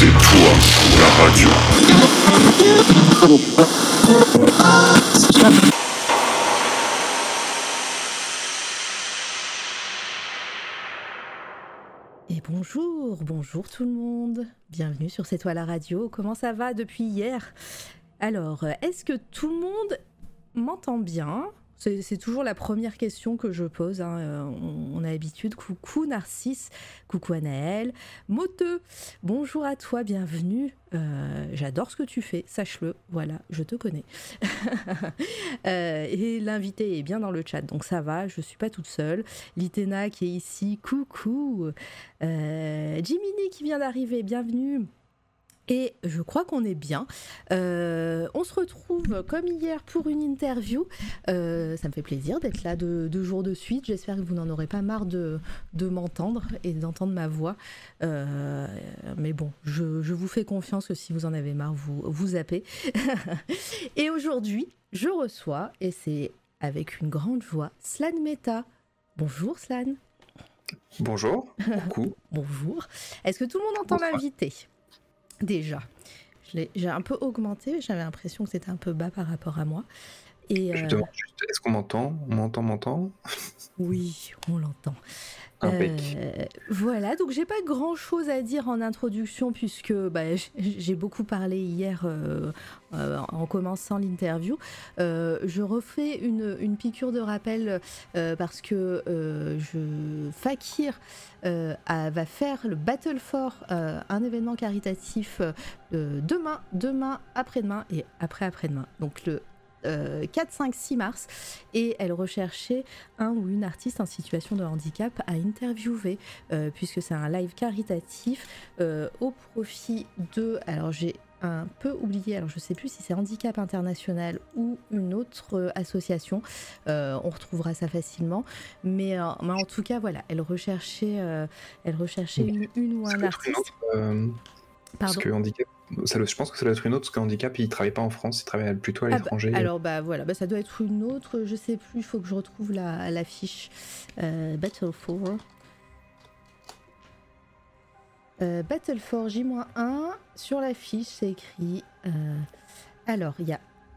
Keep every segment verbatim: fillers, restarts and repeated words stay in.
C'est toi, la radio. Et bonjour, bonjour tout le monde. Bienvenue sur C'est toi la radio. Comment ça va depuis hier ? Alors, est-ce que tout le monde m'entend bien ? C'est, c'est toujours la première question que je pose, hein. euh, on, on a l'habitude. Coucou Narcisse, coucou Anaël, Moteux, bonjour à toi, bienvenue. Euh, j'adore ce que tu fais, sache-le, voilà, je te connais. euh, et l'invité est bien dans le chat, donc ça va, je suis pas toute seule. Litena qui est ici, coucou. Euh, Jiminy qui vient d'arriver, bienvenue. Et je crois qu'on est bien. Euh, on se retrouve comme hier pour une interview. Euh, ça me fait plaisir d'être là deux, deux jours de suite. J'espère que vous n'en aurez pas marre de, de m'entendre et d'entendre ma voix. Euh, mais bon, je, je vous fais confiance que si vous en avez marre, vous, vous zappez. Et aujourd'hui, je reçois, et c'est avec une grande joie, Slan Mehta. Bonjour Slan. Bonjour. Coucou. Bonjour. Est-ce que tout le monde entend Bonsoir. l'invité ? Déjà, je l'ai, j'ai un peu augmenté, j'avais l'impression que c'était un peu bas par rapport à moi. Et Je euh, demande juste, est-ce qu'on m'entend On m'entend, m'entend oui, on l'entend. Impec. Euh, voilà, donc j'ai pas grand chose à dire en introduction puisque bah, j'ai beaucoup parlé hier euh, euh, en commençant l'interview. Euh, je refais une, une piqûre de rappel euh, parce que euh, je, Fakir euh, a, va faire le Battle for, euh, un événement caritatif euh, demain, demain, après-demain et après-après-demain. Donc le Euh, quatre, cinq, six mars, et elle recherchait un ou une artiste en situation de handicap à interviewer, euh, puisque c'est un live caritatif euh, au profit de, alors j'ai un peu oublié, alors je sais plus si c'est Handicap International ou une autre euh, association, euh, on retrouvera ça facilement, mais, euh, mais en tout cas voilà, elle recherchait, euh, elle recherchait une, une ou Ça un doit être une artiste. autre, euh, parce Pardon. que handicap, ça doit- je pense que ça doit être une autre, parce que handicap, il travaille pas en France, il travaille plutôt à Ah bah, l'étranger. alors bah voilà, bah, ça doit être une autre, je sais plus, il faut que je retrouve la, la fiche. Euh, Battle for. Euh, Battle for J un, sur la fiche c'est écrit. Euh, alors il y a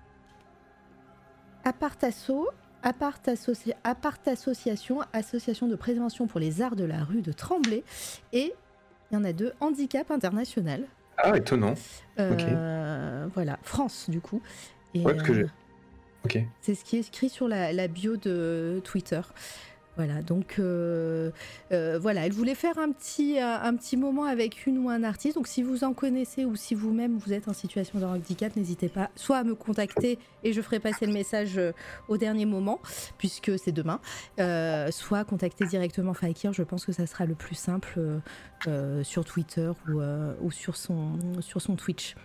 Apartasso, Apart, Associ... Apart Association, Association de prévention pour les arts de la rue de Tremblay, et il y en a deux, Handicap International. Ah, étonnant. Euh, voilà, France du coup. Et, Ouais, parce que euh, j'ai... Ok. c'est ce qui est écrit sur la, la bio de Twitter. Voilà, donc euh, euh, voilà, elle voulait faire un petit, un, un petit moment avec une ou un artiste. Donc si vous en connaissez ou si vous-même vous êtes en situation de handicap, n'hésitez pas soit à me contacter et je ferai passer le message euh, au dernier moment, puisque c'est demain, euh, soit contacter directement Fakir. Je pense que ça sera le plus simple euh, euh, sur Twitter ou, euh, ou sur, son, sur son Twitch.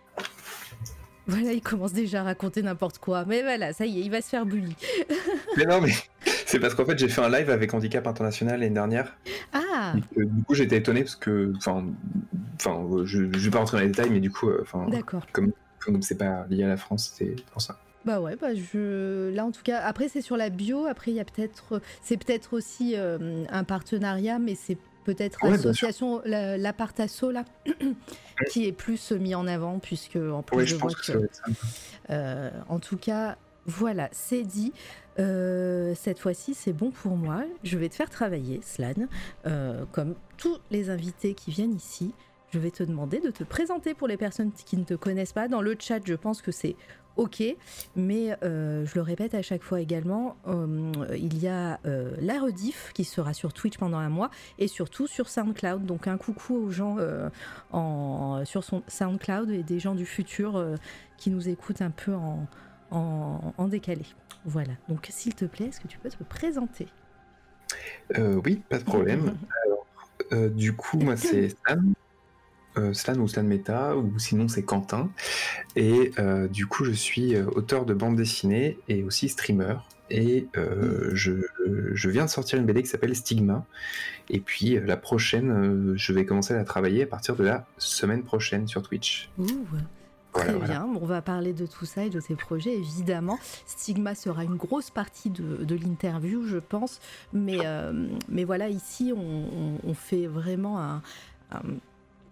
Voilà, il commence déjà à raconter n'importe quoi. Mais voilà, ça y est, il va se faire bully. Mais non, mais c'est parce qu'en fait, j'ai fait un live avec Handicap International l'année dernière. Ah, Et que, du coup, j'étais étonné parce que, enfin, enfin, je, je vais pas rentrer dans les détails, mais du coup, enfin, d'accord. comme comme c'est pas lié à la France, c'est pour ça. Bah ouais, bah je... là en tout cas, après c'est sur la bio, après il y a peut-être, c'est peut-être aussi euh, un partenariat, mais c'est peut-être Ouais, l'association, la, l'Apartasso là, qui est plus mis en avant, puisque en plus Ouais, je, je vois pense que, que... ça va être ça. Euh, en tout cas, voilà, c'est dit. Euh, cette fois-ci, c'est bon pour moi. Je vais te faire travailler, Slan, euh, comme tous les invités qui viennent ici. Je vais te demander de te présenter pour les personnes qui ne te connaissent pas. Dans le chat, je pense que c'est ok, mais euh, je le répète à chaque fois également, euh, il y a euh, la rediff qui sera sur Twitch pendant un mois et surtout sur SoundCloud. Donc un coucou aux gens euh, en, sur son SoundCloud et des gens du futur euh, qui nous écoutent un peu en, en, en décalé. Voilà, donc s'il te plaît, est-ce que tu peux te présenter ? Euh, oui, pas de problème. Alors, euh, du coup, moi, c'est Slan. Euh, Slan ou Slan Mehta, ou sinon c'est Quentin. Et euh, du coup, je suis euh, auteur de bande dessinée et aussi streamer. Et euh, je, je viens de sortir une B D qui s'appelle Stigma. Et puis euh, la prochaine, euh, je vais commencer à la travailler à partir de la semaine prochaine sur Twitch. Ouh, Voilà, très voilà. bien, on va parler de tout ça et de tes projets, évidemment. Stigma sera une grosse partie de, de l'interview, je pense. Mais, euh, mais voilà, ici, on, on, on fait vraiment un... un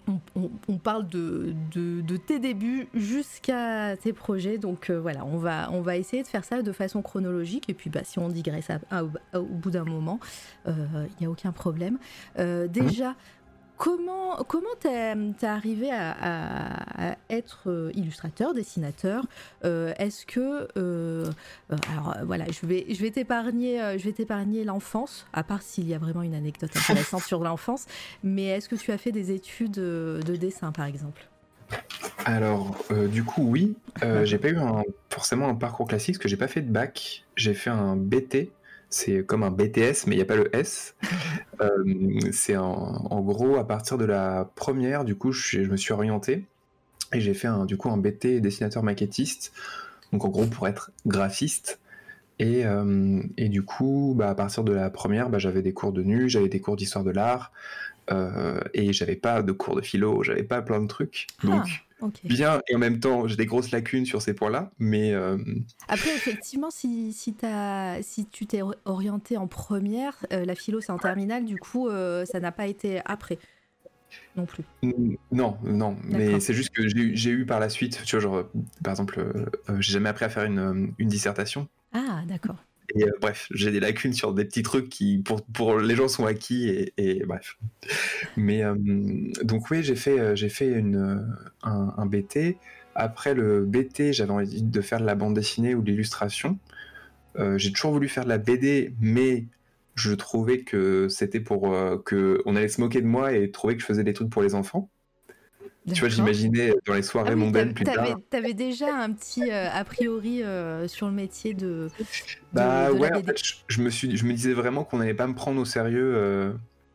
on, on, on parle de, de, de tes débuts jusqu'à tes projets, donc euh, voilà, on va, on va essayer de faire ça de façon chronologique, et puis bah, si on digresse à, à, à, au bout d'un moment, il euh, n'y a aucun problème. Euh, déjà, comment, comment t'es, t'es arrivé à, à, à être illustrateur, dessinateur? euh, Est-ce que... Euh, alors voilà, je vais, je, vais t'épargner, je vais t'épargner l'enfance, à part s'il y a vraiment une anecdote intéressante sur l'enfance, mais est-ce que tu as fait des études de dessin, par exemple? Alors, euh, du coup, oui. Euh, j'ai pas eu un, forcément un parcours classique, parce que j'ai pas fait de bac. J'ai fait un B T. C'est comme un B T S, mais il n'y a pas le S. Euh, c'est en, en gros, à partir de la première, du coup, je, je me suis orienté. Et j'ai fait un, du coup un B T dessinateur maquettiste. Donc, en gros, pour être graphiste. Et, euh, et du coup, bah, à partir de la première, bah, j'avais des cours de nu, j'avais des cours d'histoire de l'art. Euh, et j'avais pas de cours de philo, j'avais pas plein de trucs. Donc, ah, okay. Bien, et en même temps, j'ai des grosses lacunes sur ces points-là, mais... Euh... Après, effectivement, si, si, t'as, si tu t'es orienté en première, euh, la philo, c'est en terminale, du coup, euh, ça n'a pas été après, non plus. Non, non, mais D'accord. C'est juste que j'ai, j'ai eu par la suite, tu vois, genre, par exemple, euh, j'ai jamais appris à faire une, une dissertation. Ah, d'accord. Et euh, bref, j'ai des lacunes sur des petits trucs qui, pour, pour les gens, sont acquis, et, et bref. Mais euh, donc oui, j'ai fait, j'ai fait une, un, un B T. Après le B T, j'avais envie de faire de la bande dessinée ou de l'illustration. Euh, j'ai toujours voulu faire de la B D, mais je trouvais que c'était pour euh, que on allait se moquer de moi et trouver que je faisais des trucs pour les enfants. D'accord. Tu vois, j'imaginais dans les soirées ah oui, mondaines plus t'avais, tard. T'avais déjà un petit euh, a priori euh, sur le métier de, de bah de ouais, la B D. En fait, je, je me suis, je me disais vraiment qu'on n'allait pas me prendre au sérieux, euh,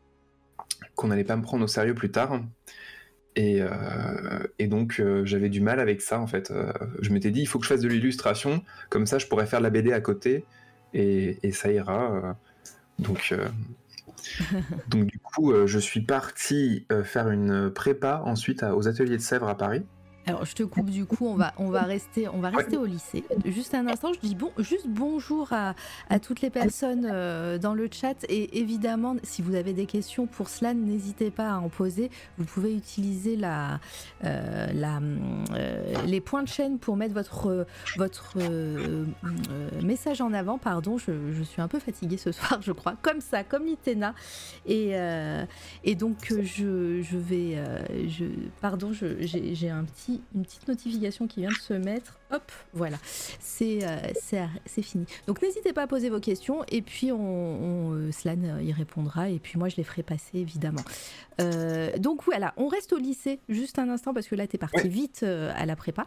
qu'on n'allait pas me prendre au sérieux plus tard. Et, euh, et donc euh, j'avais du mal avec ça en fait. Euh, je m'étais dit il faut que je fasse de l'illustration, comme ça je pourrais faire de la B D à côté et, et ça ira. Euh, donc, euh, donc du coup euh, je suis parti euh, faire une prépa ensuite à, aux ateliers de Sèvres à Paris. Alors je te coupe du coup, on va, on va rester, on va rester ouais. au lycée. Juste un instant, je dis bon, juste bonjour à, à toutes les personnes euh, dans le chat et évidemment si vous avez des questions pour Slan, n'hésitez pas à en poser. Vous pouvez utiliser la, euh, la, euh, les points de chaîne pour mettre votre, votre euh, euh, message en avant. Pardon, je, je suis un peu fatiguée ce soir, je crois. Comme ça, comme Itena. Et, euh, et donc je, je vais, euh, je, pardon, je, j'ai, j'ai un petit une petite notification qui vient de se mettre. Hop, voilà, c'est, euh, c'est, c'est fini. Donc n'hésitez pas à poser vos questions et puis on, on, euh, Slan y répondra et puis moi je les ferai passer évidemment. Euh, donc voilà, on reste au lycée juste un instant parce que là t'es parti ouais. vite euh, à la prépa.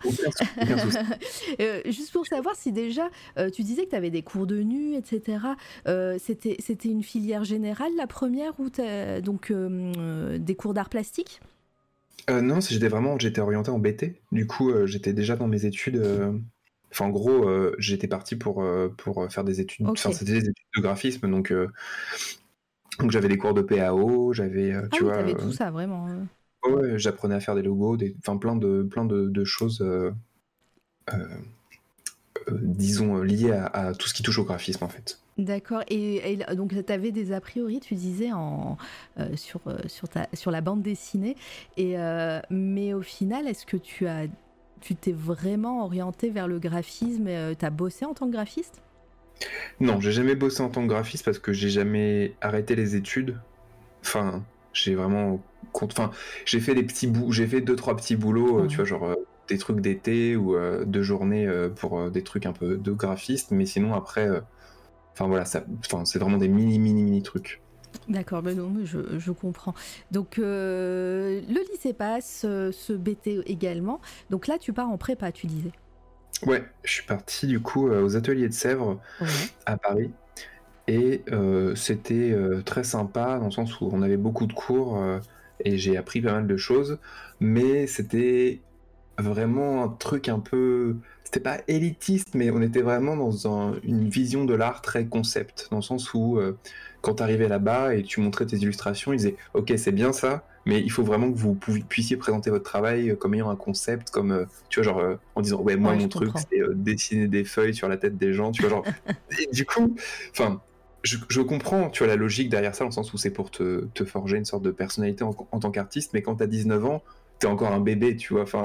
euh, juste pour savoir si déjà euh, tu disais que tu avais des cours de nu, et cetera. Euh, c'était, c'était une filière générale la première ou t'as, donc euh, des cours d'art plastique? Euh, non, j'étais vraiment, j'étais orienté en B T. Du coup, euh, j'étais déjà dans mes études. Euh... Enfin, en gros, euh, j'étais parti pour euh, pour faire des études. Enfin, okay. C'était des études de graphisme, donc euh... donc j'avais des cours de P A O, j'avais, euh, ah tu oui, vois. T'avais tout ça vraiment. Euh... Ouais, j'apprenais à faire des logos, des, enfin plein de plein de, de choses, euh... Euh... Euh, disons liées à, à tout ce qui touche au graphisme en fait. D'accord. Et, et donc, tu avais des a priori, tu disais, en, euh, sur, euh, sur, ta, sur la bande dessinée. Et, euh, mais au final, est-ce que tu, as, tu t'es vraiment orienté vers le graphisme et euh, tu as bossé en tant que graphiste ? Non, j'ai jamais bossé en tant que graphiste parce que j'ai jamais arrêté les études. Enfin, j'ai vraiment... Enfin, j'ai fait des petits bouts, j'ai fait deux, trois petits boulots, mmh. tu vois, genre... Euh, des trucs d'été ou euh, de journée euh, pour euh, des trucs un peu de graphiste, mais sinon après... Euh, Enfin voilà, ça, enfin, c'est vraiment des mini, mini, mini trucs. D'accord, ben non, mais je, je comprends. Donc euh, le lycée passe, euh, ce B T également. Donc là, tu pars en prépa, tu disais. Ouais, je suis parti du coup euh, aux ateliers de Sèvres ouais. à Paris. Et euh, c'était euh, très sympa dans le sens où on avait beaucoup de cours euh, et j'ai appris pas mal de choses. Mais c'était vraiment un truc un peu... C'était pas élitiste, mais on était vraiment dans un, une vision de l'art très concept, dans le sens où euh, quand t'arrivais là-bas et que tu montrais tes illustrations, ils disaient « Ok, c'est bien ça, mais il faut vraiment que vous pouviez, puissiez présenter votre travail comme ayant un concept, comme, euh, tu vois, genre, euh, en disant « Ouais, moi, ouais, mon truc, comprends. c'est euh, dessiner des feuilles sur la tête des gens, tu vois, genre... » Et du coup, enfin... je, je comprends, tu vois, la logique derrière ça, dans le sens où c'est pour te, te forger une sorte de personnalité en, en tant qu'artiste, mais quand t'as dix-neuf ans, t'es encore un bébé, tu vois, enfin...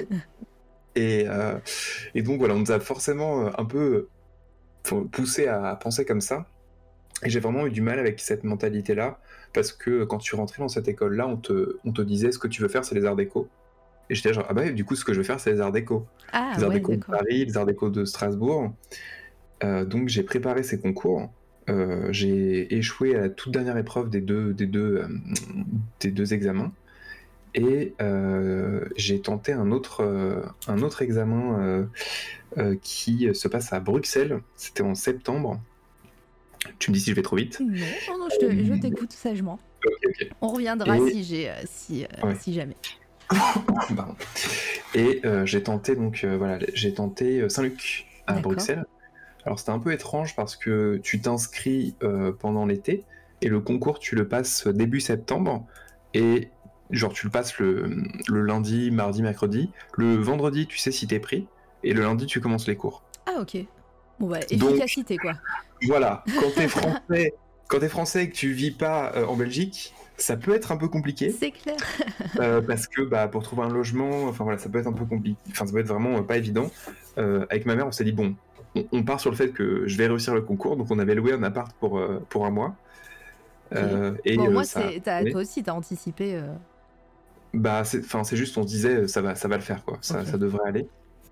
et, euh, et donc, voilà, on nous a forcément un peu poussé à penser comme ça, et j'ai vraiment eu du mal avec cette mentalité-là, parce que quand tu rentrais dans cette école-là, on te, on te disait, ce que tu veux faire, c'est les arts déco. Et j'étais genre, ah bah du coup, ce que je veux faire, c'est les arts déco. Ah, les arts ouais, déco de d'accord. Paris, les arts déco de Strasbourg. Euh, donc j'ai préparé ces concours. Euh, j'ai échoué à la toute dernière épreuve des deux, des deux, euh, des deux examens. Et euh, j'ai tenté un autre, euh, un autre examen euh, euh, qui se passe à Bruxelles. C'était en septembre. Tu me dis si je vais trop vite. Non, non, non, je, te, je t'écoute sagement. Ok, ok. On reviendra Et... si, j'ai, euh, si, euh, ouais. si jamais. Pardon. Et euh, j'ai tenté, donc, euh, voilà, j'ai tenté Saint-Luc à D'accord. Bruxelles. Alors c'était un peu étrange parce que tu t'inscris euh, pendant l'été et le concours tu le passes début septembre et genre tu le passes le, le lundi, mardi, mercredi. Le vendredi tu sais si t'es pris et le lundi tu commences les cours. Ah ok. Bon bah efficacité donc, quoi. Voilà, quand t'es français, quand t'es français et que tu vis pas euh, en Belgique, ça peut être un peu compliqué. C'est clair. euh, parce que bah pour trouver un logement, enfin voilà, ça peut être un peu compliqué. Enfin ça peut être vraiment euh, pas évident. Euh, avec ma mère on s'est dit bon. On part sur le fait que je vais réussir le concours, donc on avait loué un appart pour, euh, pour un mois. Okay. Euh, et bon, euh, moi, ça c'est, t'as, toi aussi, t'as anticipé. Euh... Bah, c'est, c'est juste, on se disait, ça va, ça va le faire, quoi. Ça, okay. ça devrait aller.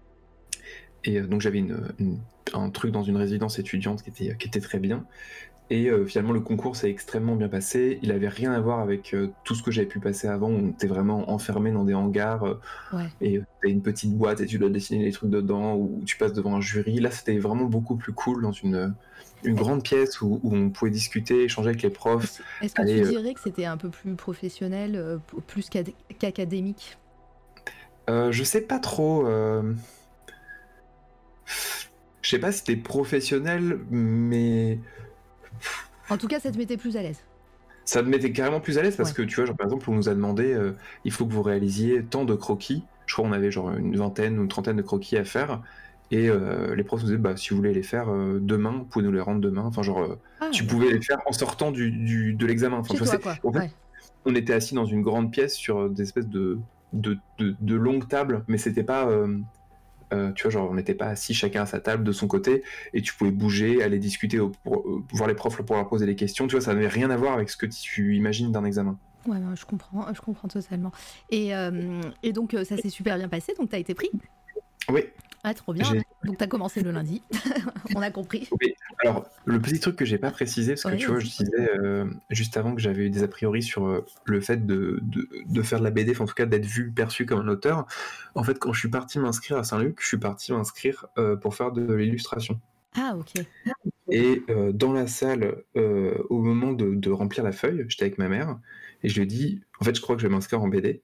Et euh, donc j'avais une, une, un truc dans une résidence étudiante qui était, qui était très bien. Et euh, finalement, le concours s'est extrêmement bien passé. Il avait rien à voir avec euh, tout ce que j'avais pu passer avant. On était vraiment enfermé dans des hangars. Euh, ouais. Et euh, t'as une petite boîte et tu dois dessiner des trucs dedans, ou tu passes devant un jury. Là, c'était vraiment beaucoup plus cool dans une, une grande pièce où, où on pouvait discuter, échanger avec les profs. Est-ce, est-ce que aller, tu dirais euh... que c'était un peu plus professionnel, euh, plus qu'académique ? euh, Je sais pas trop. Euh... Je sais pas si c'était professionnel, mais... En tout cas, ça te mettait plus à l'aise. Ça me mettait carrément plus à l'aise parce ouais. que, tu vois, genre, par exemple, on nous a demandé euh, il faut que vous réalisiez tant de croquis. Je crois qu'on avait genre une vingtaine ou une trentaine de croquis à faire. Et euh, les profs nous disaient bah, si vous voulez les faire euh, demain, vous pouvez nous les rendre demain. Enfin, genre, euh, ah, tu ouais. pouvais les faire en sortant du, du, de l'examen. Enfin, Chez tu toi, sais, quoi. En fait, ouais. on était assis dans une grande pièce sur des espèces de, de, de, de longues tables, mais c'était pas. Euh, Euh, tu vois, genre, on n'était pas assis chacun à sa table de son côté et tu pouvais bouger, aller discuter, au, pour, euh, voir les profs pour leur poser des questions. Tu vois, ça n'avait rien à voir avec ce que tu imagines d'un examen. Ouais, ouais, je comprends, je comprends totalement. Et, euh, et donc, ça s'est super bien passé, donc tu as été pris ? Oui. Ah, trop bien. J'ai... Donc, tu as commencé le lundi. On a compris. Oui. Alors, le petit truc que j'ai pas précisé, parce que ouais, tu vois, je disais euh, juste avant que j'avais eu des a priori sur euh, le fait de, de, de faire de la B D, en tout cas d'être vu, perçu comme un auteur. En fait, quand je suis parti m'inscrire à Saint-Luc, je suis parti m'inscrire euh, pour faire de l'illustration. Ah, ok. Et euh, dans la salle, euh, au moment de, de remplir la feuille, j'étais avec ma mère, et je lui ai dit, en fait, je crois que je vais m'inscrire en B D.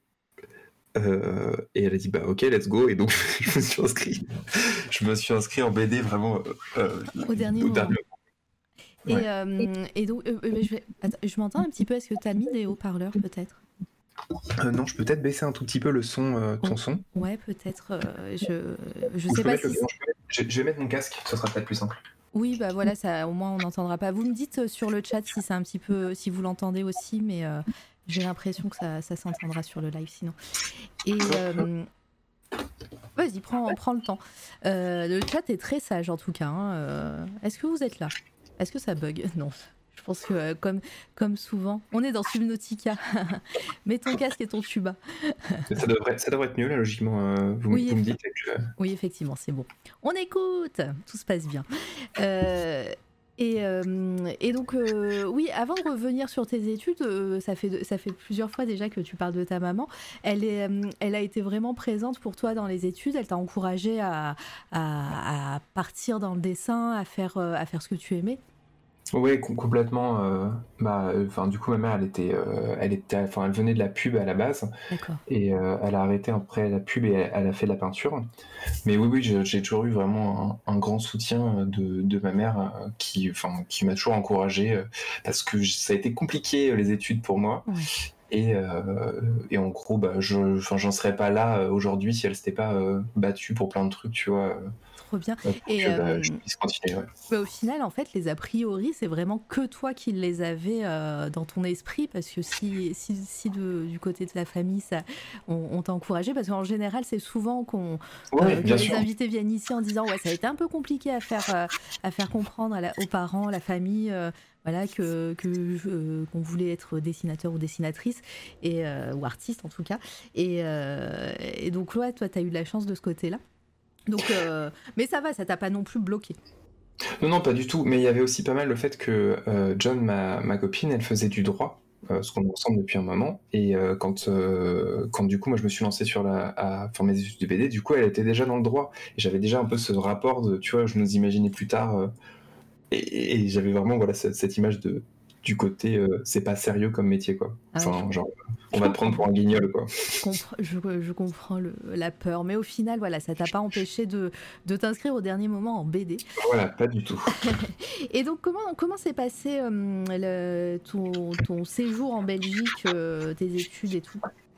Euh, et elle a dit bah ok let's go et donc je me suis inscrit je me suis inscrit en B D vraiment euh, au dernier au moment dernier... et, ouais. euh, et donc euh, je, vais... Attends, je m'entends un petit peu, est-ce que tu as mis des haut-parleurs peut-être euh, non je peux peut-être baisser un tout petit peu le son euh, ton oh. son ouais peut-être euh, je je Ou sais je pas si le... je, je vais mettre mon casque, ça sera peut-être plus simple. Oui bah voilà, ça au moins on n'entendra pas. Vous me dites sur le chat si c'est un petit peu, si vous l'entendez aussi, mais euh, j'ai l'impression que ça, ça s'entendra sur le live sinon. Et euh, vas-y, prends, prends le temps. Euh, le chat est très sage en tout cas. Hein. Euh, est-ce que vous êtes là ? Est-ce que ça bug ? Non. Je pense que euh, comme, comme souvent, on est dans Subnautica. Mets ton casque et ton tuba. ça, devrait, ça devrait être mieux là, logiquement. Euh, vous, oui, vous me dites que... oui, effectivement, c'est bon. On écoute, tout se passe bien. Euh, Et, euh, et donc, euh, oui, avant de revenir sur tes études, euh, ça, fait, ça fait plusieurs fois déjà que tu parles de ta maman. Elle, est, euh, elle a été vraiment présente pour toi dans les études. Elle t'a encouragé à, à, à partir dans le dessin, à faire, à faire ce que tu aimais. Oui, complètement. Euh, bah, enfin, du coup, ma mère, elle était, euh, elle était, enfin, elle venait de la pub à la base. D'accord. Et euh, elle a arrêté après la pub et elle, elle a fait de la peinture. Mais oui, oui, j'ai, j'ai toujours eu vraiment un, un grand soutien de, de ma mère euh, qui, enfin, qui m'a toujours encouragé euh, parce que ça a été compliqué les études pour moi. Ouais. Et, euh, et en gros, bah, je, enfin, j'en serais pas là euh, aujourd'hui si elle s'était pas euh, battue pour plein de trucs, tu vois, euh, Trop bien. pour Et que bah, euh, je puisse continuer. Ouais. bah, au final, en fait, les a priori, c'est vraiment que toi qui les avais euh, dans ton esprit, parce que si, si, si de, du côté de la famille, ça, on, on t'a encouragé, parce qu'en général, c'est souvent qu'on, Ouais, euh, que bien les sûr. invités viennent ici en disant ouais, ça a été un peu compliqué à faire, euh, à faire comprendre à la- aux parents, la famille. Euh, voilà, que, que euh, qu'on voulait être dessinateur ou dessinatrice, et, euh, ou artiste en tout cas. Et, euh, et donc, ouais, toi, tu as eu de la chance de ce côté-là. Donc, euh, mais ça va, ça t'a pas non plus bloqué. Non, non, pas du tout. Mais il y avait aussi pas mal le fait que euh, John, ma, ma copine, elle faisait du droit, euh, parce qu'on est ensemble depuis un moment. Et euh, quand, euh, quand du coup, moi, je me suis lancé sur la, à faire mes études de B D, du coup, elle était déjà dans le droit. Et j'avais déjà un peu ce rapport de, tu vois, je nous imaginais plus tard. Euh, et, et j'avais vraiment, voilà, cette, cette image de, du côté, euh, c'est pas sérieux comme métier, quoi. Ah ouais, Enfin, je, genre, je on va te prendre comprends. pour un guignol, quoi. Je comprends, je, je comprends le, la peur, mais au final, voilà, ça t'a pas empêché de, de t'inscrire au dernier moment en B D. Voilà, pas du tout. Et donc, comment, comment s'est passé euh, le, ton, ton séjour en Belgique, euh, tes études et tout?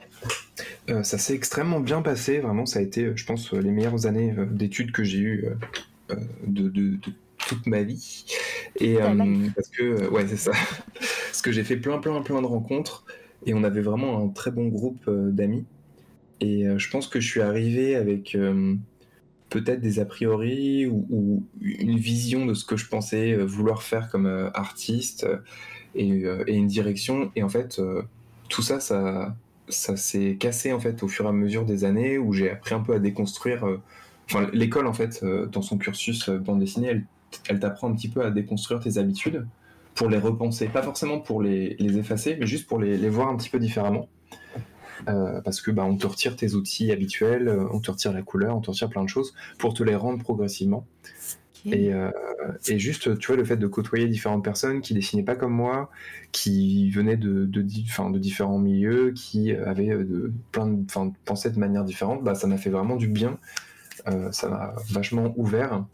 Euh, ça s'est extrêmement bien passé, vraiment, ça a été, je pense, les meilleures années euh, d'études que j'ai eues euh, euh, de, de, de toute ma vie. Et Ta euh, life. parce que, euh, ouais, c'est ça. Parce que j'ai fait plein, plein, plein de rencontres et on avait vraiment un très bon groupe euh, d'amis. Et euh, je pense que je suis arrivé avec euh, peut-être des a priori ou, ou une vision de ce que je pensais euh, vouloir faire comme euh, artiste euh, et, euh, et une direction. Et en fait, euh, tout ça, ça, ça s'est cassé en fait au fur et à mesure des années où j'ai appris un peu à déconstruire. euh, Enfin, l'école en fait, euh, dans son cursus euh, bande dessinée, elle, elle t'apprend un petit peu à déconstruire tes habitudes pour les repenser, pas forcément pour les, les effacer, mais juste pour les, les voir un petit peu différemment. Euh, parce que bah, on te retire tes outils habituels, euh, on te retire la couleur, on te retire plein de choses pour te les rendre progressivement. Ok. Et, euh, et juste, tu vois, le fait de côtoyer différentes personnes qui dessinaient pas comme moi, qui venaient de, de, di- enfin, de différents milieux, qui avaient euh, de, plein de, enfin, pensaient de manière différente, bah, ça m'a fait vraiment du bien. Euh, ça m'a vachement ouvert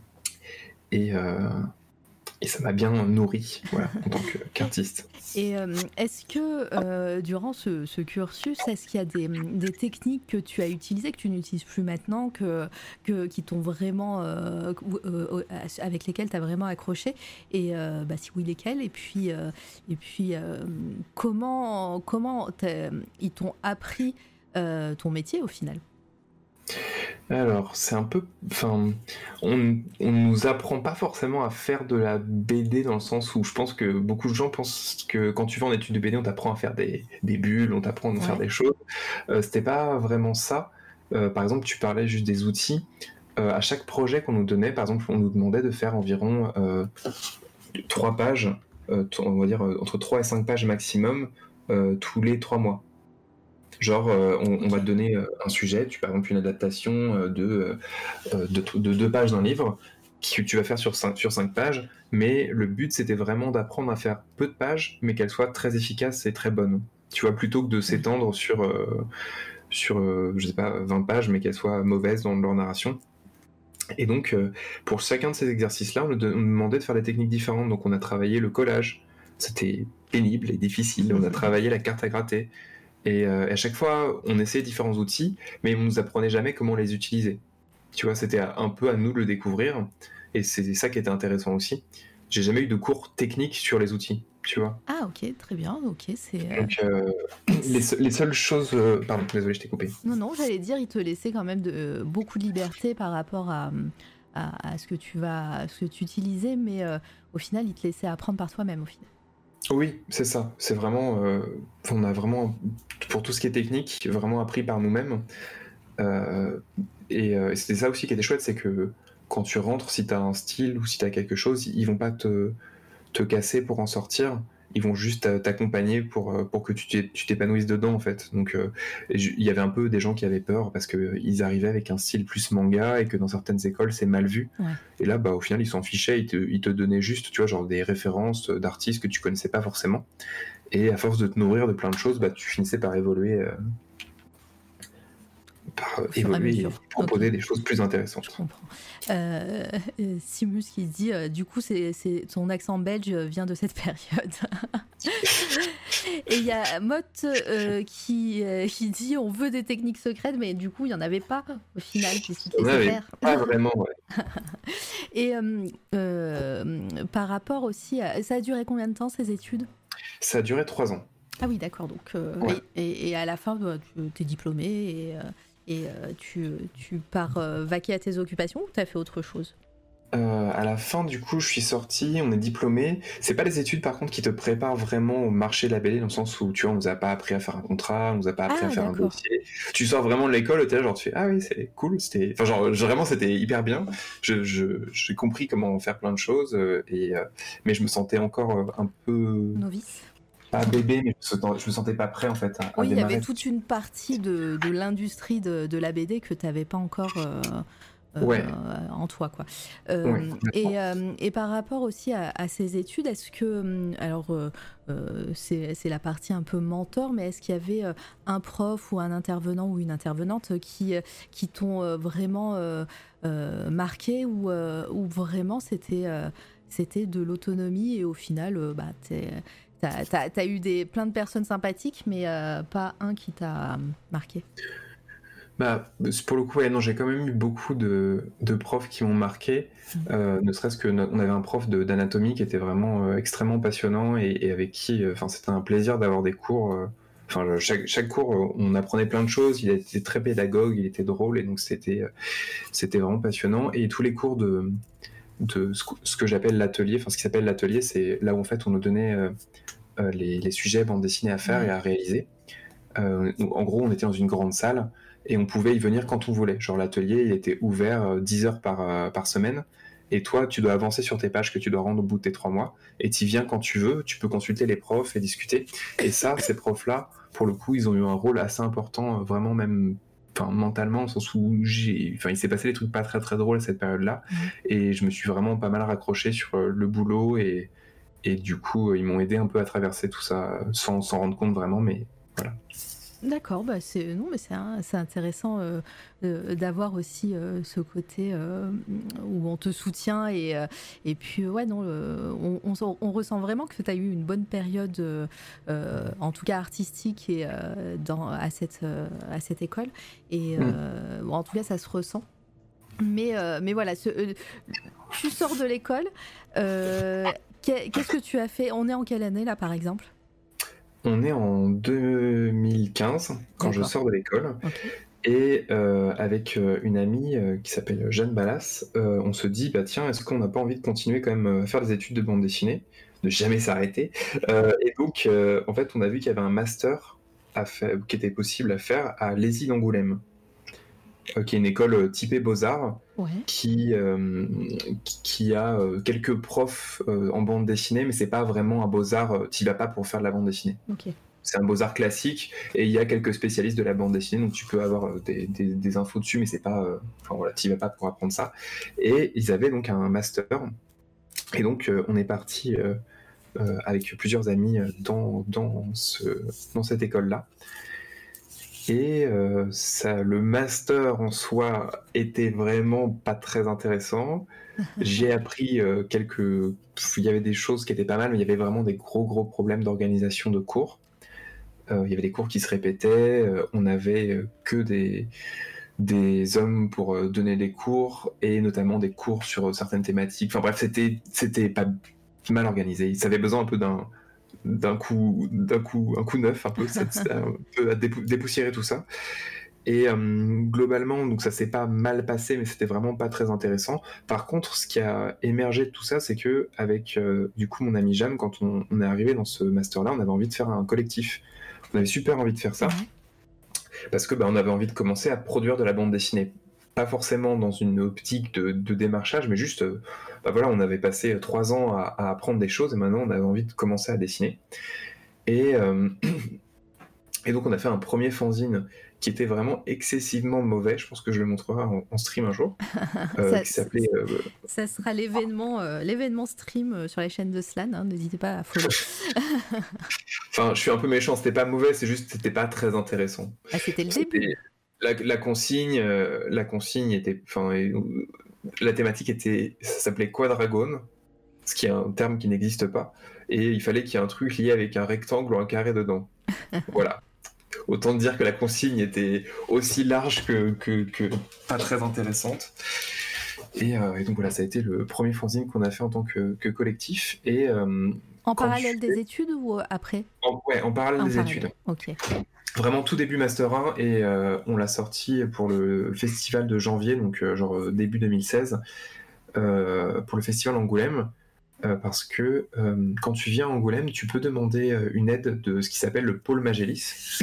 et, euh, et ça m'a bien nourri, voilà, en tant que- qu'artiste. Et euh, est-ce que euh, durant ce, ce cursus, est-ce qu'il y a des, des techniques que tu as utilisées, que tu n'utilises plus maintenant, que, que, qui t'ont vraiment, euh, euh, avec lesquelles tu as vraiment accroché? Et euh, bah, si oui, lesquelles? Et puis, euh, et puis euh, comment, comment ils t'ont appris euh, ton métier au final? Alors, c'est un peu. Enfin, on, on nous apprend pas forcément à faire de la B D dans le sens où je pense que beaucoup de gens pensent que quand tu vas en études de B D, on t'apprend à faire des, des bulles, on t'apprend à faire Ouais. des choses. Euh, c'était pas vraiment ça. Euh, par exemple, tu parlais juste des outils. Euh, à chaque projet qu'on nous donnait, par exemple, on nous demandait de faire environ euh, trois pages, euh, on va dire euh, entre trois et cinq pages maximum, euh, tous les trois mois. Genre, euh, on, on va Ok. te donner euh, un sujet, tu, par exemple une adaptation euh, de, euh, de, de deux pages d'un livre que tu vas faire sur cinq, sur cinq pages, mais le but c'était vraiment d'apprendre à faire peu de pages, mais qu'elles soient très efficaces et très bonnes. Tu vois, plutôt que de Oui. s'étendre sur, euh, sur euh, je sais pas, vingt pages, mais qu'elles soient mauvaises dans leur narration. Et donc, euh, pour chacun de ces exercices-là, on nous, de- on nous demandait de faire des techniques différentes. Donc, on a travaillé le collage. C'était pénible et difficile. On a travaillé la carte à gratter. Et euh, à chaque fois, on essayait différents outils, mais on nous apprenait jamais comment les utiliser. Tu vois, c'était à- un peu à nous de le découvrir. Et c'est ça qui était intéressant aussi. J'ai jamais eu de cours techniques sur les outils, tu vois. Ah ok, très bien. Ok, c'est. euh, Donc, euh, les, se- les seules choses. euh, Pardon, désolé, je t'ai coupé. Non, non, j'allais dire, il te laissait quand même de, beaucoup de liberté par rapport à, à, à ce que tu vas, à ce que tu utilisais, mais euh, au final, il te laissait apprendre par toi-même au final. Oui, c'est ça. C'est vraiment. euh, on a vraiment, pour tout ce qui est technique, vraiment appris par nous-mêmes. Euh, et euh, c'était ça aussi qui était chouette, c'est que quand tu rentres, si tu as un style ou si tu as quelque chose, ils vont pas te, te casser pour en sortir. Ils vont juste t'a- t'accompagner pour, euh, pour que tu t'é- tu t'épanouisses dedans, en fait. Donc, euh, et ju- il y avait un peu des gens qui avaient peur parce qu'ils arrivaient avec un style plus manga et que dans certaines écoles, c'est mal vu. Ouais. Et là, bah, au final, ils s'en fichaient. Ils te, ils te donnaient juste, tu vois, genre des références d'artistes que tu connaissais pas forcément. Et à force de te nourrir de plein de choses, bah, tu finissais par évoluer. euh, par euh, Au fur et à évoluer et mesure. Ok, proposer des choses plus je intéressantes. comprends. Euh, euh, Simus qui dit, euh, du coup, c'est, c'est, son accent belge vient de cette période. Et il y a Mott euh, qui, euh, qui dit on veut des techniques secrètes, mais du coup, il n'y en avait pas au final, puisqu'il te laissait faire. Pas vraiment, ouais. Et euh, euh, par rapport aussi à... Ça a duré combien de temps, ces études ? Ça a duré trois ans. Ah oui, d'accord. Donc, euh, Ouais. et, et à la fin, bah, tu es diplômé et, euh, et euh, tu, tu pars euh, vaquer à tes occupations ou tu as fait autre chose ? Euh, à la fin, du coup, je suis sorti, on est diplômé. C'est pas les études, par contre, qui te préparent vraiment au marché de la B D, dans le sens où, tu vois, on nous a pas appris à faire un contrat, on nous a pas appris Ah, à faire d'accord. un dossier. Tu sors vraiment de l'école, t'es là, genre, tu fais, ah oui, c'est cool, c'était, enfin, genre, vraiment, c'était hyper bien. Je, je, j'ai compris comment faire plein de choses, euh, et, euh, mais je me sentais encore euh, un peu, Novice. pas bébé, mais je me sentais, je me sentais pas prêt, en fait, à, à Oui, il y démarrer. avait toute une partie de, de l'industrie de, de la B D que tu n'avais pas encore euh, euh, Ouais. en toi, quoi. Euh, Ouais, et, euh, et par rapport aussi à, à ces études, est-ce que, alors, euh, euh, c'est, c'est la partie un peu mentor, mais est-ce qu'il y avait euh, un prof ou un intervenant ou une intervenante qui, qui t'ont euh, vraiment euh, euh, marqué ou, euh, ou vraiment c'était, euh, c'était de l'autonomie et au final, euh, bah, t'es... T'as, t'as, t'as eu des, plein de personnes sympathiques, mais euh, pas un qui t'a euh, marqué. Bah, pour le coup, ouais, non, j'ai quand même eu beaucoup de, de profs qui m'ont marqué. Mmh. Euh, ne serait-ce que no- on avait un prof de, d'anatomie qui était vraiment euh, extrêmement passionnant et, et avec qui, enfin, c'était un plaisir d'avoir des cours. euh, Enfin, je- chaque, chaque cours, euh, on apprenait plein de choses. Il était très pédagogue, il était drôle et donc c'était, euh, c'était vraiment passionnant. Et tous les cours de, de ce, que- ce que j'appelle l'atelier, enfin, ce qui s'appelle l'atelier, c'est là où en fait on nous donnait euh, euh, les, les sujets bande dessinée à faire Ouais. et à réaliser. Euh, en gros, on était dans une grande salle et on pouvait y venir quand on voulait. Genre l'atelier, il était ouvert euh, dix heures par, euh, par semaine. Et toi, tu dois avancer sur tes pages que tu dois rendre au bout de tes trois mois. Et tu viens quand tu veux, tu peux consulter les profs et discuter. Et ça, ces profs-là, pour le coup, ils ont eu un rôle assez important, euh, vraiment même enfin, mentalement, au sens où j'ai... Enfin, il s'est passé des trucs pas très très drôles à cette période-là. Mmh. Et je me suis vraiment pas mal raccroché sur euh, le boulot. Et, et du coup, euh, ils m'ont aidé un peu à traverser tout ça, euh, sans s'en rendre compte vraiment. Mais voilà. D'accord, bah c'est, non, mais c'est, un- c'est intéressant euh, euh, d'avoir aussi euh, ce côté euh, où on te soutient et, euh, et puis euh, ouais, non, le- on, on, sent- on ressent vraiment que tu as eu une bonne période, euh, euh, en tout cas artistique, et, euh, dans, à, cette, euh, à cette école. Et euh, bon, en tout cas, ça se ressent. Mais, euh, mais voilà, ce, euh, tu sors de l'école. euh, qu'est- qu'est-ce que tu as fait ? On est en quelle année là, par exemple ? On est en deux mille quinze, quand je D'accord. sors de l'école, Ok. et euh, avec euh, une amie euh, qui s'appelle Jeanne Ballas, euh, on se dit, bah tiens, est-ce qu'on n'a pas envie de continuer quand même euh, à faire des études de bande dessinée, de jamais s'arrêter. Euh, et donc, euh, en fait, on a vu qu'il y avait un master à faire, qui était possible à faire à l'E S I d'Angoulême, euh, qui est une école euh, typée Beaux-Arts, Ouais. qui, euh, qui, qui a euh, quelques profs euh, en bande dessinée, mais c'est pas vraiment un Beaux-Arts, euh, t'y vas pas pour faire de la bande dessinée. Ok. C'est un Beaux-Arts classique et il y a quelques spécialistes de la bande dessinée, donc tu peux avoir euh, des, des, des infos dessus, mais c'est pas, euh, enfin voilà, t'y vas pas pour apprendre ça. Et ils avaient donc un master, et donc euh, on est parti euh, euh, avec plusieurs amis euh, dans, dans, ce, dans cette école-là. Et euh, ça, le master en soi était vraiment pas très intéressant. J'ai appris euh, quelques... Il y avait des choses qui étaient pas mal, mais il y avait vraiment des gros gros problèmes d'organisation de cours. Euh, il y avait des cours qui se répétaient, euh, on avait euh, que des, des hommes pour euh, donner des cours, et notamment des cours sur euh, certaines thématiques. Enfin bref, c'était, c'était pas mal organisé. Ça avait besoin un peu d'un, d'un coup, d'un coup, un coup neuf, un peu, ça, un peu à dépou- dépoussiérer tout ça. Et euh, globalement, donc ça s'est pas mal passé, mais c'était vraiment pas très intéressant. Par contre, ce qui a émergé de tout ça, c'est que avec euh, du coup mon ami Jeanne, quand on, on est arrivé dans ce master-là, on avait envie de faire un collectif. On avait super envie de faire ça, Ouais. parce que bah, on avait envie de commencer à produire de la bande dessinée. Pas forcément dans une optique de, de démarchage, mais juste, euh, bah voilà, on avait passé trois ans à, à apprendre des choses, et maintenant on avait envie de commencer à dessiner. Et, euh, et donc on a fait un premier fanzine qui était vraiment excessivement mauvais, je pense que je le montrerai en, en stream un jour, euh, Ça, qui s'appelait... euh, ça sera l'événement, euh, l'événement stream euh, sur les chaînes de Slan, hein, n'hésitez pas à follow. Enfin, je suis un peu méchant, c'était pas mauvais, c'est juste c'était pas très intéressant. Ah, c'était le C'était- début. La, la consigne, euh, la consigne était, enfin, euh, la thématique était, ça s'appelait Quadragone. ce qui est un terme qui n'existe pas, et il fallait qu'il y ait un truc lié avec un rectangle ou un carré dedans. Voilà. Autant dire que la consigne était aussi large que, que, que pas très intéressante. Et, euh, et donc voilà, ça a été le premier fanzine qu'on a fait en tant que, que collectif. Et, euh, en parallèle tu... des études ou après? en, Ouais, en parallèle en des parallèle. études. Ok. Vraiment tout début Master un, et euh, on l'a sorti pour le festival de janvier, donc euh, genre début deux mille seize, euh, pour le festival Angoulême. Euh, parce que euh, quand tu viens à Angoulême, tu peux demander une aide de ce qui s'appelle le pôle Magélis.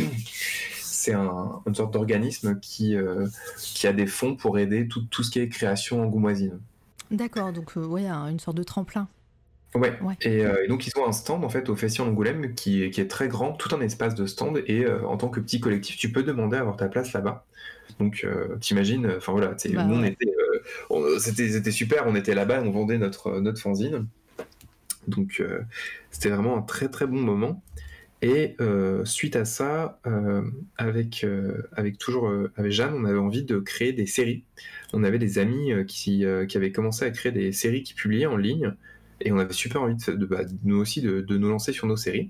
C'est un, une sorte d'organisme qui, euh, qui a des fonds pour aider tout, tout ce qui est création angoumoisine. D'accord, donc euh, ouais, une sorte de tremplin. Ouais, ouais. Et, euh, et donc ils ont un stand en fait au Festival Angoulême qui, qui est très grand, tout un espace de stand, et euh, en tant que petit collectif, tu peux demander à avoir ta place là-bas. Donc euh, t'imagines, enfin voilà, bah, nous ouais. on était, euh, on, c'était, c'était super, on était là-bas, on vendait notre, notre fanzine. Donc euh, c'était vraiment un très très bon moment. Et euh, suite à ça, euh, avec, euh, avec toujours euh, avec Jeanne, on avait envie de créer des séries. On avait des amis euh, qui, euh, qui avaient commencé à créer des séries qui publiaient en ligne, et on avait super envie de, de, bah, nous aussi de, de nous lancer sur nos séries.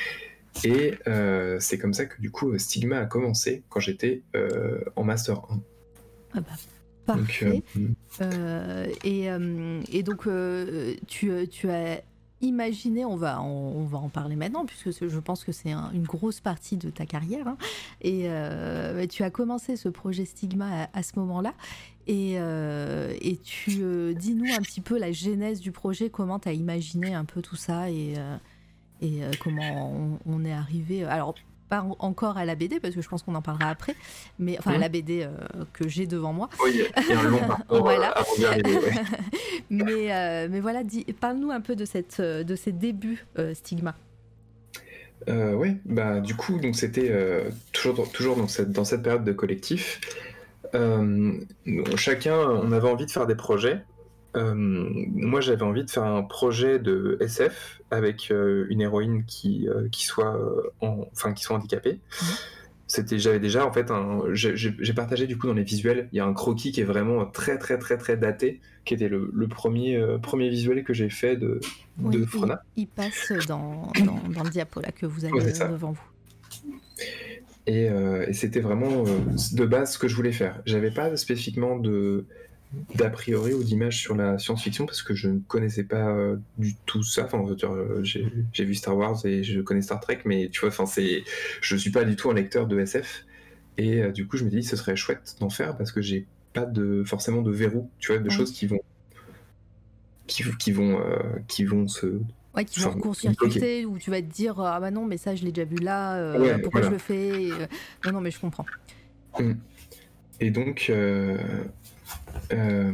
Et euh, c'est comme ça que du coup Stigma a commencé quand j'étais euh, en Master un. Ah bah. Parfait. Donc, euh, euh, et, euh, et donc euh, tu, tu as imaginé, on va, on, on va en parler maintenant, puisque je pense que c'est un, une grosse partie de ta carrière, hein, et euh, tu as commencé ce projet Stigma à, à ce moment-là, et, euh, et tu euh, dis-nous un petit peu la genèse du projet, comment tu as imaginé un peu tout ça, et, euh, et euh, comment on, on est arrivé... Alors, pas encore à la B D, parce que je pense qu'on en parlera après, mais enfin mmh. la B D euh, que j'ai devant moi. Oui, il y a un long parcours voilà. avant d'y arriver. Ouais. mais, euh, mais voilà, dis, parle-nous un peu de, cette, de ces débuts euh, Stigma. Euh, oui, bah, du coup, donc, c'était euh, toujours, toujours dans, cette, dans cette période de collectif. Euh, chacun, on avait envie de faire des projets. Euh, moi, j'avais envie de faire un projet de S F avec euh, une héroïne qui, euh, qui, soit, euh, en, enfin, qui soit handicapée. Mmh. C'était, j'avais déjà, en fait, un, j'ai, j'ai partagé du coup dans les visuels. Il y a un croquis qui est vraiment très, très, très, très daté, qui était le, le premier, euh, premier visuel que j'ai fait de, oui, de Frona. Il, il passe dans, dans, dans le diapo là, que vous avez ouais, devant vous. Et, euh, et c'était vraiment euh, de base ce que je voulais faire. J'avais pas spécifiquement de d'a priori ou d'image sur la science-fiction parce que je ne connaissais pas euh, du tout ça. Enfin, euh, j'ai, j'ai vu Star Wars et je connais Star Trek, mais tu vois, enfin, c'est, je suis pas du tout un lecteur de S F. Et euh, du coup, je me dis, ce serait chouette d'en faire parce que j'ai pas de forcément de verrou, tu vois, de oui. choses qui vont, qui, qui vont, euh, qui vont se Ouais, qui vont court-circuiter, où tu vas te dire ah bah non mais ça je l'ai déjà vu là, euh, ouais, pourquoi voilà. je le fais et, euh... non non mais je comprends. Et donc euh, euh,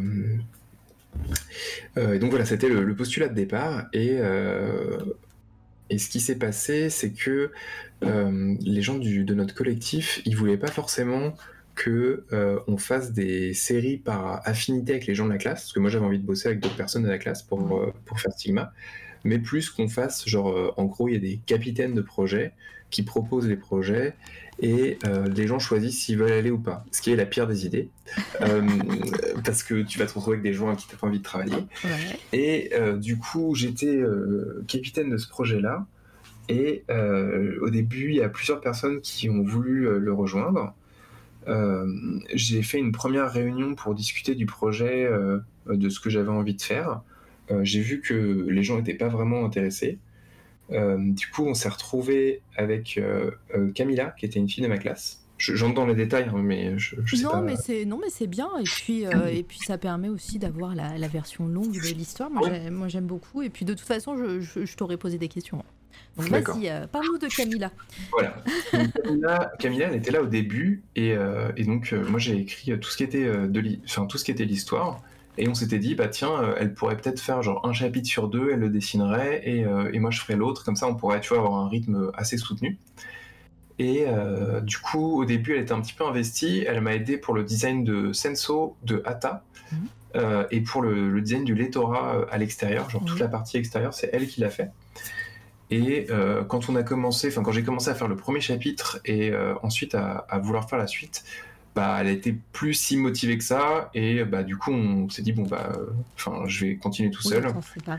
euh, et donc voilà, c'était le, le postulat de départ, et euh, et ce qui s'est passé, c'est que euh, les gens du, de notre collectif, ils voulaient pas forcément que euh, on fasse des séries par affinité avec les gens de la classe, parce que moi j'avais envie de bosser avec d'autres personnes de la classe pour euh, pour faire Stigma. Mais plus qu'on fasse, genre, euh, en gros, il y a des capitaines de projets qui proposent les projets, et euh, les gens choisissent s'ils veulent aller ou pas. Ce qui est la pire des idées, euh, parce que tu vas te retrouver avec des gens avec qui tu n'as pas envie de travailler. Ouais. Et euh, du coup, j'étais euh, capitaine de ce projet-là, et euh, au début, il y a plusieurs personnes qui ont voulu euh, le rejoindre. Euh, j'ai fait une première réunion pour discuter du projet, euh, de ce que j'avais envie de faire. Euh, j'ai vu que les gens n'étaient pas vraiment intéressés. Euh, du coup, on s'est retrouvé avec euh, euh, Camilla, qui était une fille de ma classe. Je, j'entre dans les détails, hein, mais je, je sais non, pas. Mais c'est, non, mais c'est bien. Et puis, euh, et puis ça permet aussi d'avoir la, la version longue de l'histoire. Moi, ouais. j'aime, moi, j'aime beaucoup. Et puis, de toute façon, je, je, je t'aurais posé des questions. Donc, D'accord. vas-y, euh, parle-nous de Camilla. Voilà. Donc, Camilla, Camilla, elle était là au début. Et, euh, et donc, euh, moi, j'ai écrit tout ce qui était, euh, de enfin, tout ce qui était l'histoire. Et on s'était dit, bah tiens, euh, elle pourrait peut-être faire genre un chapitre sur deux, elle le dessinerait, et, euh, et moi je ferais l'autre, comme ça on pourrait, tu vois, avoir un rythme assez soutenu. Et euh, du coup, au début, elle était un petit peu investie, elle m'a aidé pour le design de Senso, de Hata, mmh. euh, et pour le, le design du Lettora à l'extérieur, genre mmh. toute la partie extérieure, c'est elle qui l'a fait. Et euh, quand on a commencé, enfin quand j'ai commencé à faire le premier chapitre, et euh, ensuite à, à vouloir faire la suite, bah, elle a été plus si motivée que ça, et bah, du coup on s'est dit bon bah enfin euh, je vais continuer tout oui, seul.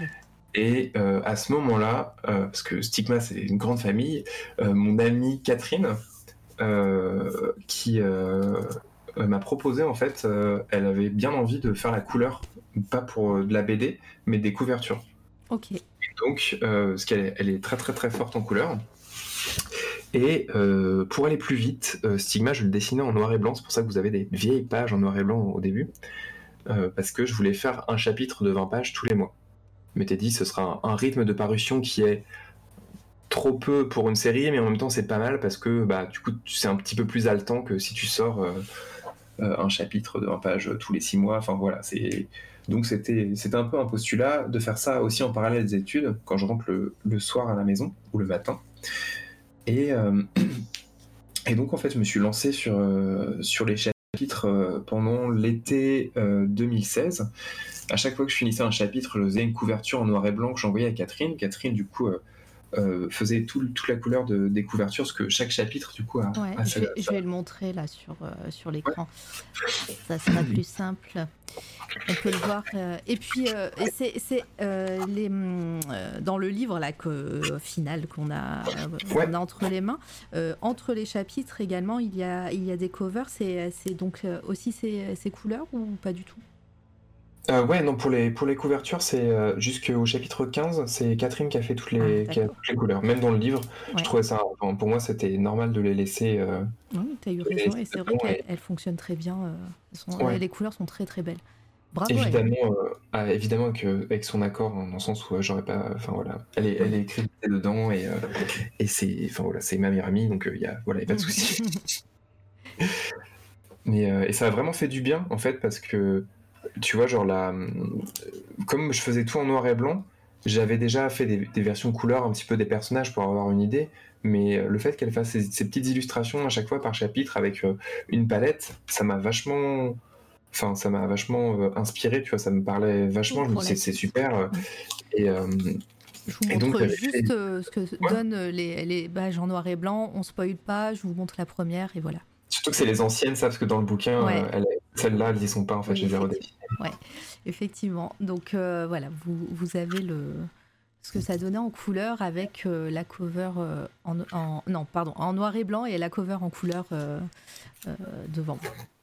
Et euh, à ce moment-là, euh, parce que Stigma c'est une grande famille, euh, mon amie Catherine, euh, qui euh, m'a proposé en fait, euh, elle avait bien envie de faire la couleur, pas pour euh, de la B D, mais des couvertures. Ok. Et donc, euh, parce qu'elle est, elle est très très très forte en couleur. Et euh, pour aller plus vite, euh, Stigma, je le dessinais en noir et blanc, c'est pour ça que vous avez des vieilles pages en noir et blanc au début, euh, parce que je voulais faire un chapitre de vingt pages tous les mois. Je m'étais dit, ce sera un, un rythme de parution qui est trop peu pour une série, mais en même temps c'est pas mal parce que bah, du coup c'est un petit peu plus haletant que si tu sors euh, euh, un chapitre de vingt pages tous les six mois. Enfin voilà, c'est... Donc c'était, c'était un peu un postulat de faire ça aussi en parallèle des études, quand je rentre le, le soir à la maison, ou le matin. Et, euh, et donc en fait je me suis lancé sur, euh, sur les chapitres euh, pendant l'été euh, deux mille seize. À chaque fois que je finissais un chapitre, je faisais une couverture en noir et blanc que j'envoyais à Catherine. Catherine du coup euh, euh, faisait tout, toute la couleur de, des couvertures, parce que chaque chapitre du coup a, Ouais, a je, sa, vais, sa... je vais le montrer là sur, euh, sur l'écran. Ça sera plus simple. On peut le voir. euh, Et puis, euh, et c'est, c'est euh, les, hum, euh, dans le livre là, que, euh, final qu'on a, euh, Ouais. qu'on a entre les mains, euh, entre les chapitres également, il y a, il y a des covers. C'est, c'est donc euh, aussi ces, ces couleurs ou pas du tout? Euh, ouais, non, pour les, pour les couvertures, c'est euh, jusqu'au chapitre quinze, c'est Catherine qui a fait toutes les, Ah, qui a d'accord. toutes les couleurs. Même dans le livre, Ouais. je trouvais ça, enfin, pour moi, c'était normal de les laisser. Euh, Oui, tu as eu de les raison. laisser Et c'est vrai dedans, qu'elles et- elles fonctionnent très bien. euh, elles sont- Ouais. Les couleurs sont très très belles. Bravo, elle. Évidemment, euh, ah, évidemment avec, euh, avec son accord, hein, dans le sens où euh, j'aurais pas. Enfin voilà, elle est, elle est créditée dedans, et, euh, et c'est, enfin voilà, c'est ma meilleure amie, donc il euh, y a, voilà, y a pas de souci. Mais euh, et ça a vraiment fait du bien en fait, parce que tu vois, genre là, comme je faisais tout en noir et blanc, j'avais déjà fait des, des versions couleur un petit peu des personnages pour avoir une idée. Mais euh, le fait qu'elle fasse ces, ces petites illustrations à chaque fois par chapitre avec euh, une palette, ça m'a vachement. Enfin, ça m'a vachement euh, inspiré, tu vois, ça me parlait vachement. Je me Pour dis, la c'est, c'est suite. super. euh, Et, euh, Je vous et donc, montre j'avais juste fait- euh, ce que donnent euh, les, les pages en noir et blanc. On spoil pas, je vous montre la première et voilà. Surtout que c'est les anciennes, ça, parce que dans le bouquin, Ouais. euh, elles- celles-là, elles y sont pas, en fait, Oui, je les ai effectivement. redessinées. Ouais, effectivement. Donc euh, voilà, vous, vous avez le ce que ça donnait en couleur avec euh, la cover euh, en, en- non pardon en noir et blanc et la cover en couleur euh, euh, devant.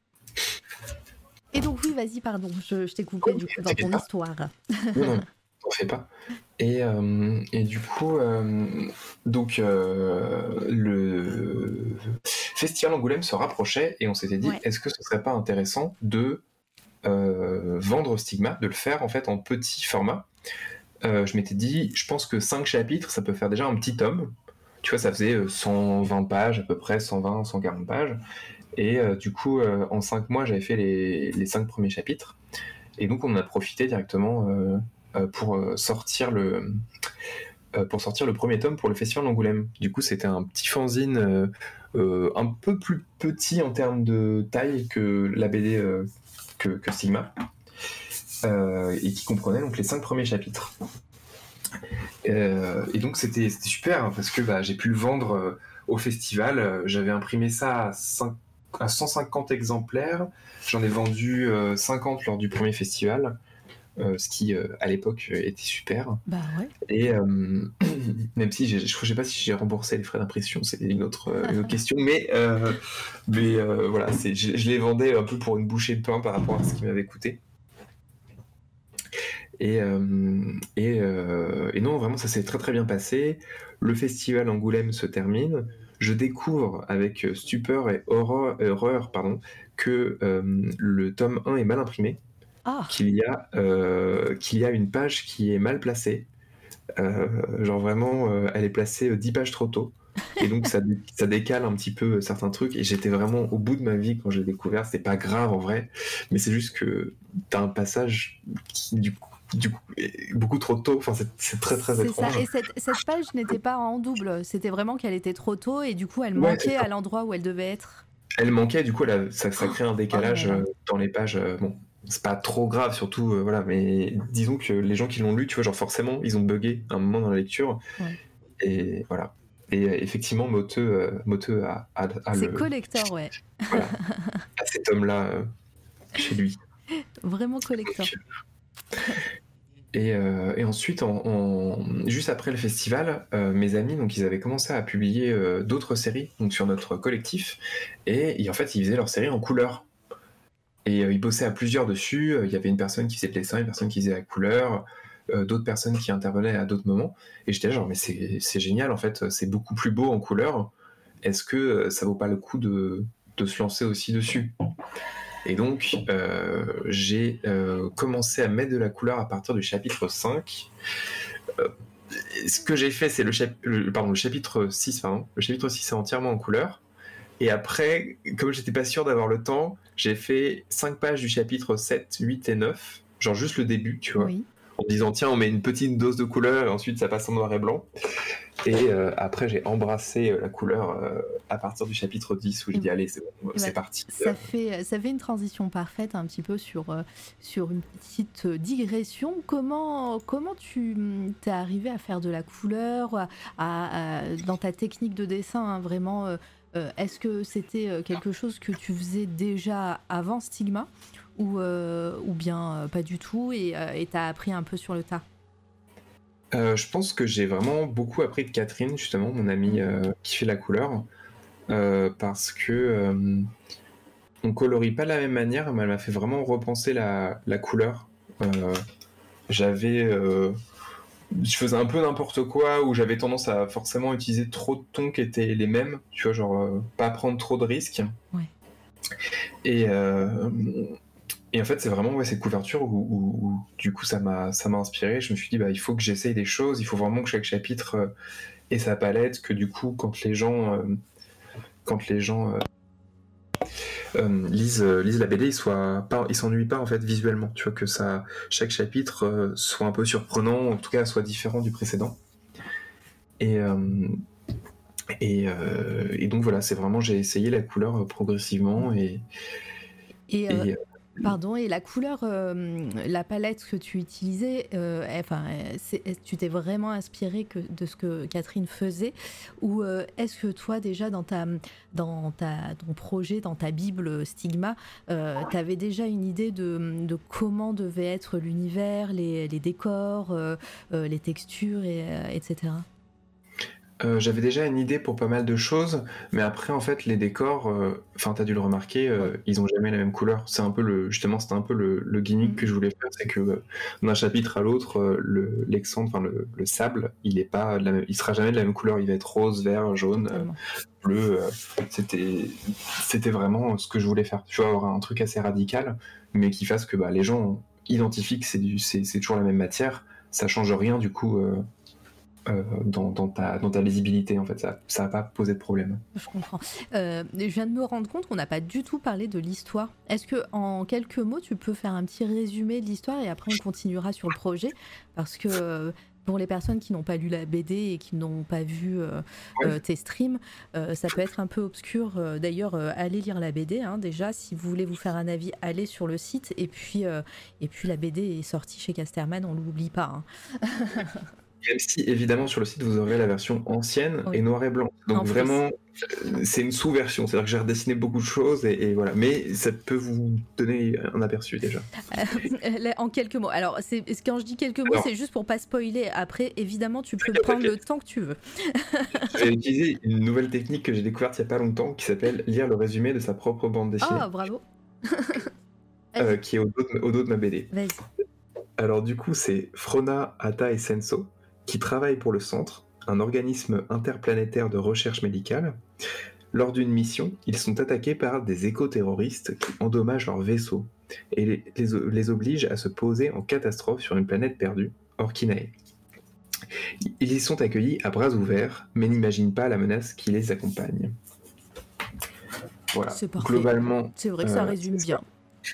Et donc oui, vas-y, pardon, je, je t'ai coupé du coup dans ton histoire. Non, non, t'en fais pas. Et, euh, et du coup, euh, donc euh, le Festival Angoulême se rapprochait, et on s'était dit, Ouais. est-ce que ce serait pas intéressant de euh, vendre Stigma, de le faire en fait en petit format. Euh, je m'étais dit, je pense que cinq chapitres, ça peut faire déjà un petit tome. Tu vois, ça faisait euh, cent vingt pages à peu près, cent vingt, cent quarante pages. Et euh, du coup, euh, en cinq mois, j'avais fait les, les cinq premiers chapitres. Et donc, on en a profité directement euh, euh, pour euh, sortir le euh, pour sortir le premier tome pour le Festival d'Angoulême. Du coup, c'était un petit fanzine euh, euh, un peu plus petit en termes de taille que la B D euh, que, que Stigma, euh, et qui comprenait donc les cinq premiers chapitres. Euh, et donc, c'était, c'était super, hein, parce que bah, j'ai pu le vendre euh, au festival. J'avais imprimé ça à, cinq, à cent cinquante exemplaires. J'en ai vendu euh, cinquante lors du premier festival. Euh, ce qui euh, à l'époque était super. Bah ouais. Et euh, même si j'ai, je ne sais pas si j'ai remboursé les frais d'impression, c'est une autre, euh, une autre question, mais, euh, mais euh, voilà, c'est, je, je les vendais un peu pour une bouchée de pain par rapport à ce qui m'avait coûté. Et, euh, et, euh, et non, vraiment, ça s'est très très bien passé. Le festival Angoulême se termine. Je découvre avec stupeur et horreur, horreur pardon, que euh, le tome un est mal imprimé. Ah. Qu'il y a, euh, qu'il y a une page qui est mal placée. Euh, genre vraiment, euh, elle est placée dix pages trop tôt. Et donc ça, ça décale un petit peu certains trucs. Et j'étais vraiment au bout de ma vie quand j'ai découvert. C'était pas grave en vrai, mais c'est juste que t'as un passage qui du coup, du coup est beaucoup trop tôt. Enfin, c'est, c'est très très C'est étrange. ça. Et cette, cette page n'était pas en double. C'était vraiment qu'elle était trop tôt et du coup elle Ouais, manquait à l'endroit où elle devait être. Elle manquait, du coup, elle a- ça, ça crée un décalage Oh là là. euh, dans les pages. euh, bon, c'est pas trop grave, surtout, euh, voilà, mais disons que les gens qui l'ont lu, tu vois, genre forcément, ils ont bugué un moment dans la lecture. Ouais. Et voilà. Et euh, effectivement, Moteux, euh, Moteux a, a, a C'est le, collector, ouais. voilà, a cet homme-là euh, chez lui. Vraiment collector. Donc, Et, euh, et ensuite, en, en- juste après le festival, euh, mes amis, donc ils avaient commencé à publier euh, d'autres séries donc sur notre collectif, et, et en fait, ils faisaient leurs séries en couleur. Et euh, ils bossaient à plusieurs dessus. Euh, Il y avait une personne qui faisait le dessin, une personne qui faisait la couleur, euh, d'autres personnes qui intervenaient à d'autres moments. Et j'étais là, genre, mais c'est c'est génial, en fait, c'est beaucoup plus beau en couleur. Est-ce que euh, ça vaut pas le coup de, de se lancer aussi dessus? Et donc, euh, j'ai euh, commencé à mettre de la couleur à partir du chapitre cinq. Euh, ce que j'ai fait, c'est le, chap- le- pardon, le chapitre six. Pardon. Le chapitre six est entièrement en couleur. Et après, comme j'étais pas sûr d'avoir le temps, j'ai fait cinq pages du chapitre sept, huit et neuf. Genre juste le début, tu vois. Oui. En me disant, tiens, on met une petite dose de couleur et ensuite ça passe en noir et blanc. Et euh, après, j'ai embrassé euh, la couleur euh, à partir du chapitre dix où j'ai dit, allez, c'est bon, c'est bah, parti. Ça fait, ça fait une transition parfaite un petit peu sur, euh, sur une petite digression. Comment, comment tu hum, t'es arrivé à faire de la couleur, à, à- à- dans ta technique de dessin, hein, vraiment euh, euh, est-ce que c'était euh, quelque chose que tu faisais déjà avant Stigma ou, euh, ou bien euh, pas du tout et euh, et t'as appris un peu sur le tas? Euh, je pense que j'ai vraiment beaucoup appris de Catherine, justement, mon amie euh, qui fait la couleur, euh, parce que euh, on colorie pas de la même manière, mais elle m'a fait vraiment repenser la, la couleur. Euh, j'avais, euh, je faisais un peu n'importe quoi, ou j'avais tendance à forcément utiliser trop de tons qui étaient les mêmes, tu vois, genre euh, pas prendre trop de risques. Ouais. Et euh, Et en fait, c'est vraiment ouais, ces couvertures où, où- où, du coup ça m'a ça m'a inspiré. Je me suis dit bah il faut que j'essaye des choses. Il faut vraiment que chaque chapitre euh, ait sa palette. Que du coup quand les gens euh, quand les gens euh, euh, lisent euh, lisent la B D, ils soient pas ils s'ennuient pas en fait visuellement. Tu vois que ça chaque chapitre euh, soit un peu surprenant, en tout cas soit différent du précédent. Et euh, et, euh, et donc voilà, c'est vraiment j'ai essayé la couleur euh, progressivement et Et, euh, et pardon, et la couleur, euh, la palette que tu utilisais, euh, enfin, euh, c'est- est-ce que tu t'es vraiment inspiré que, de ce que Catherine faisait, ou euh, est-ce que toi déjà dans ta, dans ta, ton projet, dans ta Bible Stigma, euh, tu avais déjà une idée de, de comment devait être l'univers, les, les décors, euh, euh, les textures, et, euh, et cetera. Euh, j'avais déjà une idée pour pas mal de choses, mais après en fait les décors, euh, enfin t'as dû le remarquer, euh, Ouais. ils ont jamais la même couleur. C'est un peu le, justement c'était un peu le, le gimmick Mm. que je voulais faire, c'est que euh, d'un chapitre à l'autre, euh, le l'exandre, enfin le, le sable, il est pas de la même, il sera jamais de la même couleur. Il va être rose, vert, jaune, euh, Totalement. bleu. euh, c'était c'était vraiment ce que je voulais faire. Tu vois, avoir un truc assez radical, mais qui fasse que bah, les gens identifient que c'est du, c'est c'est toujours la même matière. Ça change rien du coup. Euh, euh, dans, dans, ta, dans ta lisibilité, en fait, ça ça va pas poser de problème. Je comprends. Euh, je viens de me rendre compte qu'on n'a pas du tout parlé de l'histoire. Est-ce que en quelques mots, tu peux faire un petit résumé de l'histoire et après on continuera sur le projet? Parce que euh, pour les personnes qui n'ont pas lu la B D et qui n'ont pas vu euh, Ouais. euh, tes streams, euh, ça peut être un peu obscur. Euh, D'ailleurs, euh, allez lire la B D. Hein, déjà, si vous voulez vous faire un avis, allez sur le site. Et puis, euh, et puis la B D est sortie chez Casterman, on l'oublie pas. Hein. Même si, évidemment, sur le site, vous aurez la version ancienne Oui. et noir et blanc. Donc En plus. vraiment, euh, c'est une sous-version. C'est-à-dire que j'ai redessiné beaucoup de choses et, et voilà. Mais ça peut vous donner un aperçu déjà. Euh, en quelques mots. Alors, c'est, quand je dis quelques mots, Alors- c'est juste pour pas spoiler. Après, évidemment, tu peux T'inquiète, prendre le t'inquiète. temps que tu veux. J'ai utilisé une nouvelle technique que j'ai découverte il y a pas longtemps qui s'appelle lire le résumé de sa propre bande dessinée, Oh, bravo. euh, qui est au dos, de, au dos de ma B D. Vas-y. Alors du coup, c'est Frona, Atta et Senso qui travaillent pour le Centre, un organisme interplanétaire de recherche médicale. Lors d'une mission, ils sont attaqués par des éco-terroristes qui endommagent leur vaisseau et les, les, les obligent à se poser en catastrophe sur une planète perdue, Orkinae. Ils y sont accueillis à bras ouverts, mais n'imaginent pas la menace qui les accompagne. Voilà. C'est parfait. Globalement, C'est vrai que ça euh, résume c'est bien. ça.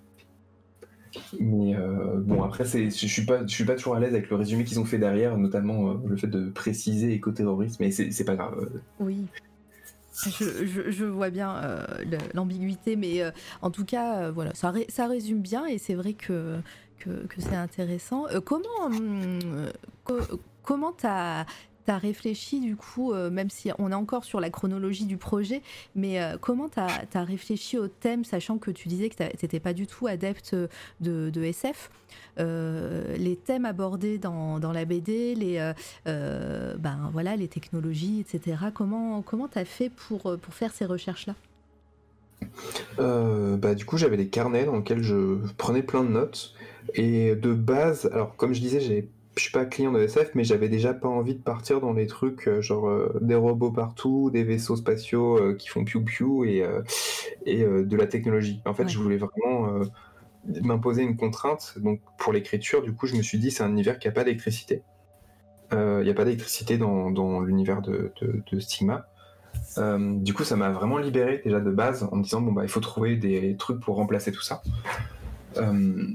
Mais euh, bon, après, c'est, je suis pas, je suis pas toujours à l'aise avec le résumé qu'ils ont fait derrière, notamment euh, le fait de préciser éco-terrorisme, mais c'est, c'est pas grave. Oui. Je, je, je vois bien euh, le- l'ambiguïté, mais euh, en tout cas, euh, voilà, ça, ré- ça résume bien et c'est vrai que, que, que c'est intéressant. Euh, comment hum, co- comment t'as t'as réfléchi du coup, euh, même si on est encore sur la chronologie du projet, mais euh, comment t'as as réfléchi au thème, sachant que tu disais que t'étais pas du tout adepte de, de S F, euh, les thèmes abordés dans, dans la B D, les, euh, euh, ben, voilà, les technologies, et cetera. Comment comment t'as fait pour, pour faire ces recherches-là? Euh, bah, du coup, j'avais des carnets dans lesquels je prenais plein de notes. Et de base, alors comme je disais, j'ai- je suis pas client de S F, mais j'avais déjà pas envie de partir dans les trucs euh, genre euh, des robots partout, des vaisseaux spatiaux euh, qui font piou-piou et, euh, et euh, de la technologie. En fait, Ouais. je voulais vraiment euh, m'imposer une contrainte. Donc pour l'écriture, du coup, je me suis dit, c'est un univers qui a pas d'électricité. Euh, Il n'y a pas d'électricité dans, dans l'univers de, de, de Stigma. Euh, du coup, ça m'a vraiment libéré déjà de base en me disant bon bah il faut trouver des trucs pour remplacer tout ça. Euh,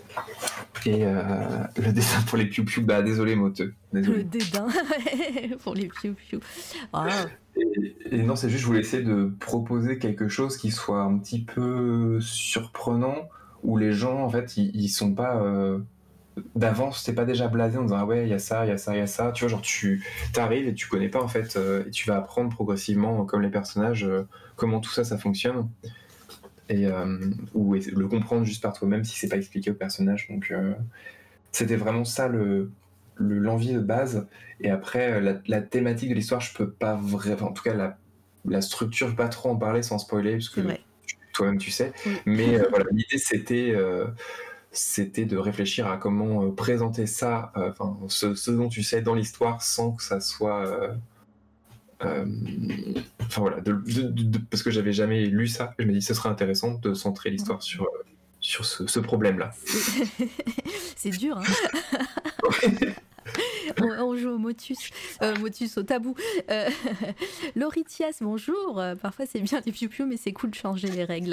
et euh, le dessin pour les piou-piou, bah désolé moteux, Le désolé. dédain pour les piou-piou. Ah, Et, et non, c'est juste je voulais essayer de proposer quelque chose qui soit un petit peu surprenant où les gens en fait ils, ils sont pas euh, d'avance, t'es pas déjà blasé en disant ah ouais il y a ça, il y a ça, il y a ça. Tu vois genre tu t'arrives et tu connais pas en fait euh, et tu vas apprendre progressivement comme les personnages euh, comment tout ça ça fonctionne. Et euh, ou le comprendre juste par toi-même si c'est pas expliqué au personnage. Donc euh, c'était vraiment ça le, le l'envie de base. Et après la, la thématique de l'histoire, je peux pas vraiment, en tout cas la, la structure, je peux pas trop en parler sans spoiler parce que toi-même tu sais. Oui. Mais euh, voilà, l'idée c'était euh, c'était de réfléchir à comment euh, présenter ça, enfin euh, ce, ce dont tu sais dans l'histoire sans que ça soit euh, Euh, enfin voilà, de, de, de, parce que j'avais jamais lu ça, je me dis ce serait intéressant de centrer l'histoire sur, euh, sur ce, ce problème-là. C'est dur, hein. on, on joue au motus, euh, motus au tabou. Euh, Lauritias, bonjour. Euh, parfois c'est bien les piou-piou, mais c'est cool de changer les règles.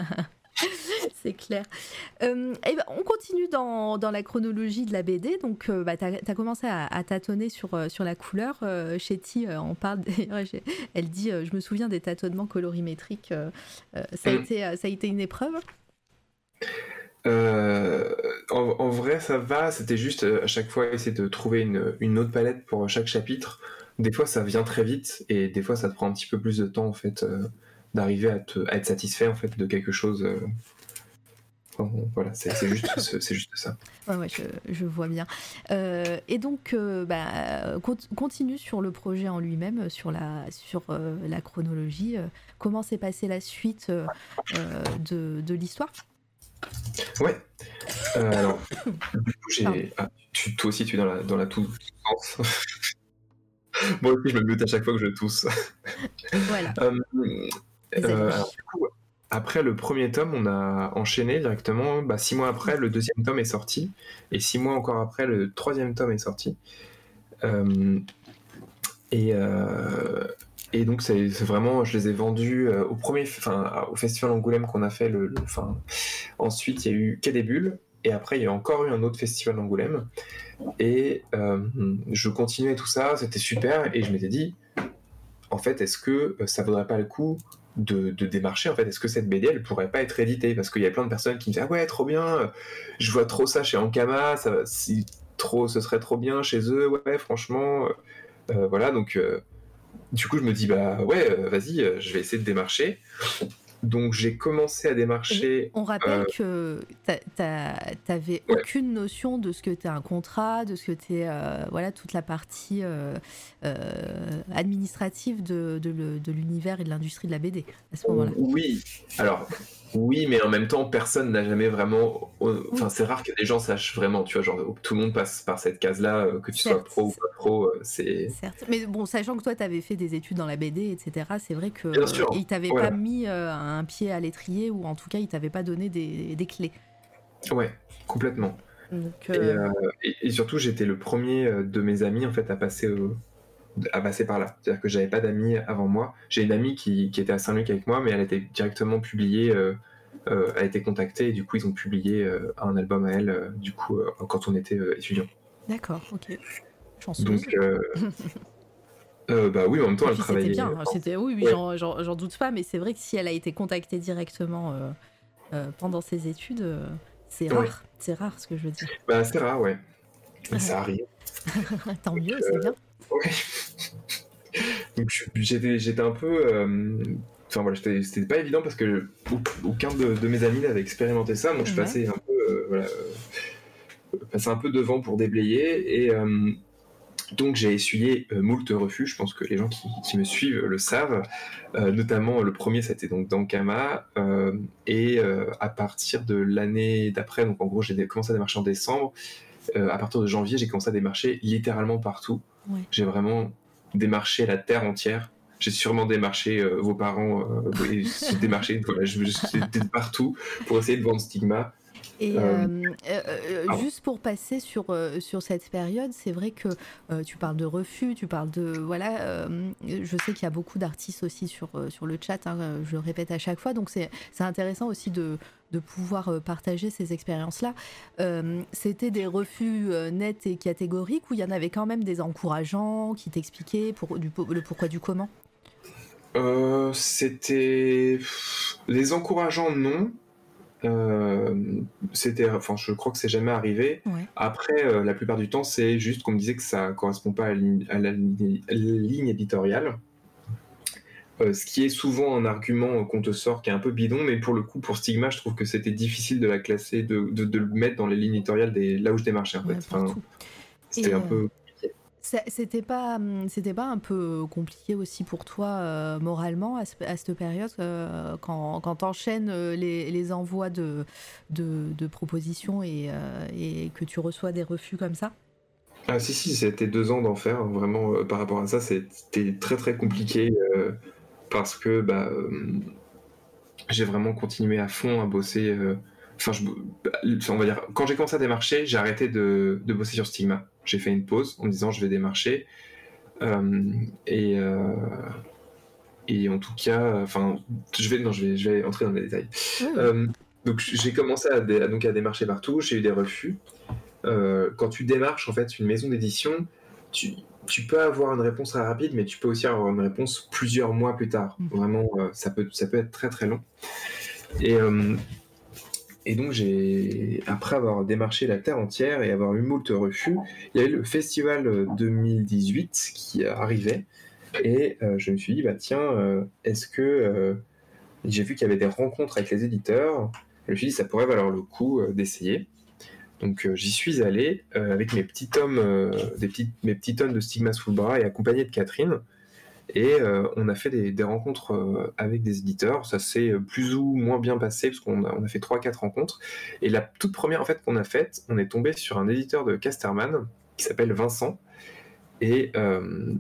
C'est clair. Euh, et ben, on continue dans, dans la chronologie de la B D. Donc, euh, bah, tu as commencé à, à tâtonner sur, euh, sur la couleur. Euh, Chetty euh, en parle. Elle dit euh, je me souviens des tâtonnements colorimétriques. Euh, euh, ça, a Mm. été, ça a été une épreuve. Euh, en, en vrai, ça va. C'était juste euh, à chaque fois essayer de trouver une, une autre palette pour chaque chapitre. Des fois, ça vient très vite et des fois, ça te prend un petit peu plus de temps en fait euh, d'arriver à, te, à être satisfait en fait de quelque chose. Euh, Voilà, c'est juste, c'est juste ça. Ouais, ouais, je, je vois bien. Euh, et donc, euh, bah, continue sur le projet en lui-même, sur la, sur euh, la chronologie. Euh, comment s'est passée la suite euh, de, de l'histoire ? Ouais. Euh, alors, du coup, j'ai. Ah, tu, toi aussi, tu es dans la, dans la tousse. Moi aussi, je me mute à chaque fois que je tousse. Voilà. euh, euh, alors, du coup, après le premier tome, on a enchaîné directement. Bah, six mois après, le deuxième tome est sorti. Et six mois encore après, le troisième tome est sorti. Euh, et, euh, et donc, c'est vraiment, je les ai vendus euh, au, premier, au Festival Angoulême qu'on a fait. Le, le, ensuite, il y a eu Quai des Bulles. Et après, il y a encore eu un autre festival d'Angoulême. Et euh, je continuais tout ça, c'était super. Et je m'étais dit, en fait, est-ce que ça vaudrait pas le coup de, de démarcher, en fait, est-ce que cette B D elle pourrait pas être éditée, parce qu'il y a plein de personnes qui me disent ah ouais trop bien, je vois trop ça chez Ankama, ça si trop ce serait trop bien chez eux, ouais franchement euh, voilà donc euh, du coup je me dis bah ouais euh, vas-y euh, je vais essayer de démarcher. Donc j'ai commencé à démarcher. Et on rappelle euh... que t'avais ouais. aucune notion de ce que t'es un contrat, de ce que t'es euh, voilà toute la partie euh, euh, administrative de, de, de l'univers et de l'industrie de la B D à ce moment-là. Oui, alors oui, mais en même temps personne n'a jamais vraiment. Enfin oui. C'est rare que les gens sachent vraiment, tu vois, genre tout le monde passe par cette case-là, que tu Certes. sois pro ou pas pro, c'est. Certes, mais bon, sachant que toi t'avais fait des études dans la B D, et cetera. C'est vrai que ils t'avaient voilà. pas mis euh, un pied à l'étrier ou en tout cas ils t'avaient pas donné des, des clés. Ouais, complètement. Donc, euh... et, euh, et, et surtout j'étais le premier de mes amis en fait à passer au... à passer par là. C'est-à-dire que j'avais pas d'amis avant moi. J'ai une amie qui, qui était à Saint-Luc avec moi, mais elle était directement publiée, euh, euh, elle a été contactée et du coup ils ont publié euh, un album à elle, euh, du coup euh, quand on était euh, étudiants. D'accord, ok. Chanceuse. Donc euh, euh, bah oui, en même temps elle travaillait. C'était bien, c'était oui, oui, ouais. j'en, j'en doute pas, mais c'est vrai que si elle a été contactée directement euh, euh, pendant ses études, euh, c'est rare, ouais. c'est rare ce que je veux dire. Bah c'est rare, ouais. Mais ça arrive. Tant mieux, c'est euh, bien. Ouais. Donc j'étais, j'étais un peu... euh, Enfin voilà, j'étais- c'était pas évident parce que aucun de, de mes amis n'avait expérimenté ça, donc je Ouais. passais un peu, euh, voilà, euh, passais un peu devant pour déblayer, et euh, donc j'ai essuyé euh, moult refus, je pense que les gens qui, qui me suivent le savent, euh, notamment le premier c'était donc Dankama, euh, et euh, à partir de l'année d'après, donc en gros j'ai dé- commencé à démarcher en décembre, euh, à partir de janvier j'ai commencé à démarcher littéralement partout, Ouais. j'ai vraiment démarché la terre entière. J'ai sûrement démarché euh, vos parents, euh, oui, j'ai démarché, voilà, je- j'étais partout pour essayer de vendre Stigma. Et Euh, euh, euh, euh, juste pour passer sur, euh, sur cette période, c'est vrai que euh, tu parles de refus, tu parles de... Voilà, euh, je sais qu'il y a beaucoup d'artistes aussi sur, euh, sur le chat, hein, je le répète à chaque fois, donc c'est, c'est intéressant aussi de, de pouvoir euh, partager ces expériences-là. Euh, c'était des refus euh, nets et catégoriques ou il y en avait quand même des encourageants qui t'expliquaient pour, du, le pourquoi du comment? euh, C'était... Les encourageants, non. Euh, c'était, enfin, je crois que c'est jamais arrivé. Ouais. Après, euh, la plupart du temps, c'est juste qu'on me disait que ça correspond pas à la ligne, à la ligne, à la ligne éditoriale. Euh, ce qui est souvent un argument qu'on te sort qui est un peu bidon, mais pour le coup, pour Stigma, je trouve que c'était difficile de la classer, de, de, de le mettre dans les lignes éditoriales des, là où je démarchais en Ouais, fait. Enfin, partout. c'était Et un euh, peu... ça- c'était pas, hum, c'était pas un peu compliqué aussi pour toi euh, moralement à, ce- à cette période euh, quand, quand t'enchaînes euh, les, les envois de, de, de propositions et, euh, et que tu reçois des refus comme ça? Ah si, si, c'était deux ans d'enfer, hein, vraiment, euh, par rapport à ça, c'était très très compliqué, euh, parce que bah, euh, j'ai vraiment continué à fond à bosser. euh, Enfin, je- bah, on va dire, quand j'ai commencé à démarcher, j'ai arrêté de, de bosser sur Stigma. J'ai fait une pause en me disant je vais démarcher. Euh, et, euh, et en tout cas, enfin, je vais, non, je vais, je vais entrer dans les détails. Oui, oui. Euh, donc j'ai commencé à, dé- à- donc à démarcher partout, j'ai eu des refus. Euh, quand tu démarches en fait une maison d'édition, tu, tu peux avoir une réponse très rapide, mais tu peux aussi avoir une réponse plusieurs mois plus tard. Mm. Vraiment, euh, ça peut, ça peut être très très long. Et, euh, et donc j'ai, après avoir démarché la terre entière et avoir eu moult refus, il y a eu le festival deux mille dix-huit qui arrivait, et euh, je me suis dit bah tiens, euh, est-ce que euh, j'ai vu qu'il y avait des rencontres avec les éditeurs, je me suis dit ça pourrait valoir le coup euh, d'essayer. Donc euh, j'y suis allé euh, avec mes petits tomes, euh, des petites, mes petits tonnes de Stigma sous le bras et accompagné de Catherine. Et euh, on a fait des, des rencontres euh, avec des éditeurs. Ça s'est plus ou moins bien passé parce qu'on a, on a fait trois quatre rencontres. Et la toute première en fait qu'on a faite, on est tombé sur un éditeur de Casterman qui s'appelle Vincent. Et, euh,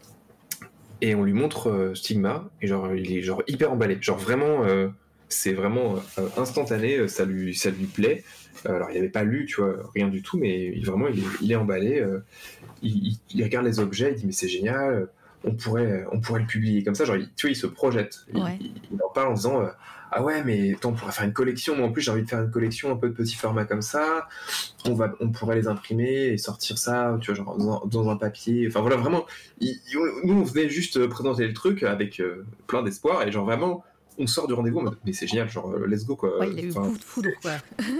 et on lui montre euh, Stigma. Et genre, il est genre hyper emballé. Genre vraiment, euh, c'est vraiment euh, instantané. Ça lui, ça lui plaît. Alors, il n'avait pas lu, tu vois, rien du tout, mais il- vraiment, il est, il est emballé. euh, il, il- il regarde les objets, il dit mais c'est génial, on pourrait, on pourrait le publier comme ça. Genre, il- tu vois, il se projette. Il, Ouais. il- il en parle en disant euh, ah ouais, mais attends, on pourrait faire une collection. Moi, en plus, j'ai envie de faire une collection un peu de petits formats comme ça. On va, on pourrait les imprimer et sortir ça, tu vois, genre dans, dans un papier. Enfin voilà, vraiment. il- il- nous, on venait juste présenter le truc avec euh, plein d'espoir et genre vraiment. On sort du rendez-vous, en mode, mais c'est génial, genre euh, let's go quoi. Ouais, il a eu Enfin, coup de foudre, quoi.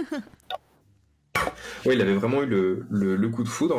ouais, il avait vraiment eu le, le, le coup de foudre.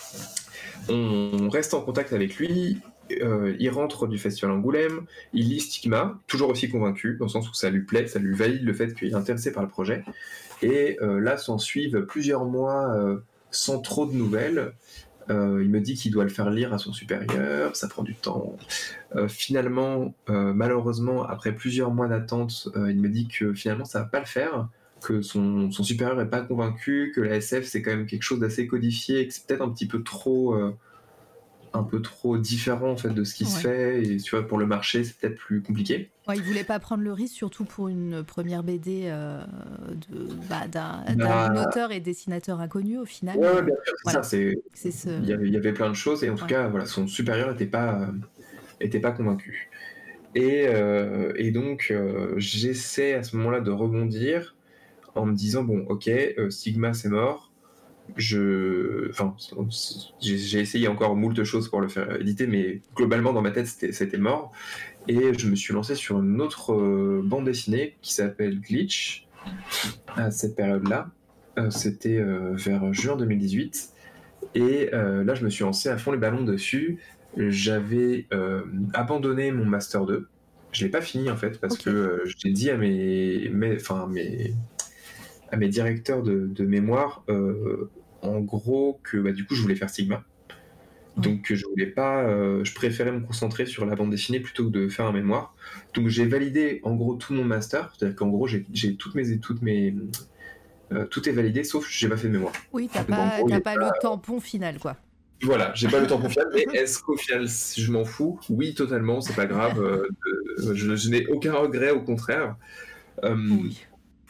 On reste en contact avec lui. Euh, il rentre du festival Angoulême. Il lit Stigma, toujours aussi convaincu, dans le sens où ça lui plaît, ça lui valide le fait qu'il est intéressé par le projet. Et euh, là, s'en suivent plusieurs mois euh, sans trop de nouvelles. Euh, il me dit qu'il doit le faire lire à son supérieur, ça prend du temps. Euh, finalement, euh, malheureusement, après plusieurs mois d'attente, euh, il me dit que finalement ça va pas le faire, que son, son supérieur n'est pas convaincu, que la S F c'est quand même quelque chose d'assez codifié, que c'est peut-être un petit peu trop, euh, un peu trop différent en fait de ce qui Ouais. se fait, et tu vois pour le marché c'est peut-être plus compliqué. Ouais, il voulait pas prendre le risque, surtout pour une première B D euh, de, bah, d'un, Bah, d'un auteur et dessinateur inconnu au final. Ouais, ouais, euh, bien sûr, c'est voilà. ça. C'est, C'est ce... il y avait, il y avait plein de choses, et en tout Ouais. cas, voilà, son supérieur n'était pas, euh, était pas convaincu. Et, euh, et donc, euh, j'essaie à ce moment-là de rebondir en me disant bon, ok, euh, Stigma c'est mort. Je, enfin, j'ai, j'ai essayé encore moult choses pour le faire éditer, mais globalement dans ma tête c'était, c'était mort. Et je me suis lancé sur une autre euh, bande dessinée qui s'appelle Glitch à cette période-là. Euh, c'était euh, vers juin deux mille dix-huit. Et euh, là, je me suis lancé à fond les ballons dessus. J'avais euh, abandonné mon Master deux. Je l'ai pas fini en fait parce Ok. que euh, j'ai dit à mes, mes, enfin, mes, à mes directeurs de, de mémoire, euh, en gros, que bah, du coup, je voulais faire Sigma. Ouais. Donc je voulais pas, euh, je préférais me concentrer sur la bande dessinée plutôt que de faire un mémoire. Donc j'ai validé en gros tout mon master, c'est-à-dire qu'en gros j'ai, j'ai toutes mes, toutes mes, euh, tout est validé sauf que j'ai pas fait de mémoire. Oui, t'as Donc en pas, gros, il y t'as a pas pas- le tampon final, quoi. voilà, j'ai pas le temps pour final, mais est-ce qu'au final je m'en fous? Oui, totalement, c'est pas grave. euh, de- je, je n'ai aucun regret, au contraire. Euh, Oui.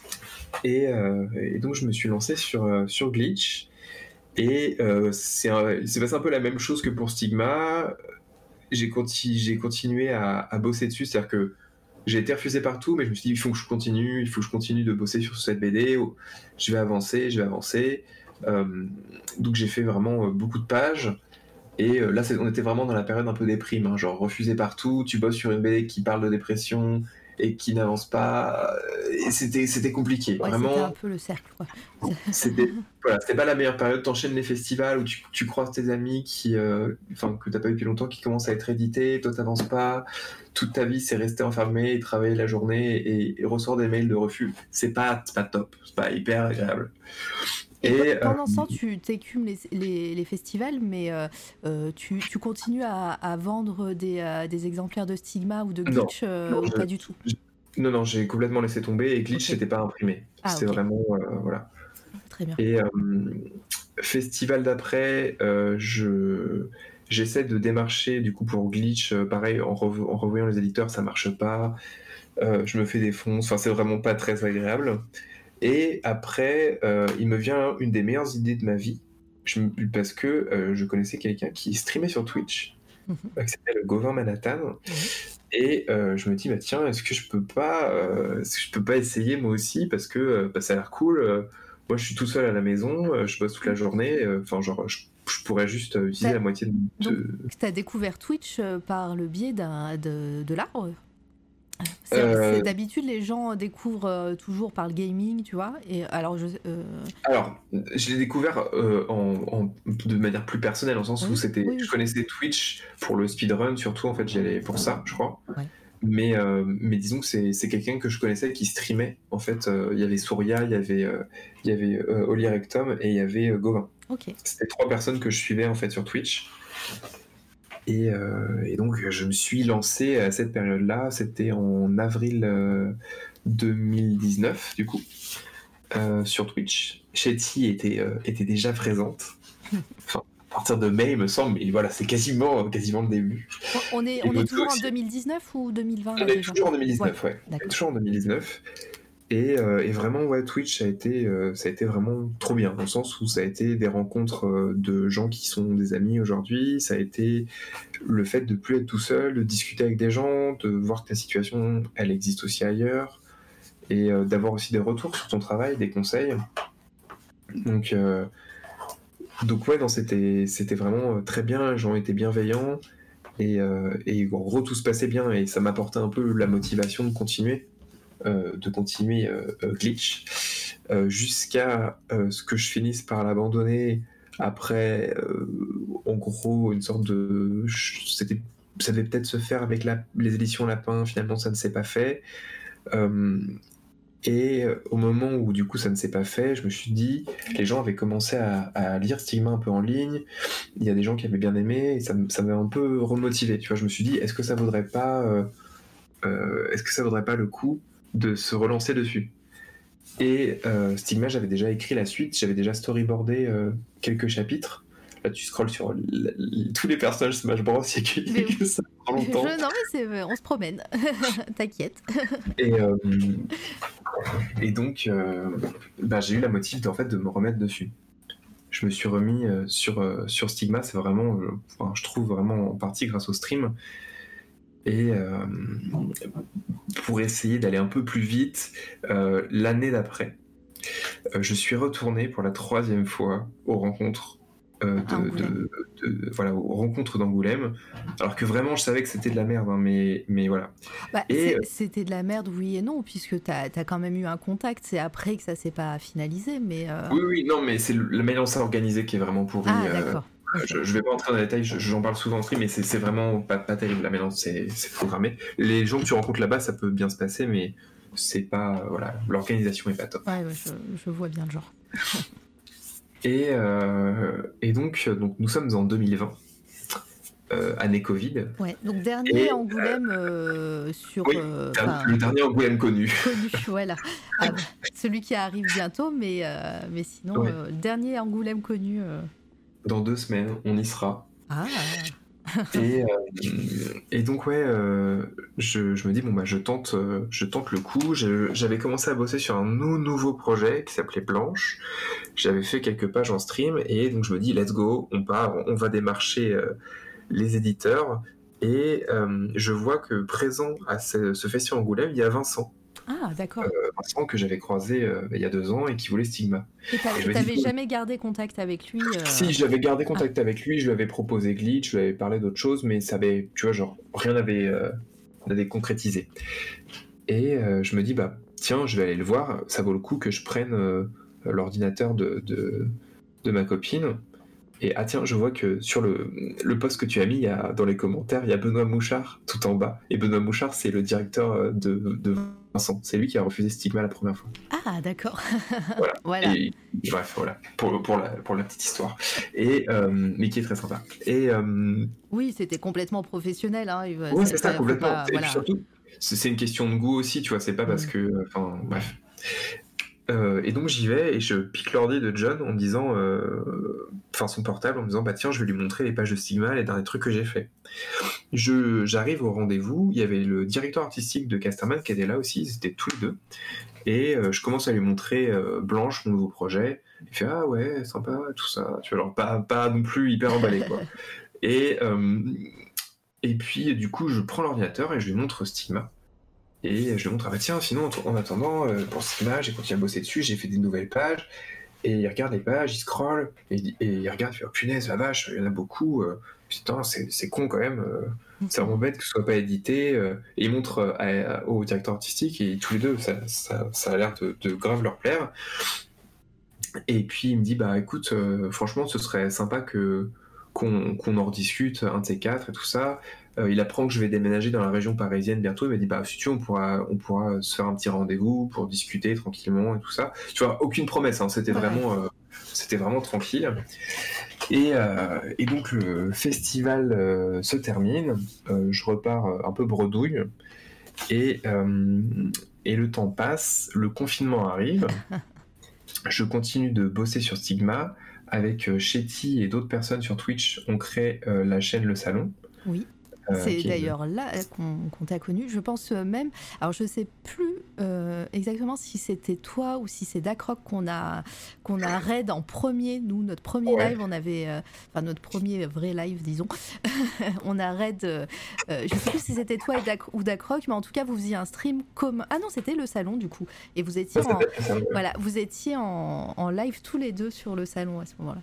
et, euh, et donc je me suis lancé sur, euh, sur Glitch. Et euh, c'est, un- c'est passé un peu la même chose que pour Stigma. J'ai, conti- j'ai continué à, à bosser dessus, c'est-à-dire que j'ai été refusé partout, mais je me suis dit, il faut que je continue, il faut que je continue de bosser sur cette B D, je vais avancer, je vais avancer. Euh, donc j'ai fait vraiment euh, beaucoup de pages, et euh, là c'est- on était vraiment dans la période un peu déprime, hein, genre refusé partout, tu bosses sur une B D qui parle de dépression, et qui n'avance pas, euh, et c'était, c'était compliqué, Ouais, vraiment. c'était un peu le cercle, quoi. C'était voilà, c'était pas la meilleure période. T'enchaînes les festivals où tu, tu croises tes amis qui, euh, enfin, que t'as pas eu depuis longtemps, qui commencent à être édités. Toi, t'avances pas. Toute ta vie, c'est rester enfermé et travailler la journée et, et ressort des mails de refus. C'est pas, c'est pas top. C'est pas hyper agréable. Et, Et pe- pendant euh, ce temps, tu t'écumes les, les, les festivals, mais euh, euh, tu, tu continues à, à vendre des, euh, des exemplaires de Stigma ou de non, Glitch euh, non, ou je- pas du tout? je- non, non, j'ai complètement laissé tomber. Et Glitch, Ok. c'était pas imprimé. Ah, C'était ok. vraiment, euh, voilà. Très bien. Et euh, festival d'après, euh, je j'essaie de démarcher du coup pour Glitch, euh, pareil en, revo- en revoyant les éditeurs, ça marche pas. Euh, je me fais des fonds, enfin c'est vraiment pas très agréable. Et après, euh, il me vient une des meilleures idées de ma vie, je me- parce que euh, je connaissais quelqu'un qui streamait sur Twitch, Mhm. euh, qui s'appelle Gauvin Manhattan. Oui. Et euh, je me dis, bah tiens, est-ce que je peux pas, euh, est-ce que je peux pas essayer moi aussi parce que euh, bah, ça a l'air cool. euh, moi, je suis tout seul à la maison, euh, je bosse toute la journée. euh, Enfin, genre, je, je pourrais juste euh, utiliser T'as- la moitié de. Donc, de- tu as découvert Twitch euh, par le biais d'un, de, de l'art. C'est, Euh, c'est- d'habitude, les gens découvrent euh, toujours par le gaming, tu vois. Et alors, je, euh, Alors, je l'ai découvert euh, en, en- de manière plus personnelle, en sens où oui, c'était, oui, je oui. connaissais Twitch pour le speedrun, surtout en fait, j'y allais pour ça, je crois. Ouais. Mais, euh, mais disons que c'est, c'est quelqu'un que je connaissais qui streamait. En fait, euh, il y avait Souria, il y avait, euh, il y avait euh, Oli Rectum et il y avait euh, Gauvin. Ok. C'était trois personnes que je suivais en fait sur Twitch. Et, euh, et donc je me suis lancé à cette période-là, c'était en avril euh, deux mille dix-neuf du coup, euh, sur Twitch. Shetty était, euh, était déjà présente. Enfin, à partir de mai, il me semble, mais voilà, c'est quasiment, quasiment le début. On est, Et on est Moto toujours en aussi. deux mille dix-neuf ou deux mille vingt On là est déjà? toujours en deux mille dix-neuf, ouais. On est D'accord. toujours en deux mille dix-neuf. Et, euh, et vraiment, ouais, Twitch, ça a, été, euh, ça a été vraiment trop bien, dans le sens où ça a été des rencontres euh, de gens qui sont des amis aujourd'hui, ça a été le fait de plus être tout seul, de discuter avec des gens, de voir que ta situation, elle existe aussi ailleurs, et euh, d'avoir aussi des retours sur ton travail, des conseils. Donc, euh, donc ouais, non, c'était, c'était vraiment euh, très bien, les gens étaient bienveillants, et, euh, et en gros, tout se passait bien, et ça m'apportait un peu la motivation de continuer. Euh, de continuer euh, euh, Glitch euh, jusqu'à euh, ce que je finisse par l'abandonner après euh, en gros une sorte de c'était ça devait peut-être se faire avec la, les éditions Lapin, finalement ça ne s'est pas fait euh, et au moment où du coup ça ne s'est pas fait, je me suis dit, les gens avaient commencé à, à lire Stigma un peu en ligne, il y a des gens qui avaient bien aimé et ça, ça m'a un peu remotivé, tu vois, je me suis dit, est-ce que ça vaudrait pas euh, euh, est-ce que ça vaudrait pas le coup de se relancer dessus. Et euh, Stigma, j'avais déjà écrit la suite, j'avais déjà storyboardé euh, quelques chapitres. Là, tu scrolles sur l- l- tous les personnages Smash Bros, il y a Mais que, que oui. ça prend longtemps. Je- non mais c'est, on se promène. T'inquiète. Et, euh, et donc, euh, bah, j'ai eu la motive en fait, de me remettre dessus. Je me suis remis euh, sur, euh, sur Stigma, c'est vraiment, euh, enfin, je trouve vraiment en partie grâce au stream. Et euh, pour essayer d'aller un peu plus vite, euh, l'année d'après, euh, je suis retourné pour la troisième fois aux rencontres euh, À de, Angoulême. de, de- voilà, aux rencontres d'Angoulême, alors que vraiment je savais que c'était de la merde, hein, mais, mais voilà. Bah, Et c'est- c'était de la merde, oui et non, puisque t'as as quand même eu un contact. C'est après que ça s'est pas finalisé, mais. euh, oui, oui, non, mais c'est le, la manière dont c'est organisé qui est vraiment pourri. Ah, euh, d'accord. Ok. je, je vais pas entrer dans les détails, je- j'en parle souvent en stream, mais c'est c'est vraiment pas, pas terrible la manière dont c'est c'est programmé. Les gens que tu rencontres là-bas, ça peut bien se passer, mais c'est pas, voilà, l'organisation est pas top. Ouais, ouais, je, je vois bien le genre. Et, euh, et donc, donc, nous sommes en deux mille vingt, euh, année Covid. Ouais. Donc dernier Et Angoulême euh, sur, oui, euh, der- enfin le dernier Angoulême connu. connu, voilà. Ah, bah, celui qui arrive bientôt, mais euh, mais sinon Ouais. euh, le dernier Angoulême connu. euh, Dans deux semaines, on y sera. Ah. Et, euh, et donc ouais, euh, je, je me dis bon bah je tente, euh, je tente le coup. Je- J'avais commencé à bosser sur un nou- nouveau projet qui s'appelait Blanche. J'avais fait quelques pages en stream et donc je me dis let's go, on part, on va démarcher euh, les éditeurs. Et euh, je vois que présent à ce, ce festival Angoulême, il y a Vincent, Ah, d'accord. Vincent que j'avais croisé euh, il y a deux ans et qui voulait Stigma. Et t'a- Et je me t'avais dis, jamais gardé contact avec lui euh, si, j'avais gardé contact avec lui, je lui avais proposé Glitch, je lui avais parlé d'autres choses, mais ça avait, tu vois, genre, rien n'avait euh, n'avait concrétisé. Et euh, je me dis, bah, tiens, je vais aller le voir, ça vaut le coup que je prenne euh, l'ordinateur de, de, de ma copine. Et ah tiens, je vois que sur le, le post que tu as mis, il y a, dans les commentaires, il y a Benoît Mouchard tout en bas. Et Benoît Mouchard, c'est le directeur euh, de, de Vincent. C'est lui qui a refusé Stigma la première fois. Ah, d'accord. Voilà. Voilà. Et, bref, voilà, pour, pour, la, pour la petite histoire. Et, euh, mais qui est très sympa. Et euh, Oui, c'était complètement professionnel. Hein. il- ouais, c'est ça, faut complètement. pas- Et voilà. puis surtout, c'est c'est une question de goût aussi, tu vois, c'est pas parce Mm. que. Enfin, bref. Euh, et donc j'y vais et je pique l'ordi de John en me disant, euh, enfin son portable en me disant bah tiens je vais lui montrer les pages de Stigma, les derniers trucs que j'ai fait. Je j'arrive au rendez-vous, il y avait le directeur artistique de Casterman qui était là aussi, ils étaient tous les deux et euh, je commence à lui montrer euh, Blanche mon nouveau projet. Il fait ah ouais sympa tout ça, tu vois alors pas pas non plus hyper emballé quoi. Et euh, et puis du coup je prends l'ordinateur et je lui montre Stigma. Et je lui montre, ah bah tiens, sinon, en attendant, euh, pour Stigma, j'ai continué à bosser dessus, j'ai fait des nouvelles pages, et il regarde les pages, il scrolle, et, il- et il regarde, il fait, oh punaise, la vache, il y en a beaucoup, euh, putain, c'est c'est con quand même, euh, c'est vraiment bête que ce soit pas édité, euh, et il montre euh, à- à- au directeur artistique, et tous les deux, ça, ça, ça a l'air de, de grave leur plaire. Et puis il me dit, bah écoute, euh, franchement, ce serait sympa que qu'on qu'on en rediscute, un de ces quatre et tout ça. Euh, il apprend que je vais déménager dans la région parisienne bientôt. Il m'a dit, bah si tu veux, on pourra, on pourra se faire un petit rendez-vous pour discuter tranquillement et tout ça. Tu vois, aucune promesse, hein, c'était Ouais. vraiment, euh, c'était vraiment tranquille. Et, euh, et donc le festival euh, se termine. Euh, je repars euh, un peu bredouille. Et, euh, et le temps passe, le confinement arrive. Je continue de bosser sur Stigma. Avec euh, Shetty et d'autres personnes sur Twitch, on crée euh, la chaîne Le Salon. Oui. Euh, C'est qui est- d'ailleurs là qu'on qu'on t'a connu. Je pense euh, même. Alors, je sais plus euh, exactement si c'était toi ou si c'est Dacroc qu'on a qu'on a raid en premier. Nous, notre premier Ouais. live, on avait, euh, enfin notre premier vrai live, disons. on a raid. Euh, euh, je sais plus si c'était toi et Dac- ou Dacroc, mais en tout cas, vous faisiez un stream comme. Ah non, c'était le salon du coup. Et vous étiez Ça, en, c'était- ça, ouais. voilà, vous étiez en, en live tous les deux sur le salon à ce moment-là.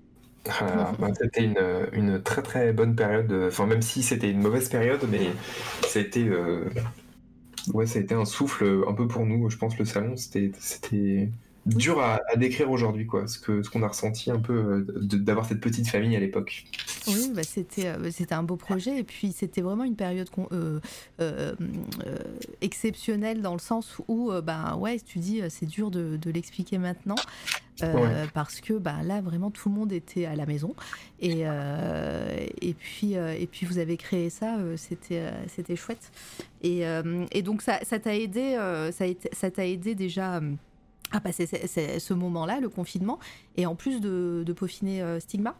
Ah, bah, c'était une, une très très bonne période. Enfin, même si c'était une mauvaise période, mais c'était. Euh... Ouais, ça a été un souffle un peu pour nous. Je pense le salon, c'était c'était dur à, à décrire aujourd'hui, quoi. Ce que ce qu'on a ressenti un peu euh, de- d'avoir cette petite famille à l'époque. Oui, bah c'était, euh, c'était un beau projet et puis c'était vraiment une période con- euh, euh, euh, exceptionnelle dans le sens où, euh, bah ouais, tu dis, euh, c'est dur de, de l'expliquer maintenant euh, Ouais. parce que bah, là, vraiment, tout le monde était à la maison et, euh, et, puis, euh, et puis vous avez créé ça, euh, c'était, euh, c'était chouette. Et, euh, et donc ça, ça t'a aidé, euh, ça, a été- ça t'a aidé déjà euh, à passer ce, ce- ce moment-là, le confinement, et en plus de, de peaufiner euh, Stigma.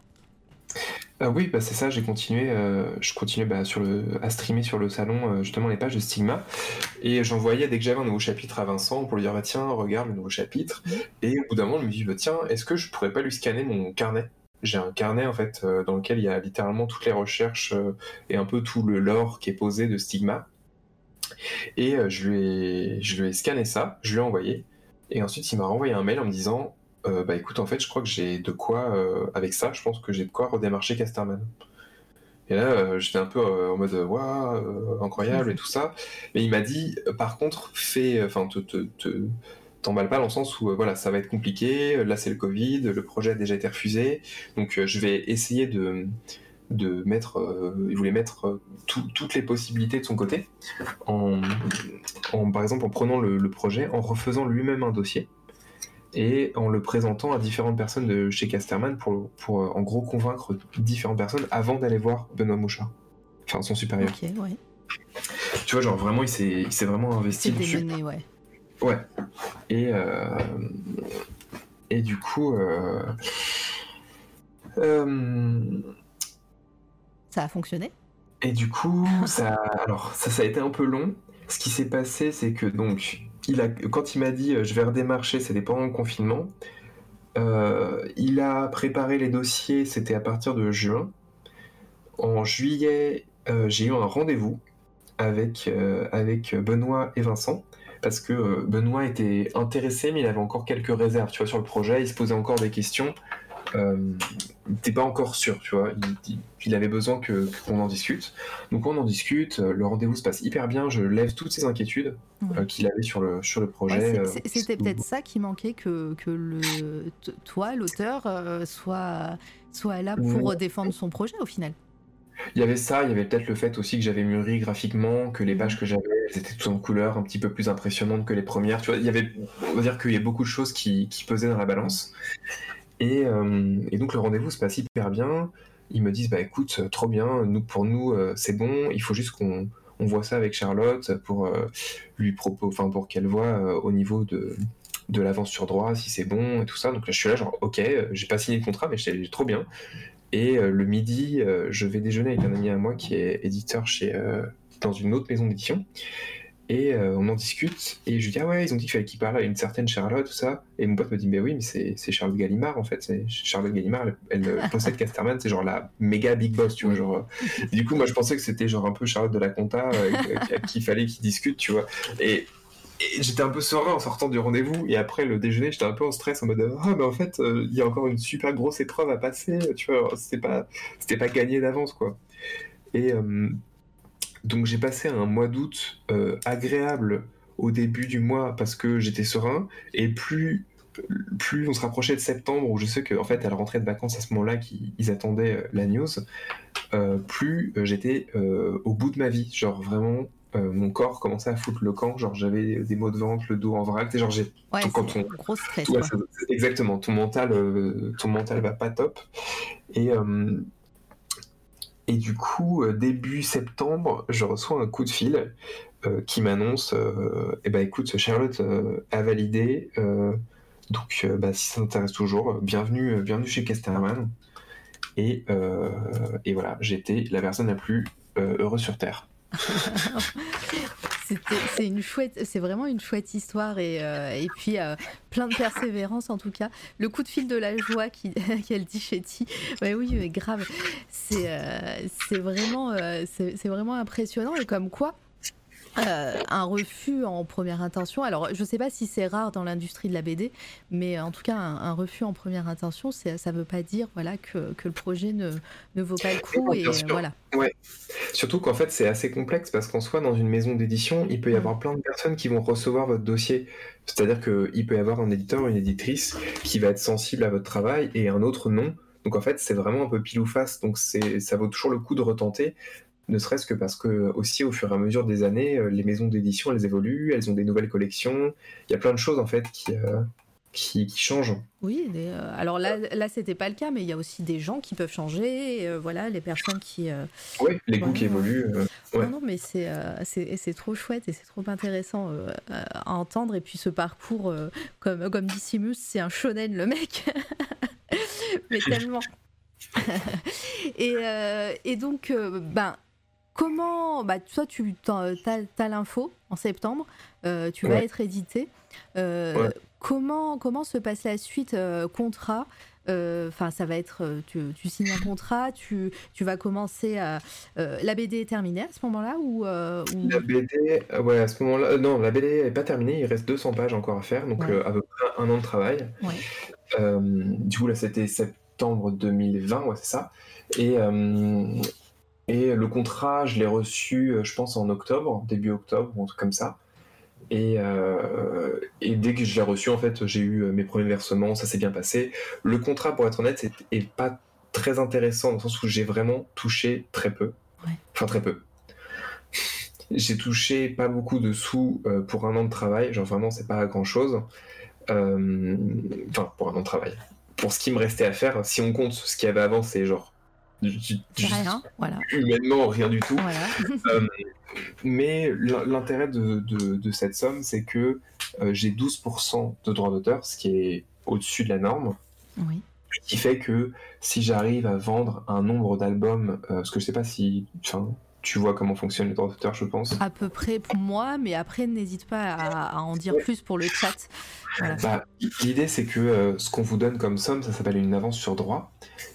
Ah oui, bah c'est ça, j'ai continué, euh, je continuais bah, sur le, à streamer sur le salon euh, justement les pages de Stigma et j'envoyais dès que j'avais un nouveau chapitre à Vincent pour lui dire bah, tiens regarde le nouveau chapitre et au bout d'un moment je me dis bah, tiens est-ce que je pourrais pas lui scanner mon carnet. J'ai un carnet en fait euh, dans lequel il y a littéralement toutes les recherches euh, et un peu tout le lore qui est posé de Stigma et euh, je, lui ai, je lui ai scanné ça, je lui ai envoyé et ensuite il m'a renvoyé un mail en me disant euh, bah écoute, en fait, je crois que j'ai de quoi, euh, avec ça, je pense que j'ai de quoi redémarcher Casterman. Et là, euh, j'étais un peu euh, en mode waouh, euh, incroyable et tout ça. Mais il m'a dit, euh, par contre, fais, enfin, te, te, te- t'emballe pas dans le sens où euh, voilà, ça va être compliqué. Là, c'est le Covid, le projet a déjà été refusé, donc euh, je vais essayer de de mettre, euh, il voulait mettre euh, tout- toutes les possibilités de son côté, en, en par exemple en prenant le, le projet, en refaisant lui-même un dossier et en le présentant à différentes personnes de chez Casterman pour, pour euh, en gros convaincre différentes personnes avant d'aller voir Benoît Mouchard, enfin son supérieur. Ok, ouais. Tu vois, genre vraiment, il s'est, il s'est vraiment investi C'est dessus. démené, ouais. Ouais. Et, euh, et du coup, euh, euh, Ça a fonctionné? et du coup, ça, alors ça, ça a été un peu long. Ce qui s'est passé, c'est que donc, il a, quand il m'a dit euh, je vais redémarcher, c'était pendant le confinement. Euh, il a préparé les dossiers, c'était à partir de juin. En juillet, euh, j'ai eu un rendez-vous avec, euh, avec Benoît et Vincent, parce que euh, Benoît était intéressé, mais il avait encore quelques réserves, tu vois, sur le projet. Il se posait encore des questions. Euh, il n'était pas encore sûr, tu vois. Il, il- il avait besoin que, qu'on en discute. Donc on en discute. euh, Le rendez-vous se passe hyper bien. Je lève toutes ses inquiétudes Ouais. euh, qu'il avait sur le, sur le Ouais, projet. c'est- euh, c'est- c'était peut-être ça qui manquait, que, que le, t- toi, l'auteur, euh, soit, soit là pour Ouais. défendre son projet au final. Il y avait ça, il y avait peut-être le fait aussi que j'avais mûri graphiquement, que les Mhm. pages que j'avais, elles étaient toutes en couleur, un petit peu plus impressionnantes que les premières. Tu vois, il y avait, on va dire qu'il y a beaucoup de choses qui, qui pesaient dans la balance. Et, euh, et donc le rendez-vous se passe hyper bien. Ils me disent, bah écoute, euh, trop bien, nous, pour nous, euh, c'est bon, il faut juste qu'on on voit ça avec Charlotte pour euh, lui propos, enfin pour qu'elle voit euh, au niveau de, de l'avance sur droit si c'est bon et tout ça. Donc là, je suis là, genre, ok, euh, j'ai pas signé le contrat, mais c'est trop bien. Et euh, le midi, euh, je vais déjeuner avec un ami à moi qui est éditeur chez, euh, dans une autre maison d'édition. Et euh, on en discute. Et je lui dis, ah ouais, ils ont dit qu'il fallait qu'il parle à une certaine Charlotte, tout ça. Et mon pote me dit, mais oui, mais c'est, c'est Charlotte Gallimard, en fait. C'est Charlotte Gallimard, elle, elle euh, possède Casterman, c'est genre la méga big boss, tu vois. Oui. Genre, euh. Du coup, moi, je pensais que c'était genre un peu Charlotte de la Compta, euh, à qui il fallait qu'il discute, tu vois. Et, et j'étais un peu serein en sortant du rendez-vous. Et après le déjeuner, j'étais un peu en stress, en mode, ah, mais en fait, euh, il y a encore une super grosse épreuve à passer, tu vois. C'était pas, c'était pas gagné d'avance, quoi. Et. Euh, donc j'ai passé un mois d'août euh, agréable au début du mois parce que j'étais serein, et plus plus on se rapprochait de septembre, où je sais qu'en fait elle rentrait de vacances à ce moment-là, qu'ils ils attendaient euh, la news, euh, plus euh, j'étais euh, au bout de ma vie, genre vraiment euh, mon corps commençait à foutre le camp, genre j'avais des maux de ventre, le dos en vrac, et genre j'ai Ouais, quand c'est on un gros stress, ouais, quoi. ça- exactement, ton mental euh, ton mental va pas top. Et euh, et du coup, euh, début septembre, je reçois un coup de fil euh, qui m'annonce euh, eh ben écoute, Charlotte euh, a validé, euh, donc euh, bah, si ça t'intéresse toujours, euh, bienvenue, euh, bienvenue chez Casterman. Et, euh, et voilà, j'étais la personne la plus euh, heureuse sur Terre. C'était, c'est une chouette, c'est vraiment une chouette histoire, et, euh, et puis euh, plein de persévérance en tout cas. Le coup de fil de la joie qui, qu'elle dit Chetty, ouais, oui, mais grave. C'est, euh, c'est vraiment, euh, c'est, c'est vraiment impressionnant, et comme quoi. Euh, un refus en première intention. Alors, je sais pas si c'est rare dans l'industrie de la B D, mais en tout cas, un, un refus en première intention, c'est, ça veut pas dire, voilà, que, que le projet ne, ne vaut pas le coup. Non, Et bien sûr. voilà. Ouais. Surtout qu'en fait, c'est assez complexe parce qu'en soi, dans une maison d'édition, il peut y avoir plein de personnes qui vont recevoir votre dossier. C'est-à-dire qu'il peut y avoir un éditeur, une éditrice qui va être sensible à votre travail et un autre non. Donc en fait, c'est vraiment un peu pile ou face. Donc c'est, ça vaut toujours le coup de retenter. Ne serait-ce que parce que, aussi, au fur et à mesure des années, euh, les maisons d'édition, elles évoluent, elles ont des nouvelles collections. Il y a plein de choses, en fait, qui, euh, qui, qui changent. Oui, des, euh, alors là, là c'était pas le cas, mais il y a aussi des gens qui peuvent changer. Et, euh, voilà, les personnes qui. Euh, Oui, les goûts voilà, qui évoluent. euh, ouais. Non, non, mais c'est, euh, c'est, c'est trop chouette et c'est trop intéressant euh, à entendre. Et puis ce parcours, euh, comme, comme dit Simus, c'est un shonen, le mec. Mais tellement. et, euh, et donc, euh, ben. Comment, bah, toi, tu as l'info en septembre, euh, tu vas Ouais. être édité. Euh, Ouais. comment, comment se passe la suite, euh, contrat? Enfin, ça va être, tu, tu signes un contrat, tu, tu vas commencer à. Euh, la B D est terminée à ce moment-là ou, euh, ou... La B D, euh, ouais, à ce moment-là, euh, non, la B D n'est pas terminée, il reste deux cents pages encore à faire, donc Ouais. euh, à peu près un an de travail. Ouais. Euh, du coup, là, c'était septembre deux mille vingt, ouais, c'est ça. Et, euh, et le contrat, je l'ai reçu, je pense, en octobre, début octobre, ou un truc comme ça. Et, euh, et dès que je l'ai reçu, en fait, j'ai eu mes premiers versements, ça s'est bien passé. Le contrat, pour être honnête, c'est, est pas très intéressant dans le sens où j'ai vraiment touché très peu. Ouais. Enfin, très peu. J'ai touché pas beaucoup de sous euh, pour un an de travail, genre vraiment, c'est pas grand-chose. Euh, Enfin, pour un an de travail. Pour ce qui me restait à faire, si on compte ce qu'il y avait avant, c'est genre... C'est rien, voilà. Humainement, rien du tout. Voilà. euh, mais l'intérêt de, de, de cette somme, c'est que euh, j'ai douze pour cent de droits d'auteur, ce qui est au-dessus de la norme. Oui. Ce qui fait que si j'arrive à vendre un nombre d'albums, euh, parce que je sais pas si... Tu vois comment fonctionnent les droits d'auteur, je pense. À peu près pour moi, mais après, n'hésite pas à, à en dire ouais. plus pour le chat. Voilà. Bah, l'idée, c'est que euh, ce qu'on vous donne comme somme, ça s'appelle une avance sur droit.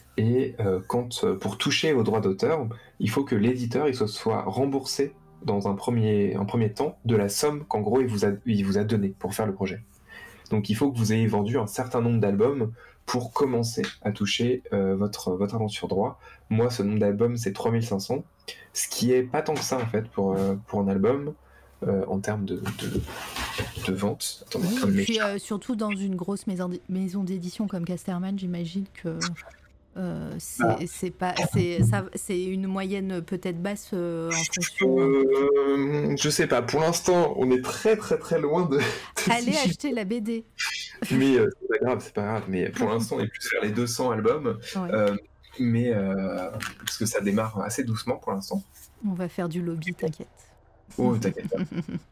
Et euh, quand, euh, pour toucher aux droits d'auteur, il faut que l'éditeur il se soit remboursé dans un premier, un premier temps de la somme qu'en gros il vous, a, il vous a donnée pour faire le projet. Donc il faut que vous ayez vendu un certain nombre d'albums pour commencer à toucher euh, votre, votre avance sur droit. Moi, ce nombre d'albums, c'est trois mille cinq cents, ce qui est pas tant que ça en fait pour, euh, pour un album euh, en termes de, de, de vente. Attendez, oui, et puis euh, surtout dans une grosse maison, maison d'édition comme Casterman, j'imagine que... Euh, c'est, ah. c'est pas, c'est, ça, c'est une moyenne peut-être basse euh, en fonction. Euh, je sais pas. Pour l'instant, on est très très très loin de. de Allez acheter la B D. Mais euh, c'est pas grave, c'est pas grave. Mais pour l'instant, on est plus vers les deux cents albums. Ouais. Euh, mais euh, parce que ça démarre assez doucement pour l'instant. On va faire du lobby, t'inquiète. Oh, t'inquiète pas.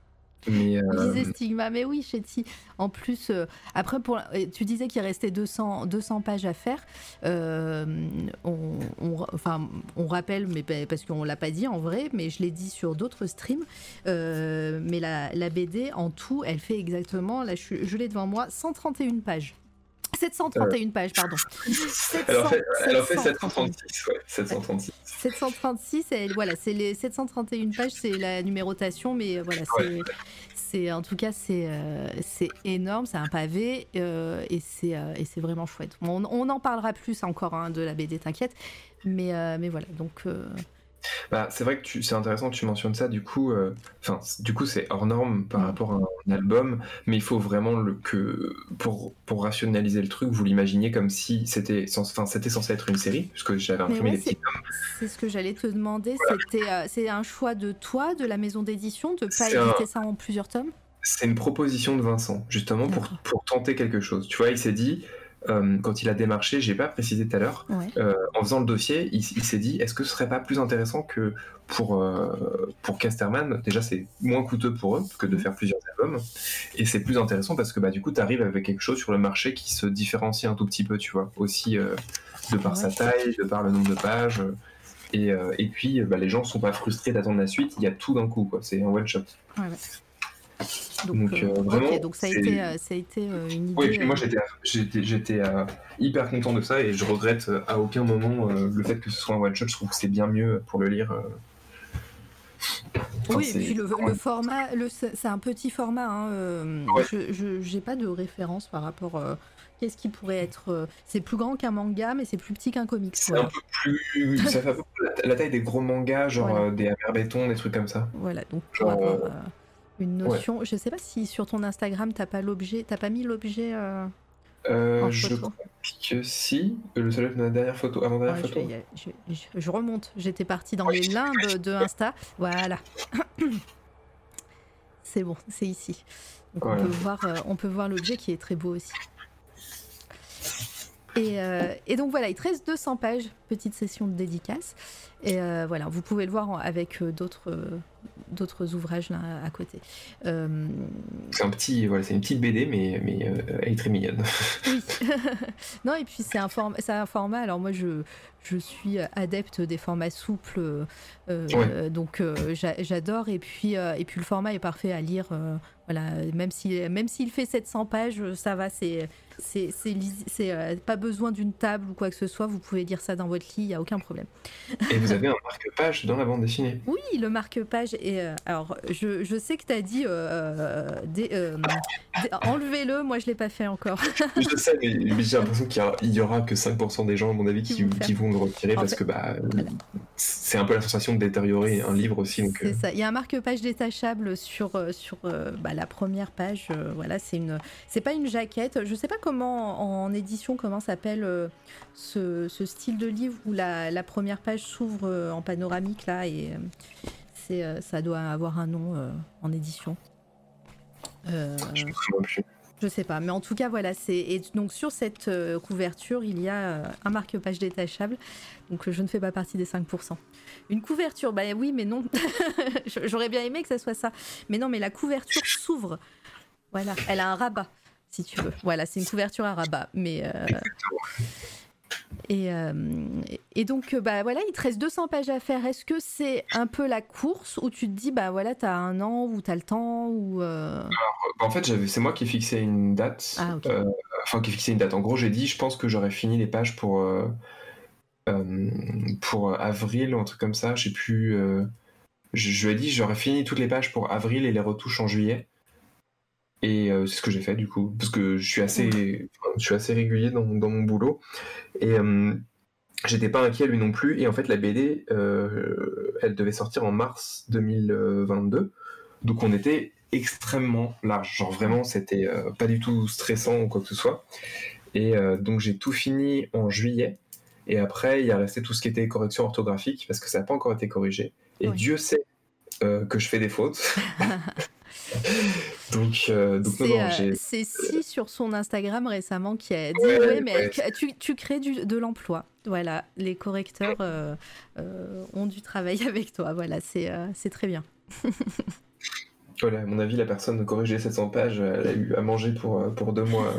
Mais euh... disait Stigma, mais oui, Chetty. En plus, euh, après, pour, tu disais qu'il restait deux cents, deux cents pages à faire. Euh, on, on, enfin, on rappelle, mais parce qu'on l'a pas dit en vrai, mais je l'ai dit sur d'autres streams. Euh, mais la, la B D, en tout, elle fait exactement, là, je, je l'ai devant moi, cent trente et une pages. sept cent trente et une euh... pages, pardon. Elle en fait, elle en fait sept cent trente-six, ouais, sept cent trente-six. sept cent trente-six, et voilà, c'est les sept cent trente et une pages, c'est la numérotation, mais voilà, c'est, ouais. c'est en tout cas, c'est, euh, c'est énorme, c'est un pavé, euh, et, c'est, euh, et c'est vraiment chouette. On, on en parlera plus encore hein, de la B D, t'inquiète, mais, euh, mais voilà, donc... Euh... Bah, c'est vrai que tu, c'est intéressant que tu mentionnes ça, du coup, enfin, euh, du coup, c'est hors norme par mmh. rapport à un album, mais il faut vraiment le, que, pour, pour rationaliser le truc, vous l'imaginiez comme si c'était, enfin, c'était censé être une série, puisque j'avais imprimé ouais, des petits tomes. C'est ce que j'allais te demander, voilà. c'était, euh, c'est un choix de toi, de la maison d'édition, de ne pas éditer un... ça en plusieurs tomes? C'est une proposition de Vincent, justement, pour, pour tenter quelque chose. Tu vois, il s'est dit... Euh, quand il a démarché, j'ai pas précisé tout à l'heure, ouais. euh, en faisant le dossier, il, il s'est dit est-ce que ce serait pas plus intéressant que pour, euh, pour Casterman, déjà c'est moins coûteux pour eux que de faire plusieurs albums, et c'est plus intéressant parce que bah, du coup tu arrives avec quelque chose sur le marché qui se différencie un tout petit peu, tu vois, aussi euh, de par ouais. sa taille, de par le nombre de pages, et, euh, et puis bah, les gens sont pas frustrés d'attendre la suite, il y a tout d'un coup, quoi. C'est un one shot. Ouais, ouais. Donc, donc, euh, vraiment, okay, donc ça, a été, euh, ça a été euh, une idée. Oui, et puis moi j'étais, j'étais, j'étais euh, hyper content de ça et je regrette euh, à aucun moment euh, le fait que ce soit un one shot. Je trouve que c'est bien mieux pour le lire. Euh... Enfin, oui, et puis le, le format, le, c'est un petit format. Hein, euh, ouais. Je n'ai pas de référence par rapport. Euh, qu'est-ce qui pourrait être. Euh, c'est plus grand qu'un manga, mais c'est plus petit qu'un comics. C'est voilà. un peu plus. Ça fait un peu la, la taille des gros mangas, genre voilà. euh, des Amer Béton, des trucs comme ça. Voilà, donc pour genre, avoir. Euh... Une notion, ouais. Je sais pas si sur ton Instagram t'as pas l'objet, t'as pas mis l'objet. Euh, euh, je crois que si. Le seul de la dernière photo, avant dernière ouais, photo. Je, vais, je, je, je remonte. J'étais partie dans oui, les limbes de Insta. Voilà. C'est bon, c'est ici. Donc voilà. on peut voir, euh, on peut voir l'objet qui est très beau aussi. Et, euh, et donc voilà, il te reste deux cents pages, petite session de dédicace. Et euh, voilà, vous pouvez le voir avec euh, d'autres, euh, d'autres ouvrages là à côté. Euh... C'est un petit, voilà, c'est une petite B D, mais, mais euh, elle est très mignonne. Oui. Non, et puis c'est un, form- c'est un format. Alors moi, je, je suis adepte des formats souples, euh, ouais. donc euh, j'a- j'adore. Et puis, euh, et puis le format est parfait à lire. Euh, voilà, même si, même s'il fait sept cents pages, ça va. C'est, c'est, c'est, c'est, c'est euh, pas besoin d'une table ou quoi que ce soit. Vous pouvez lire ça dans votre votre lit, il n'y a aucun problème. Et vous avez un marque-page dans la bande dessinée. Oui, le marque-page. Et euh, alors, je, je sais que tu as dit euh, des, euh, des- enlevez-le, moi je ne l'ai pas fait encore. Je sais, mais, mais j'ai l'impression qu'il y, a- il y aura que cinq pour cent des gens, à mon avis, Qui qui, vont le qui faire. vont le retirer En parce fait, que bah, voilà. c'est un peu la sensation de détériorer un livre aussi. Donc, C'est euh, ça. Il y a un marque-page détachable sur, euh, sur euh, bah, la première page. euh, voilà, c'est une, c'est pas une jaquette. Je sais pas comment en, en édition comment s'appelle euh, ce, ce style de livre où la, la première page s'ouvre euh, en panoramique là et euh, c'est, euh, ça doit avoir un nom euh, en édition. Euh, je me souviens plus. je sais pas, mais en tout cas voilà, c'est et donc sur cette euh, couverture il y a euh, un marque-page détachable, donc euh, je ne fais pas partie des cinq pour cent. Une couverture, bah oui mais non, j'aurais bien aimé que ça soit ça, mais non mais la couverture s'ouvre, voilà, elle a un rabat si tu veux, voilà c'est une couverture à rabat, mais euh, et, euh, et donc euh, bah voilà il te reste deux cents pages à faire. Est-ce que c'est un peu la course où tu te dis bah voilà t'as un an ou t'as le temps ou euh... En fait, j'avais, c'est moi qui ai fixé une date. Ah ok. euh, enfin, qui ai fixé une date. En gros, j'ai dit, je pense que j'aurais fini les pages pour, euh, euh, pour avril ou un truc comme ça. J'ai pu. Euh, je, je lui ai dit, j'aurais fini toutes les pages pour avril et les retouches en juillet. Et euh, c'est ce que j'ai fait du coup, parce que je suis assez, enfin, je suis assez régulier dans, dans mon boulot. Et euh, j'étais pas inquiet lui non plus. Et en fait, la B D, euh, elle devait sortir en mars deux mille vingt-deux. Donc on était extrêmement large. Genre vraiment, c'était euh, pas du tout stressant ou quoi que ce soit. Et euh, donc j'ai tout fini en juillet. Et après, il y a resté tout ce qui était correction orthographique parce que ça n'a pas encore été corrigé. Et Oui. Dieu sait euh, que je fais des fautes. donc, euh, donc non, C'est non, euh, j'ai. c'est Si sur son Instagram récemment qui a dit Ouais, ouais, mais ouais. elle- tu, tu crées du, de l'emploi. Voilà, les correcteurs euh, euh, ont du travail avec toi. Voilà, c'est euh, c'est très bien. Voilà, à mon avis, la personne de corriger sept cents pages, elle a eu à manger pour, euh, pour deux mois.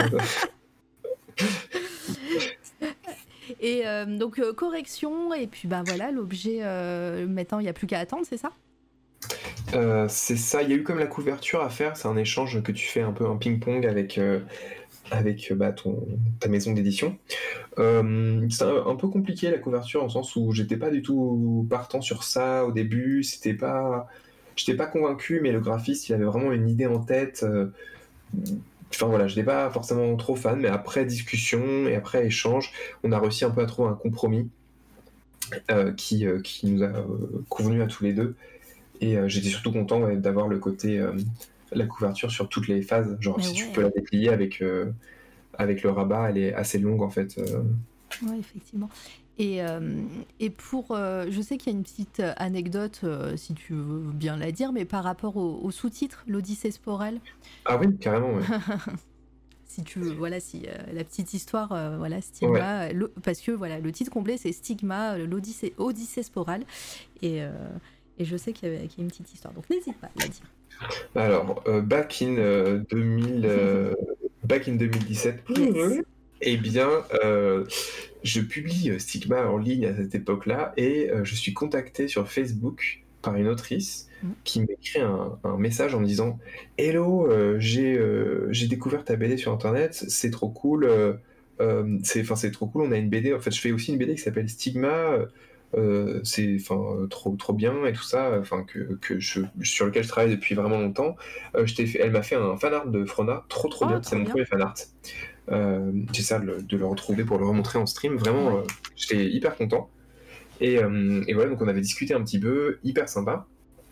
Et euh, donc euh, correction et puis bah voilà l'objet. Euh, maintenant il n'y a plus qu'à attendre, c'est ça? Euh, c'est ça, il y a eu comme la couverture à faire, c'est un échange que tu fais un peu un ping-pong avec, euh, avec bah, ton, ta maison d'édition. Euh, c'est un, un peu compliqué la couverture, en sens où j'étais pas du tout partant sur ça au début, c'était pas... J'étais pas convaincu, mais le graphiste, il avait vraiment une idée en tête. euh, Enfin voilà, je n'étais pas forcément trop fan, mais après discussion et après échange, on a réussi un peu à trouver un compromis euh, qui, euh, qui nous a euh, convenu à tous les deux. Et euh, j'étais surtout content ouais, d'avoir le côté, euh, la couverture sur toutes les phases. Genre, Mais si ouais. tu peux la déplier avec, euh, avec le rabat, elle est assez longue en fait. euh. Ouais, effectivement. Et, euh, et pour, euh, je sais qu'il y a une petite anecdote, euh, si tu veux bien la dire, mais par rapport au, au sous-titre, l'Odyssée sporale. Ah oui, carrément, ouais. Si tu veux, voilà, si euh, la petite histoire, euh, voilà, Stigma, le- parce que voilà, le titre complet c'est Stigma, euh, l'Odyssée, Odyssée sporale, et, euh, et je sais qu'il y, avait, qu'il y a une petite histoire, donc n'hésite pas à la dire. Alors, euh, back in euh, deux mille, euh, back in deux mille dix-sept, Yes. eh bien, euh, je publie euh, Stigma en ligne à cette époque-là et euh, je suis contacté sur Facebook par une autrice Mm. qui m'écrit un, un message en me disant « Hello, euh, j'ai euh, j'ai découvert ta B D sur Internet, c'est trop cool, euh, euh, c'est enfin, c'est trop cool, on a une B D, en fait je fais aussi une B D qui s'appelle Stigma, euh, c'est enfin, trop, trop bien et tout ça, enfin, que, que je, sur lequel je travaille depuis vraiment longtemps. Euh, je t'ai fait, elle m'a fait un fanart de Frona, trop trop Oh, bien, trop c'est mon bien. premier fanart. Euh, J'essaie de le, de le retrouver pour le remontrer en stream. Vraiment, Ouais. euh, j'étais hyper content. Et, euh, et voilà, donc on avait discuté un petit peu, hyper sympa.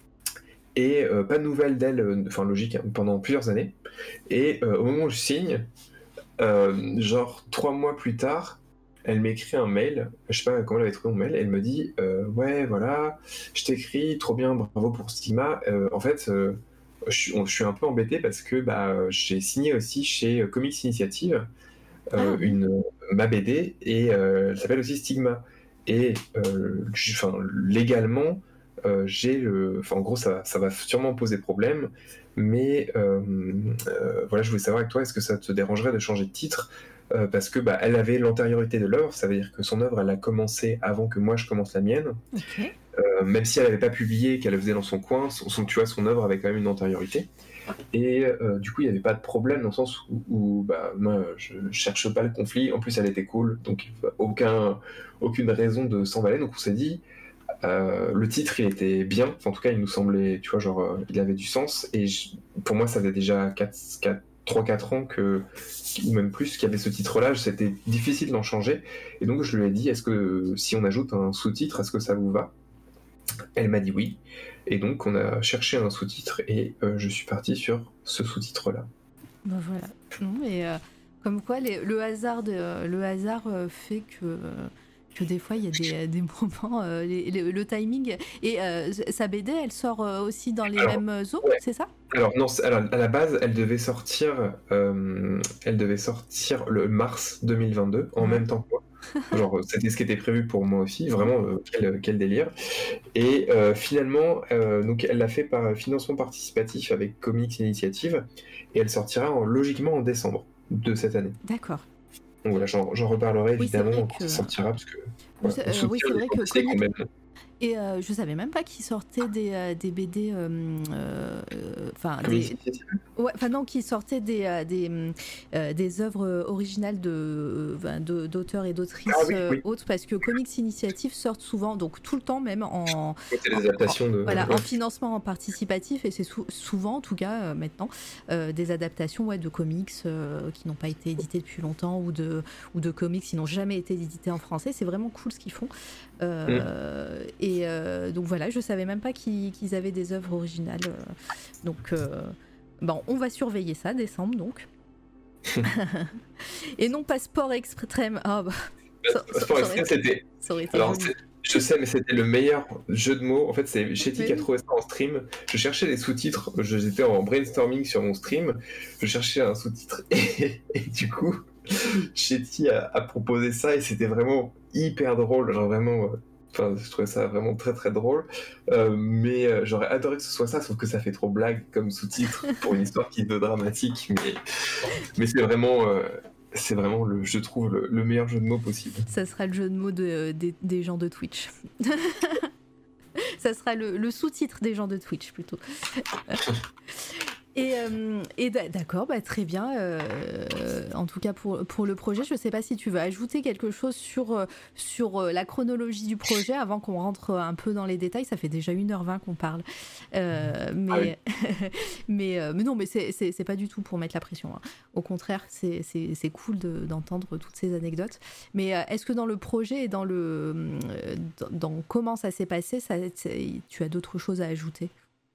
Et euh, pas de nouvelles d'elle, euh, enfin logique, hein, pendant plusieurs années. Et euh, au moment où je signe, euh, genre trois mois plus tard, elle m'écrit un mail. Je sais pas comment elle avait trouvé mon mail. Elle me dit euh, ouais, voilà, je t'écris, trop bien, bravo pour Stigma. Euh, en fait. Euh, je suis, je suis un peu embêté parce que bah, j'ai signé aussi chez Comics Initiative euh, Ah. une, ma B D et euh, elle s'appelle aussi Stigma. Et euh, enfin, légalement, euh, j'ai le. Enfin, en gros, ça, ça va sûrement poser problème, mais euh, euh, voilà, je voulais savoir avec toi, est-ce que ça te dérangerait de changer de titre euh, parce que bah, elle avait l'antériorité de l'œuvre, ça veut dire que son œuvre, elle a commencé avant que moi je commence la mienne. Ok. Euh, même si elle n'avait pas publié, qu'elle le faisait dans son coin, son, son, tu vois, son œuvre avait quand même une antériorité. Et euh, du coup, il n'y avait pas de problème dans le sens où, où bah, moi, je cherche pas le conflit. En plus, elle était cool, donc aucun, aucune raison de s'emballer. Donc on s'est dit, euh, le titre, il était bien. Enfin, en tout cas, il nous semblait, tu vois, genre, euh, il avait du sens. Et je- pour moi, ça faisait déjà trois quatre ans que, ou même plus, qu'il y avait ce titre-là. C'était difficile d'en changer. Et donc, je lui ai dit, est-ce que si on ajoute un sous-titre, est-ce que ça vous va? Elle m'a dit oui. Et donc, on a cherché un sous-titre et euh, je suis parti sur ce sous-titre-là. Ben voilà. Non, mais euh, comme quoi, les- le hasard, de- le hasard euh, fait que, que des fois, il y a des, des moments, euh, les- les- le timing. Et euh, sa B D, elle sort euh, aussi dans les Alors, mêmes eaux, ouais. c'est ça? Alors non, c'est- alors, à la base, elle devait sortir, euh, elle devait sortir le mars deux mille vingt-deux, en Ouais. même temps que moi. Genre, c'était ce qui était prévu pour moi aussi, vraiment, euh, quel, quel délire. Et euh, finalement, euh, donc, elle l'a fait par financement participatif avec Comics Initiative, et elle sortira en- logiquement en décembre de cette année. D'accord. Donc voilà, j'en, j'en reparlerai Oui, c'est évidemment vrai quand que- ça sortira, parce que Vous voilà, sa- on euh, oui, soutient c'est les vrai que fantastiques Comic- quand même. Et euh, je savais même pas qu'ils sortaient des, euh, des B D. euh, euh, Enfin, Comics des. Initiative. Ouais, enfin non, qui sortaient des, euh, des, euh, des œuvres originales de, euh, ben, de- d'auteurs et d'autrices Ah oui, euh, oui. autres, parce que Comics Initiative sortent souvent, donc tout le temps même, en, C'est des en- adaptations de... voilà, ouais. en financement en participatif, et c'est sou- souvent, en tout cas euh, maintenant, euh, des adaptations ouais, de comics euh, qui n'ont pas été édités depuis longtemps, ou de, ou de comics qui n'ont jamais été édités en français. C'est vraiment cool ce qu'ils font. Euh, Et euh, donc voilà, je savais même pas qu'ils, qu'ils avaient des œuvres originales. euh, donc... euh, Bon, on va surveiller ça, décembre donc. Et non pas sport extrême. Ah bah, ça, ça- Sport ça aurait Extrême, été- c'était... ça aurait été Alors, joli. c'est- je sais, mais c'était le meilleur jeu de mots. En fait, c'est Shetty Mais qui a oui. trouvé ça en stream. Je cherchais des sous-titres. Je- J'étais en brainstorming sur mon stream. Je cherchais un sous-titre. Et, et du coup, Shetty a, a proposé ça et c'était vraiment hyper drôle. Genre vraiment... euh, Enfin, je trouvais ça vraiment très très drôle. Euh, mais euh, j'aurais adoré que ce soit ça, sauf que ça fait trop blague comme sous-titre pour une histoire qui est de dramatique. Mais, mais c'est vraiment... euh, c'est vraiment, le, je trouve, le, le meilleur jeu de mots possible. Ça sera le jeu de mots de, des, des gens de Twitch. Ça sera le, le sous-titre des gens de Twitch plutôt. Et, euh, et d- d'accord, bah, très bien. euh, en tout cas pour, pour le projet, je ne sais pas si tu veux ajouter quelque chose sur, euh, sur euh, la chronologie du projet avant qu'on rentre un peu dans les détails. Ça fait déjà une heure vingt qu'on parle. Euh, mais, mais, euh, mais non, mais c'est, c'est, c'est pas du tout pour mettre la pression, hein. Au contraire, c'est, c'est, c'est cool de, d'entendre toutes ces anecdotes. Mais euh, est-ce que dans le projet et dans, le, euh, dans, dans comment ça s'est passé, ça, c'est- tu as d'autres choses à ajouter?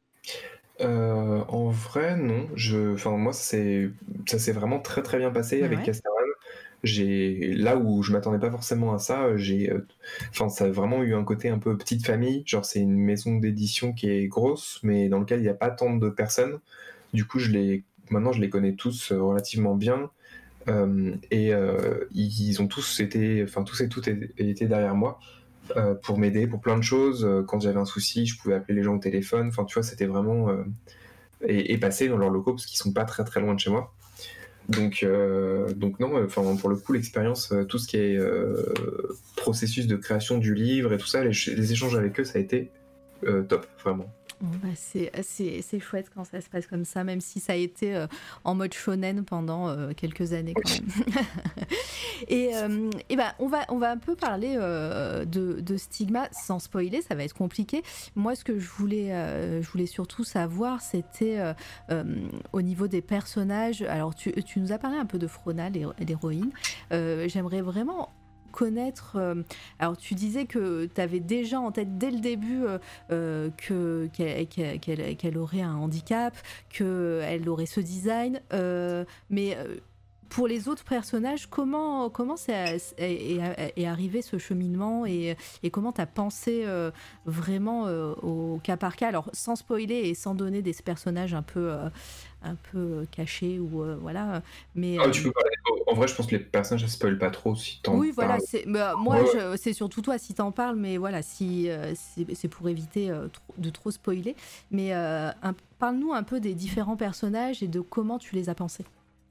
Euh, en vrai, non. Je, enfin, moi, c'est, ça s'est vraiment très très bien passé Ah avec ouais. Castellane. J'ai, là où je m'attendais pas forcément à ça, j'ai, euh, enfin, ça a vraiment eu un côté un peu petite famille. Genre, c'est une maison d'édition qui est grosse, mais dans lequel il n'y a pas tant de personnes. Du coup, je les, maintenant, je les connais tous euh, relativement bien. Euh, et euh, ils ont tous été, enfin, tous et toutes é- été derrière moi. Euh, pour m'aider pour plein de choses. Euh, Quand j'avais un souci, je pouvais appeler les gens au téléphone. Enfin, tu vois, c'était vraiment... euh, et, et passer dans leurs locaux, parce qu'ils sont pas très très loin de chez moi. Donc, euh, donc non, enfin, pour le coup, l'expérience, euh, tout ce qui est euh, processus de création du livre et tout ça, les, les échanges avec eux, ça a été euh, top, vraiment. Bon, bah, c'est, c'est, c'est chouette quand ça se passe comme ça, même si ça a été euh, en mode shonen pendant euh, quelques années quand même. et euh, et bah, on, va, on va un peu parler euh, de, de Stigma sans spoiler, ça va être compliqué. Moi, ce que je voulais, euh, je voulais surtout savoir, c'était euh, euh, au niveau des personnages. Alors, tu, tu nous as parlé un peu de Frona, l'héro- l'héroïne. Euh, j'aimerais vraiment connaître. euh, alors, tu disais que tu avais déjà en tête dès le début euh, euh, que, qu'elle, qu'elle- qu'elle- qu'elle aurait un handicap, qu'elle aurait ce design, euh, mais euh, pour les autres personnages, comment, comment c'est, est, est- est arrivé ce cheminement et, et comment tu as pensé euh, vraiment euh, au cas par cas, alors sans spoiler et sans donner des personnages un peu, euh, un peu cachés ou euh, voilà, mais Ah, euh, tu peux parler. En vrai, je pense que les personnages, ça spoil pas trop si t'en oui, voilà, parles. c'est, bah, moi, Ouais, je- c'est surtout toi si t'en parles, mais voilà, si, euh, c'est, c'est pour éviter euh, trop- de trop spoiler. Mais euh, un- parle-nous un peu des différents personnages et de comment tu les as pensés.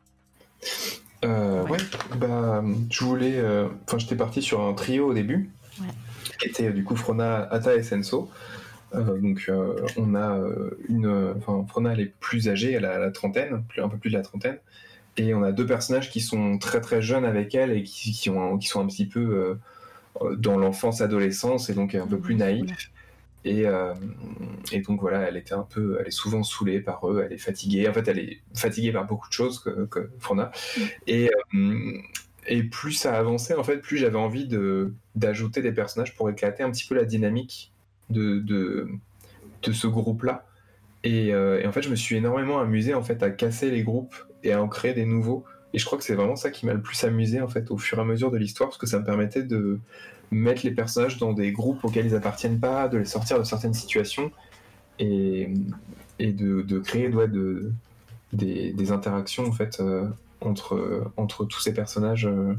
Euh, Ouais. ouais, bah, je voulais. Enfin, j'étais parti sur un trio au début, Ouais. qui était euh, du coup Frona, Ata et Senso. Euh, donc euh, on a euh, une, enfin Frona elle est plus âgée, elle a la trentaine, plus, un peu plus de la trentaine, et on a deux personnages qui sont très très jeunes avec elle et qui, qui, ont, qui sont un petit peu euh, dans l'enfance adolescence et donc un peu plus naïfs. Et, euh, et donc voilà, elle était un peu, elle est souvent saoulée par eux, elle est fatiguée. En fait, elle est fatiguée par beaucoup de choses que, que Frona. Mm. Et, euh, et plus ça avançait, en fait, plus j'avais envie de, d'ajouter des personnages pour éclater un petit peu la dynamique de, de, de ce groupe-là. Et, euh, et en fait, je me suis énormément amusé en fait à casser les groupes et à en créer des nouveaux. Et je crois que c'est vraiment ça qui m'a le plus amusé en fait au fur et à mesure de l'histoire, parce que ça me permettait de mettre les personnages dans des groupes auxquels ils appartiennent pas, de les sortir de certaines situations et, et de, de créer ouais, de, des, des interactions en fait euh, entre, entre tous ces personnages. Euh,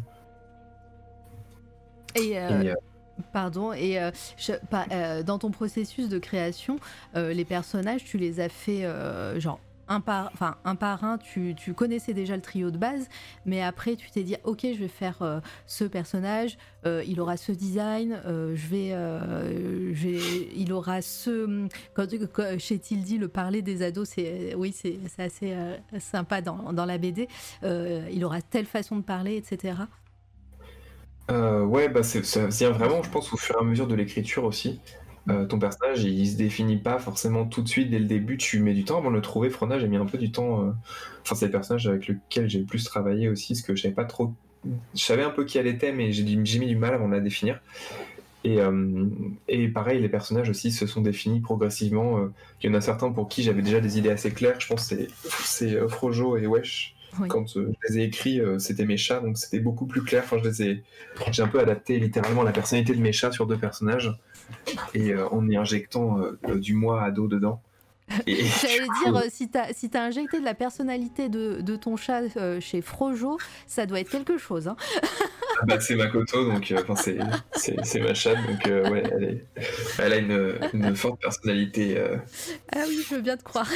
et, euh, et euh, pardon, et euh, je, pas, euh, dans ton processus de création, euh, les personnages, tu les as fait euh, genre un par, enfin un par un, tu, tu connaissais déjà le trio de base, mais après tu t'es dit ok, je vais faire euh, ce personnage, euh, il aura ce design, euh, je vais, euh, je vais, il aura ce, quand, quand chez Tildy le parler des ados, c'est oui c'est, c'est assez euh, sympa dans, dans la B D, euh, il aura telle façon de parler, et cetera. Euh, ouais, bah c'est, ça vient vraiment, je pense, au fur et à mesure de l'écriture aussi. Euh, ton personnage, il, il se définit pas forcément tout de suite dès le début. Tu mets du temps avant de le trouver. Frona, j'ai mis un peu du temps. Euh... Enfin, c'est le personnage avec lequel j'ai le plus travaillé aussi, parce que je savais pas trop. Je savais un peu qui elle était, mais j'ai, j'ai mis du mal avant de la définir. Et, euh, et pareil, les personnages aussi se sont définis progressivement. Euh, il y en a certains pour qui j'avais déjà des idées assez claires. Je pense que c'est, c'est euh, Frojo et Wesh. Oui. Quand euh, je les ai écrits, euh, c'était mes chats, donc c'était beaucoup plus clair. Enfin, je les ai... J'ai un peu adapté littéralement la personnalité de mes chats sur deux personnages, et euh, en y injectant euh, du moi ado dedans. Et j'allais dire, euh, si t'as si t'as injecté de la personnalité de, de ton chat euh, chez Frojo, ça doit être quelque chose. Hein. Ah bah, c'est Makoto, donc euh, c'est, c'est, c'est ma chatte, donc euh, ouais, elle, est, elle a une, une forte personnalité. Euh... Ah oui, je veux bien te croire.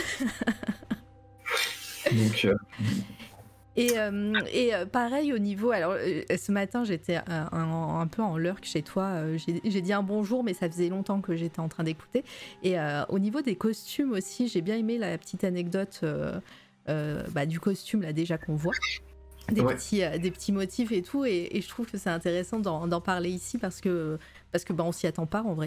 donc... Euh... Et, euh, et euh, pareil au niveau, alors euh, ce matin j'étais un, un, un peu en lurk chez toi, euh, j'ai, j'ai dit un bonjour mais ça faisait longtemps que j'étais en train d'écouter, et euh, au niveau des costumes aussi, j'ai bien aimé la petite anecdote euh, euh, bah, du costume là déjà qu'on voit, des, ouais. petits, euh, des petits motifs et tout, et, et je trouve que c'est intéressant d'en, d'en parler ici parce que, parce que bah, on s'y attend pas en vrai.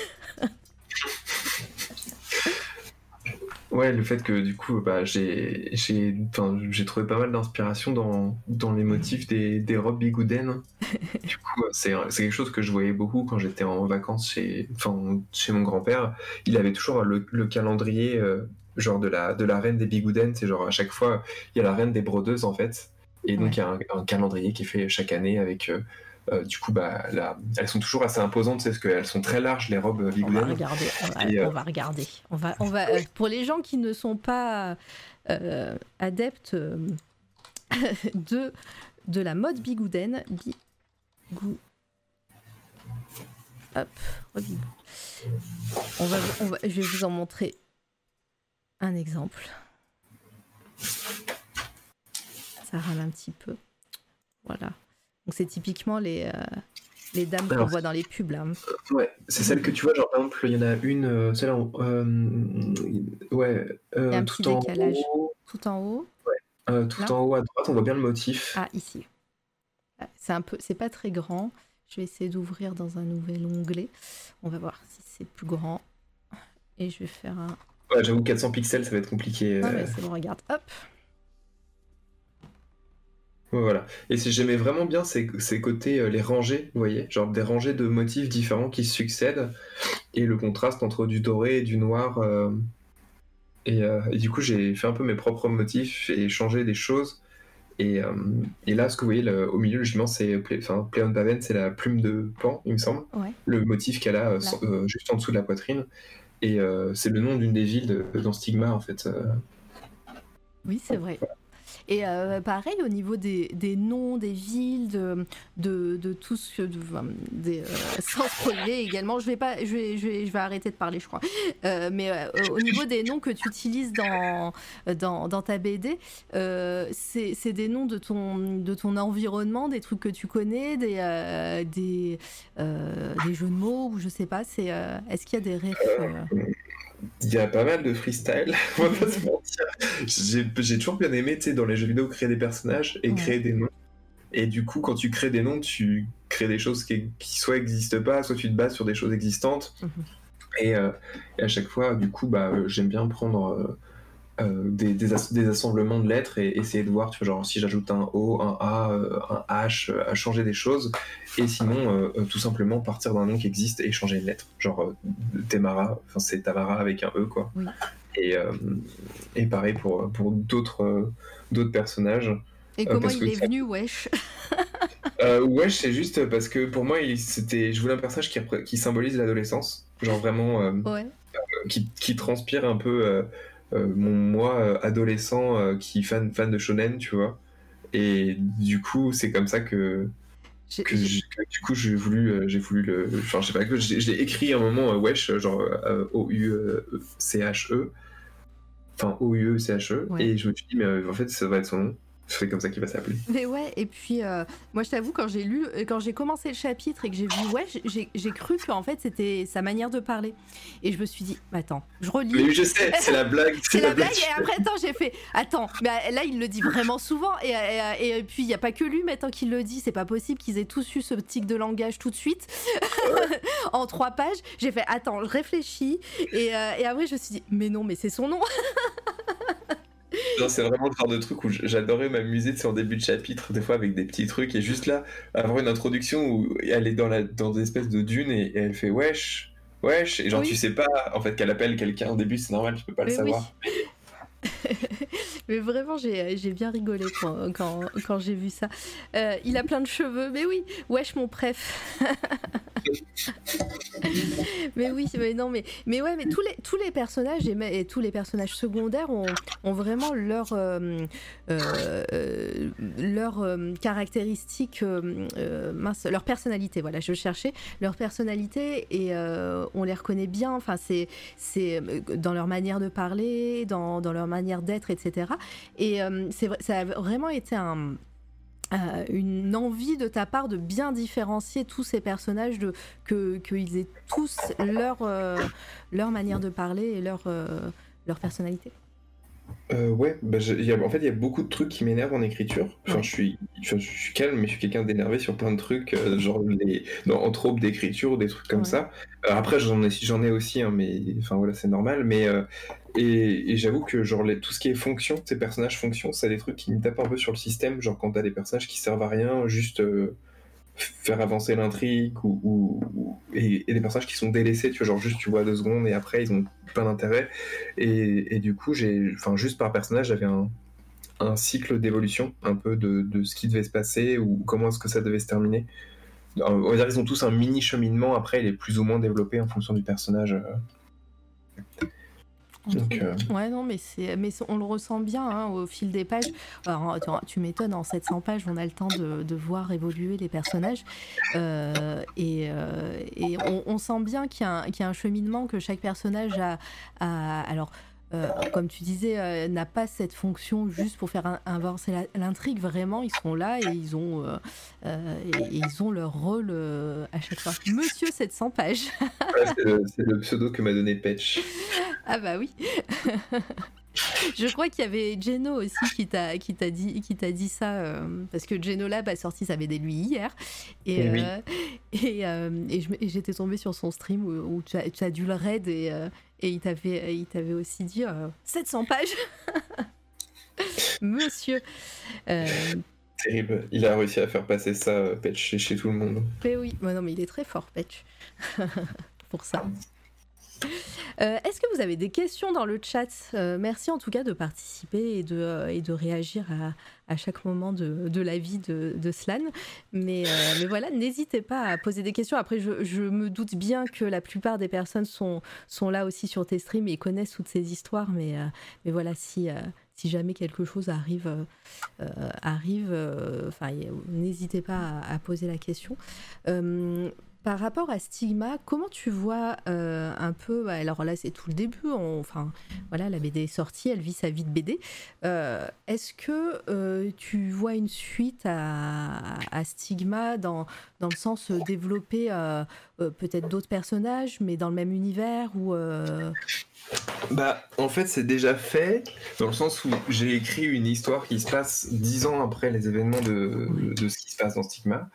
Ouais, le fait que du coup, bah, j'ai, j'ai, j'ai trouvé pas mal d'inspiration dans, dans les motifs des, des robes bigouden. Du coup, c'est, c'est quelque chose que je voyais beaucoup quand j'étais en vacances chez, enfin, chez mon grand-père. Il avait toujours le, le calendrier euh, genre de la, de la reine des bigouden. C'est genre à chaque fois, il y a la reine des brodeuses en fait. Et donc, il ouais. y a un, un calendrier qui est fait chaque année avec... Euh, Euh, du coup, bah, là, elles sont toujours assez imposantes, c'est parce qu'elles sont très larges, les robes bigouden. On va regarder. On va, et, euh... on va regarder. On va, on va, euh, pour les gens qui ne sont pas euh, adeptes euh, de, de la mode bigouden, bigou... Hop, rebigou. On va, on va, je vais vous en montrer un exemple. Ça rame un petit peu. Voilà. Donc c'est typiquement les, euh, les dames qu'on voit dans les pubs là. Ouais, c'est celle que tu vois, genre par exemple, il y en a une, euh, celle-là, euh, ouais, euh, il y a un tout petit en décalage. haut. Tout en haut. Ouais, euh, tout là. En haut à droite, on voit bien le motif. Ah, ici. C'est un peu, c'est pas très grand. Je vais essayer d'ouvrir dans un nouvel onglet. On va voir si c'est plus grand. Et je vais faire un. Ouais, j'avoue, quatre cents pixels, ça va être compliqué. Non, mais c'est bon, regarde. Hop. Voilà. Et c'est, j'aimais vraiment bien ces, ces côtés, euh, les rangées, vous voyez, genre des rangées de motifs différents qui se succèdent, et le contraste entre du doré et du noir. Euh, et, euh, et du coup, j'ai fait un peu mes propres motifs et changé des choses. Et, euh, et là, ce que vous voyez le, au milieu, logiquement, c'est enfin, Play on Paven, c'est la plume de Pan, il me semble. Ouais. Le motif qu'elle a euh, euh, juste en dessous de la poitrine. Et euh, c'est le nom d'une des villes de, dans Stigma, en fait. Euh... Oui, c'est vrai. Et euh, pareil, au niveau des, des noms, des villes, de, de, de tout ce que. De, des, euh, sans spoiler également, je vais, pas, je, vais, je, vais, je vais arrêter de parler, je crois. Euh, mais euh, au niveau des noms que tu utilises dans, dans, dans ta B D, euh, c'est, c'est des noms de ton, de ton environnement, des trucs que tu connais, des, euh, des, euh, des jeux de mots, ou je sais pas. C'est, euh, est-ce qu'il y a des refs euh... Il y a pas mal de freestyle, on va pas se mentir. J'ai, j'ai toujours bien aimé, tu sais, dans les jeux vidéo, créer des personnages et ouais. créer des noms. Et du coup, quand tu crées des noms, tu crées des choses qui, qui soit n'existent pas, soit tu te bases sur des choses existantes. Mm-hmm. Et, euh, et à chaque fois, du coup, bah, j'aime bien prendre euh, euh, des, des, as- des assemblements de lettres et essayer de voir, tu vois, genre si j'ajoute un O, un A, euh, un H, euh, à changer des choses. Et sinon, euh, euh, tout simplement partir d'un nom qui existe et changer une lettre. Genre euh, Temara, enfin c'est Tamara avec un E, quoi. Oui. Et, euh, et pareil pour, pour d'autres, euh, d'autres personnages. Et comment euh, il est ça... venu, Wesh euh, Wesh, c'est juste parce que pour moi, il, c'était, je voulais un personnage qui, qui symbolise l'adolescence. Genre vraiment, euh, ouais. euh, qui, qui transpire un peu euh, euh, mon moi euh, adolescent euh, qui fan, fan de shonen, tu vois. Et du coup, c'est comme ça que... J'ai, que, j'ai... que du coup j'ai voulu euh, j'ai voulu le enfin je sais pas que je l'ai écrit à un moment euh, wesh genre euh, O U C H E enfin O U E C H E ouais. Et je me suis dit mais euh, en fait ça va être son nom, c'est comme ça qu'il va s'appeler. Mais ouais, et puis euh, moi je t'avoue quand j'ai lu quand j'ai commencé le chapitre et que j'ai vu wesh, j'ai, j'ai cru qu'en fait c'était sa manière de parler et je me suis dit bah, attends je relis. Mais je sais c'est la blague c'est, c'est la, la blague, blague et après attends j'ai fait attends mais là il le dit vraiment souvent et, et, et puis il y a pas que lui maintenant qu'il le dit, c'est pas possible qu'ils aient tous eu ce tic de langage tout de suite en trois pages. J'ai fait attends je réfléchis et, euh, et après je me suis dit mais non mais c'est son nom. Non, c'est vraiment le genre de truc où j'adorais m'amuser, tu sais, en début de chapitre, des fois avec des petits trucs, et juste là, avoir une introduction où elle est dans, la, dans des espèces de dunes et, et elle fait wesh, wesh, et genre oui. Tu sais pas, en fait, qu'elle appelle quelqu'un au début, c'est normal, tu peux pas mais le savoir. Oui. Mais vraiment, j'ai, j'ai bien rigolé quand, quand, quand j'ai vu ça. Euh, il a plein de cheveux, mais oui, wesh mon préf. Mais oui, mais non, mais, mais ouais, mais tous les, tous les personnages et, et tous les personnages secondaires ont, ont vraiment leur, euh, euh, leur euh, caractéristique, euh, mince, leur personnalité. Voilà, je cherchais leur personnalité et euh, on les reconnaît bien. Enfin, c'est, c'est dans leur manière de parler, dans, dans leur manière d'être, et cetera. Et euh, c'est, ça a vraiment été un Euh, une envie de ta part de bien différencier tous ces personnages, de, que, qu'ils aient tous leur, euh, leur manière de parler et leur, euh, leur personnalité. Euh, ouais, bah, je, y a, en fait, il y a beaucoup de trucs qui m'énervent en écriture. Enfin, ouais. je, suis, je, je suis calme, mais je suis quelqu'un d'énervé sur plein de trucs, euh, genre les, non, en trop d'écriture ou des trucs comme ouais. ça. Euh, après, j'en ai, j'en ai aussi, hein, mais enfin voilà, c'est normal. Mais euh, et, et j'avoue que genre les, tout ce qui est fonction, ces personnages fonctions, c'est des trucs qui me tapent un peu sur le système. Genre quand t'as des personnages qui servent à rien, juste euh, faire avancer l'intrigue ou, ou, ou et, et des personnages qui sont délaissés, tu vois, genre juste tu vois deux secondes et après ils ont plein d'intérêt et, et du coup j'ai, enfin juste par personnage j'avais un, un cycle d'évolution un peu de, de ce qui devait se passer ou comment est-ce que ça devait se terminer. On va dire ils ont tous un mini cheminement, après il est plus ou moins développé en fonction du personnage. Donc, euh... Ouais, non, mais, c'est, mais on le ressent bien hein, au fil des pages. Alors, tu, tu m'étonnes, en sept cents pages, on a le temps de, de voir évoluer les personnages. Euh, et euh, et on, on sent bien qu'il y, a un, qu'il y a un cheminement, que chaque personnage a. a alors, euh, comme tu disais, euh, n'a pas cette fonction juste pour faire un, avancer la, l'intrigue. Vraiment, ils sont là et ils ont, euh, euh, et, et ils ont leur rôle euh, à chaque fois. Monsieur sept cents pages. Ouais, c'est, le, c'est le pseudo que m'a donné Petch. Ah bah oui. Je crois qu'il y avait Geno aussi qui t'a, qui t'a, dit, qui t'a dit ça, euh, parce que Geno Lab a sorti sa B D lui hier. Et, oui. euh, et, euh, et, je, et j'étais tombée sur son stream où, où tu, as, tu as dû le raid et, euh, et il, t'avait, il t'avait aussi dit euh, sept cents pages. Monsieur. Euh, Terrible. Il a réussi à faire passer ça, Petch, chez, chez tout le monde. Mais oui, mais non, mais il est très fort, Petch. Pour ça. Euh, est-ce que vous avez des questions dans le chat ? euh, Merci en tout cas de participer et de, euh, et de réagir à, à chaque moment de, de la vie de, de Slan. Mais, euh, mais voilà, n'hésitez pas à poser des questions. Après, je, je me doute bien que la plupart des personnes sont, sont là aussi sur tes streams et connaissent toutes ces histoires. Mais, euh, mais voilà, si, euh, si jamais quelque chose arrive, euh, arrive, enfin, euh, n'hésitez pas à, à poser la question. Euh, Par rapport à Stigma, comment tu vois euh, un peu, alors là c'est tout le début, on, enfin voilà, la B D est sortie, elle vit sa vie de B D. Euh, est-ce que euh, tu vois une suite à, à Stigma dans, dans le sens euh, développer euh, euh, peut-être d'autres personnages, mais dans le même univers ou euh... Bah, en fait, c'est déjà fait, dans le sens où j'ai écrit une histoire qui se passe dix ans après les événements de, de ce qui se passe dans Stigma.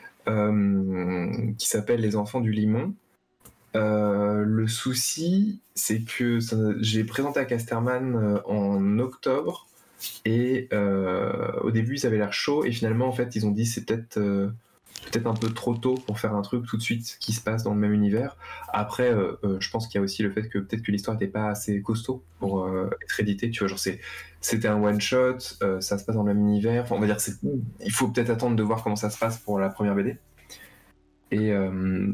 Euh, qui s'appelle Les Enfants du Limon. Euh, le souci, c'est que ça, j'ai présenté à Casterman euh, en octobre et euh, au début, ça avait l'air chaud et finalement, en fait, ils ont dit c'est peut-être euh, peut-être un peu trop tôt pour faire un truc tout de suite qui se passe dans le même univers. Après, euh, euh, je pense qu'il y a aussi le fait que peut-être que l'histoire n'était pas assez costaud pour euh, être éditée. Tu vois, genre c'est, c'était un one shot, euh, ça se passe dans le même univers. Enfin, on va dire, c'est, il faut peut-être attendre de voir comment ça se passe pour la première B D. Et euh,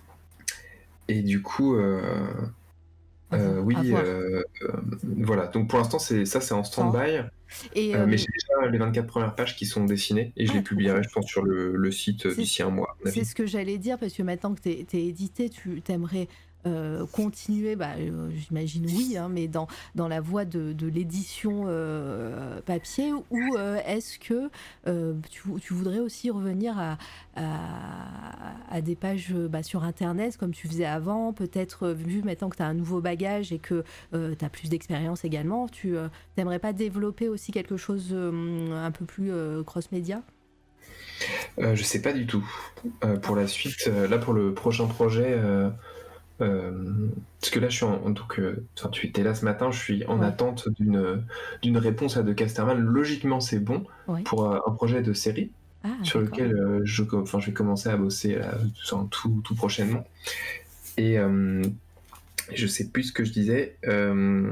et du coup, euh, euh, oui, euh, euh, voilà. Donc pour l'instant, c'est ça, c'est en stand-by. Et euh, euh, mais j'ai déjà les vingt-quatre premières pages qui sont dessinées et je ah, les publierai, cool. je pense, sur le, le site c'est, d'ici un mois. C'est ce que j'allais dire, parce que maintenant que tu es édité, tu aimerais euh, continuer, bah, euh, j'imagine oui, hein, mais dans, dans la voie de, de l'édition euh, papier, ou euh, est-ce que euh, tu, tu voudrais aussi revenir à, à, à des pages bah, sur Internet, comme tu faisais avant, peut-être euh, vu maintenant que tu as un nouveau bagage et que euh, tu as plus d'expérience également, tu n'aimerais euh, pas développer aussi quelque chose euh, un peu plus euh, cross-média ? Euh, je sais pas du tout. Euh, pour la suite, euh, là pour le prochain projet, euh, euh, parce que là je suis en, donc, euh, tu étais là ce matin, je suis en ouais. attente d'une d'une réponse à De Casterman. Logiquement, c'est bon ouais. pour euh, un projet de série ah, sur d'accord. lequel euh, je, enfin, je vais commencer à bosser là, tout, tout prochainement. Et euh, je sais plus ce que je disais. Euh,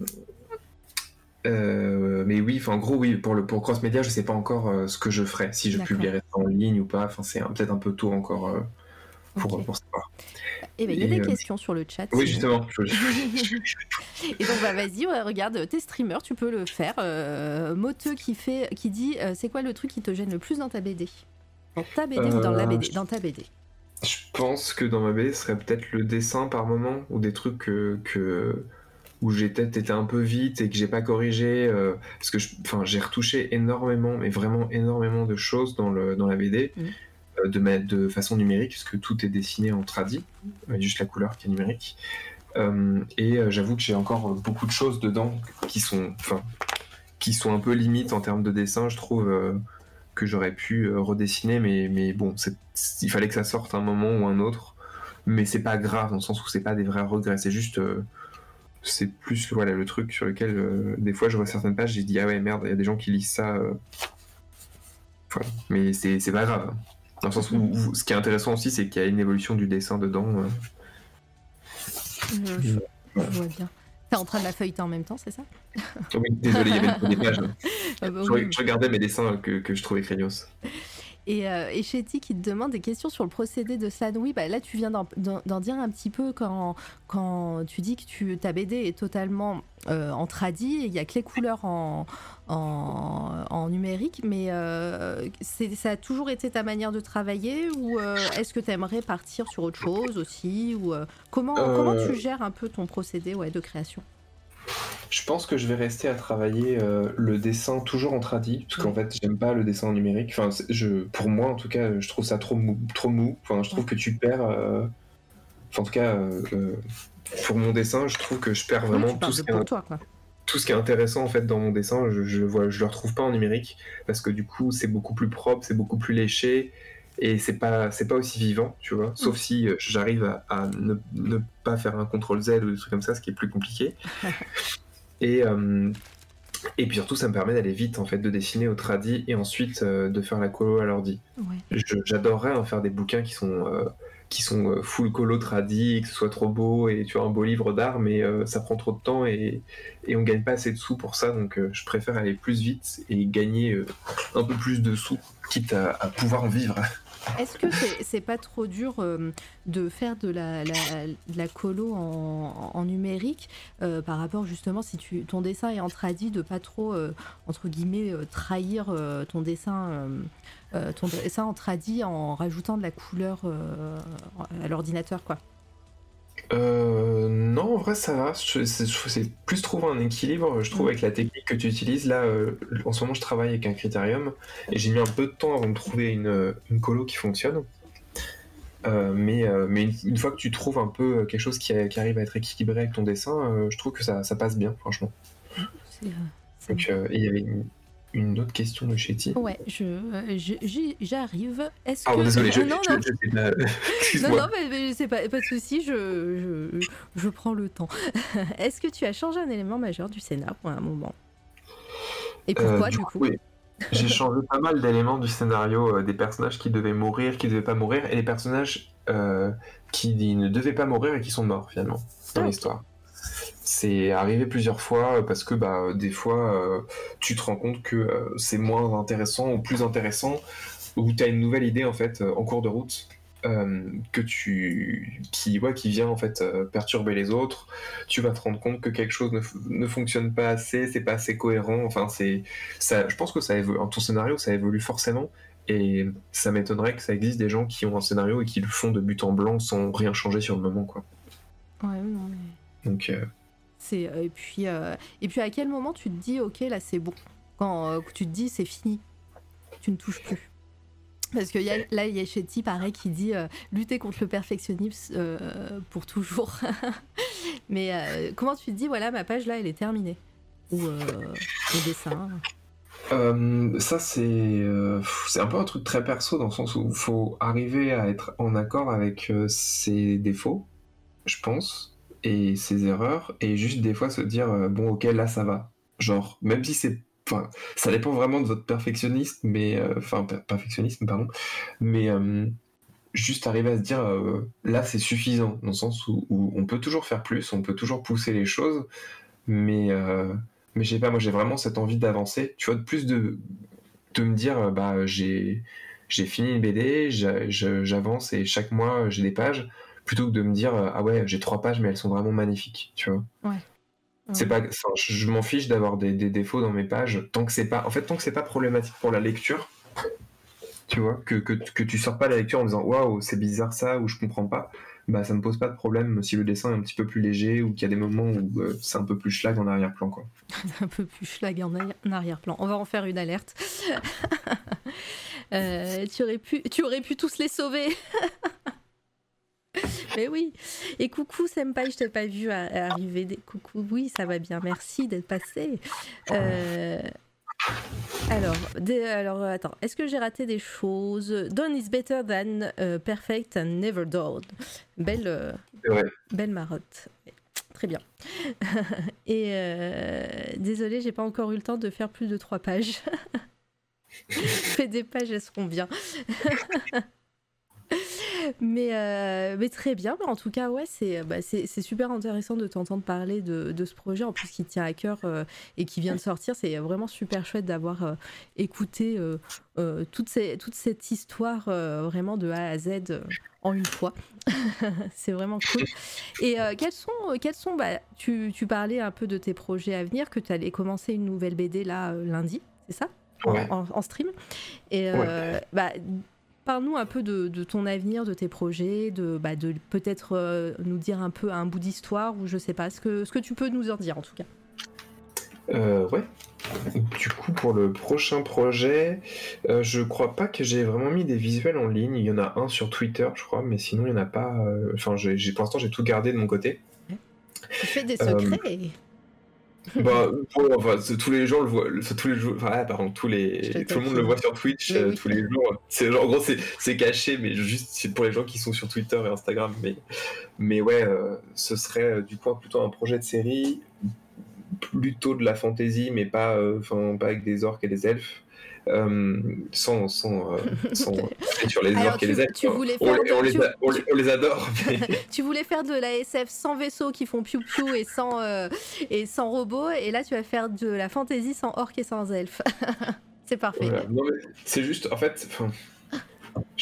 Euh, mais oui, en gros, oui, pour le pour Cross Media, je sais pas encore euh, ce que je ferai, si je D'accord. publierai ça en ligne ou pas. Enfin, c'est un, peut-être un peu tôt encore euh, pour, okay. pour savoir. Eh ben, il y a des euh, questions sur le chat. Oui, justement. Je... Et donc, bah, vas-y, ouais, regarde, t'es streamer, tu peux le faire. Euh, Moteux qui fait, qui dit, euh, c'est quoi le truc qui te gêne le plus dans ta B D ? Dans ta B D euh, ou dans la B D ? Dans ta B D. Je pense que dans ma B D, ce serait peut-être le dessin par moment ou des trucs que. que... où j'ai peut-être été un peu vite et que j'ai pas corrigé euh, parce que je, enfin j'ai retouché énormément mais vraiment énormément de choses dans le dans la B D mmh. euh, de ma, de façon numérique parce que tout est dessiné en tradi, euh, juste la couleur qui est numérique euh, et euh, j'avoue que j'ai encore beaucoup de choses dedans qui sont enfin qui sont un peu limites en termes de dessin, je trouve euh, que j'aurais pu euh, redessiner mais mais bon c'est, il fallait que ça sorte un moment ou un autre, mais c'est pas grave dans le sens où c'est pas des vrais regrets, c'est juste euh, c'est plus voilà, le truc sur lequel euh, des fois je vois certaines pages, j'ai dit ah ouais merde, il y a des gens qui lisent ça euh... voilà. Mais c'est, c'est pas grave dans le sens où, où ce qui est intéressant aussi c'est qu'il y a une évolution du dessin dedans euh... je, je, je vois bien. T'es en train de la feuilleter en même temps, c'est ça ? Oui, désolé, il y avait des pages. Ah bah je, oui. je regardais mes dessins que, que je trouvais craignos. Et, euh, et Chetty qui te demande des questions sur le procédé de Slan. Oui, bah là tu viens d'en, d'en, d'en dire un petit peu quand, quand tu dis que tu, ta B D est totalement euh, en tradi et il n'y a que les couleurs en, en, en numérique, mais euh, c'est, ça a toujours été ta manière de travailler ou euh, est-ce que tu aimerais partir sur autre chose aussi ou, euh, comment, euh... comment tu gères un peu ton procédé ouais, de création ? Je pense que je vais rester à travailler euh, le dessin toujours en tradi, parce qu'en fait, j'aime pas le dessin en numérique. Enfin, je, pour moi, en tout cas, je trouve ça trop mou. Trop mou. Enfin, je trouve que tu perds... Euh... Enfin, en tout cas, euh, pour mon dessin, je trouve que je perds vraiment oui, tout, ce qui est, toi, quoi. tout ce qui est intéressant en fait, dans mon dessin. Je, je, voilà, je le retrouve pas en numérique, parce que du coup, c'est beaucoup plus propre, c'est beaucoup plus léché, et c'est pas, c'est pas aussi vivant, tu vois. Sauf mmh. si euh, j'arrive à, à ne, ne pas faire un contrôle Z ou des trucs comme ça, ce qui est plus compliqué. Et, euh, et puis surtout, ça me permet d'aller vite, en fait, de dessiner au tradi et ensuite euh, de faire la colo à l'ordi. Ouais. Je, j'adorerais hein, faire des bouquins qui sont, euh, qui sont euh, full colo tradi, et que ce soit trop beau et tu as un beau livre d'art, mais euh, ça prend trop de temps et, et on gagne pas assez de sous pour ça, donc euh, je préfère aller plus vite et gagner euh, un peu plus de sous, quitte à, à pouvoir en vivre. Est-ce que c'est, c'est pas trop dur euh, de faire de la, la, de la colo en, en numérique euh, par rapport justement si tu, ton dessin est en tradi, de pas trop euh, entre guillemets euh, trahir euh, ton dessin euh, euh, ton dessin en tradi en rajoutant de la couleur euh, à l'ordinateur quoi. Euh, non, en vrai, ça va. Je- C'est c'est plus trouver un équilibre, je trouve, Mm. avec la technique que tu utilises. Là, euh, en ce moment, je travaille avec un critérium et j'ai mis un peu de temps avant de trouver une, une colo qui fonctionne. Euh, mais euh, mais une, une fois que tu trouves un peu quelque chose qui, a- qui arrive à être équilibré avec ton dessin, euh, je trouve que ça, ça passe bien, franchement. C'est, euh, c'est Donc, euh, et il y avait une, une autre question de Chetty. Ouais, je, euh, je- j'y- j'arrive. Est-ce Pardon, que désolé, je, non je, non je sais pas. non Excuse-moi. non mais, mais c'est pas pas de souci, je, je je prends le temps. Est-ce que tu as changé un élément majeur du scénar pour un moment? Et pourquoi Euh, du du coup? coup, oui. J'ai changé pas mal d'éléments du scénario, euh, des personnages qui devaient mourir, qui devaient pas mourir, et les personnages euh, qui ne devaient pas mourir et qui sont morts finalement dans Ah, ok. l'histoire. C'est arrivé plusieurs fois euh, parce que bah, des fois euh, tu te rends compte que euh, c'est moins intéressant ou plus intéressant, ou tu as une nouvelle idée en fait euh, en cours de route euh, que tu qui ouais, qui vient en fait euh, perturber les autres. Tu vas te rendre compte que quelque chose ne, f- ne fonctionne pas assez, c'est pas assez cohérent. Enfin c'est ça. Je pense que ça évolue. Ton scénario ça évolue forcément. Et ça m'étonnerait que ça existe des gens qui ont un scénario et qui le font de but en blanc sans rien changer sur le moment quoi. Ouais, non mais Donc euh, c'est euh, et puis euh, et puis à quel moment tu te dis ok là c'est bon quand euh, tu te dis c'est fini, tu ne touches plus. Parce que y a, là, il y a Chetty, pareil, qui dit euh, lutter contre le perfectionnisme euh, pour toujours. Mais euh, comment tu te dis, voilà, ma page là, elle est terminée? Ou euh, le dessin. Euh, ça, c'est euh, c'est un peu un truc très perso dans le sens où il faut arriver à être en accord avec euh, ses défauts, je pense, et ses erreurs, et juste des fois se dire euh, bon, ok, là ça va. Genre, même si c'est. Enfin, ça dépend vraiment de votre perfectionnisme, mais. euh, Enfin, per- perfectionnisme, pardon, mais. euh, juste arriver à se dire euh, là c'est suffisant, dans le sens où, où on peut toujours faire plus, on peut toujours pousser les choses, mais. euh, mais je sais pas, moi j'ai vraiment cette envie d'avancer, tu vois, de plus de, de me dire euh, bah j'ai j'ai fini une B D, j'a- je- j'avance et chaque mois euh, j'ai des pages, plutôt que de me dire euh, ah ouais j'ai trois pages mais elles sont vraiment magnifiques, tu vois. Ouais. C'est Ouais. pas, enfin, je je m'en fiche d'avoir des, des défauts dans mes pages tant que c'est pas, en fait tant que c'est pas problématique pour la lecture, tu vois, que, que, que tu sors pas la lecture en disant waouh c'est bizarre ça ou je comprends pas, bah ça me pose pas de problème si le dessin est un petit peu plus léger ou qu'il y a des moments où euh, c'est un peu plus schlag en arrière-plan quoi. Un peu plus schlag en, arri- en arrière-plan. On va en faire une alerte. Euh, tu, aurais pu, tu aurais pu tous les sauver. Mais oui. Et coucou Senpai, je t'ai pas vu a- arriver. Des... Coucou, oui, ça va bien. Merci d'être passé. Euh... Alors, des- alors, euh, attends. Est-ce que j'ai raté des choses? Done is better than uh, perfect and never done. Belle, euh, C'est vrai. belle marotte. Très bien. Et euh, désolée, j'ai pas encore eu le temps de faire plus de trois pages. Fais des pages, elles seront bien. mais, euh, mais très bien. En tout cas, ouais, c'est bah, c'est, c'est super intéressant de t'entendre parler de, de ce projet, en plus qui tient à cœur euh, et qui vient de sortir. C'est vraiment super chouette d'avoir euh, écouté euh, euh, toute, ces, toute cette histoire euh, vraiment de A à Z euh, en une fois. C'est vraiment cool. Et euh, quels sont, quels sont bah, tu, tu parlais un peu de tes projets à venir, que tu allais commencer une nouvelle B D là euh, lundi, c'est ça? En, Ouais. en, en stream. Et euh, Ouais. bah, parle-nous un peu de, de ton avenir, de tes projets, de, bah, de peut-être euh, nous dire un peu un bout d'histoire, ou je sais pas, ce que, ce que tu peux nous en dire en tout cas. Euh, ouais. Du coup, pour le prochain projet, euh, je crois pas que j'ai vraiment mis des visuels en ligne. Il y en a un sur Twitter, je crois, mais sinon il y en a pas. euh, Enfin, j'ai, j'ai- pour l'instant, j'ai tout gardé de mon côté. Tu fais des Euh, secrets. Bah, bon, enfin, c'est- tous les gens le voient, enfin, tous les jours, enfin, ah, pardon, tous Je te les, tout le monde taquine. le voit sur Twitch Mais euh, oui. tous les jours. C'est genre, en gros, c'est, c'est caché, mais juste c'est pour les gens qui sont sur Twitter et Instagram. Mais, mais ouais, euh, ce serait euh, du coup plutôt un projet de série, plutôt de la fantasy, mais pas, euh, enfin, pas avec des orques et des elfes. Euh, sans, sans, euh, sans aller sur les Alors, orques et tu- les elfes. tu voulais on, faire les- on de- les tu- a- on les- on les adore, mais Tu voulais faire de la S F sans vaisseaux qui font piou-piou et sans, euh, et sans robots, et là tu vas faire de la fantasy sans orques et sans elfes. C'est parfait. voilà. Non, mais c'est juste, en fait, enfin, je-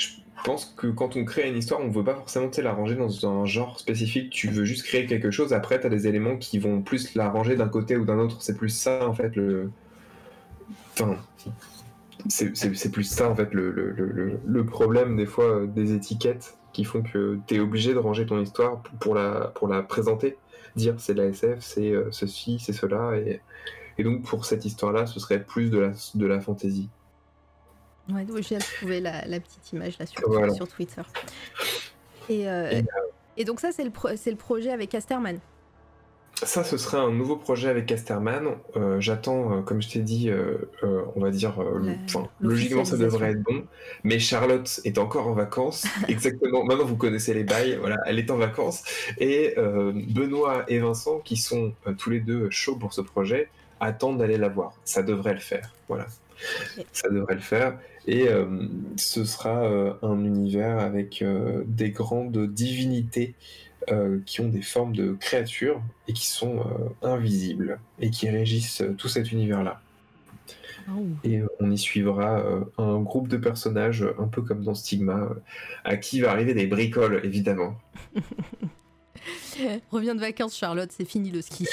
pense que quand on crée une histoire, on ne veut pas forcément la ranger dans un genre spécifique. Tu veux juste créer quelque chose. Après, tu as des éléments qui vont plus la ranger d'un côté ou d'un autre. C'est plus ça, en fait, le... Enfin... C'est, c'est, c'est plus ça, en fait, le, le, le, le problème, des fois, euh, des étiquettes qui font que tu es obligé de ranger ton histoire pour la, pour la présenter. Dire c'est de la S F, c'est euh, ceci, c'est cela. Et, et donc, pour cette histoire-là, ce serait plus de la, de la fantasy. Ouais, je viens de trouver la, la petite image là sur, Voilà. sur Twitter. Et, euh, Et, euh, et donc ça, c'est le, pro- c'est le projet avec Casterman. Ça, ce serait un nouveau projet avec Casterman. Euh, j'attends, euh, comme je t'ai dit, euh, euh, on va dire, euh, La- le- enfin, logiquement, ça devrait être bon. Mais Charlotte est encore en vacances. Exactement. Maintenant, vous connaissez les bails. Voilà, elle est en vacances. Et euh, Benoît et Vincent, qui sont euh, tous les deux chauds pour ce projet, attendent d'aller la voir. Ça devrait le faire. Voilà. Ok. Ça devrait le faire. Et euh, ce sera euh, un univers avec euh, des grandes divinités euh, qui ont des formes de créatures et qui sont euh, invisibles et qui régissent euh, tout cet univers-là. Oh. Et euh, on y suivra euh, un groupe de personnages, euh, un peu comme dans Stigma, euh, à qui va arriver des bricoles, évidemment. Reviens de vacances, Charlotte, c'est fini le ski.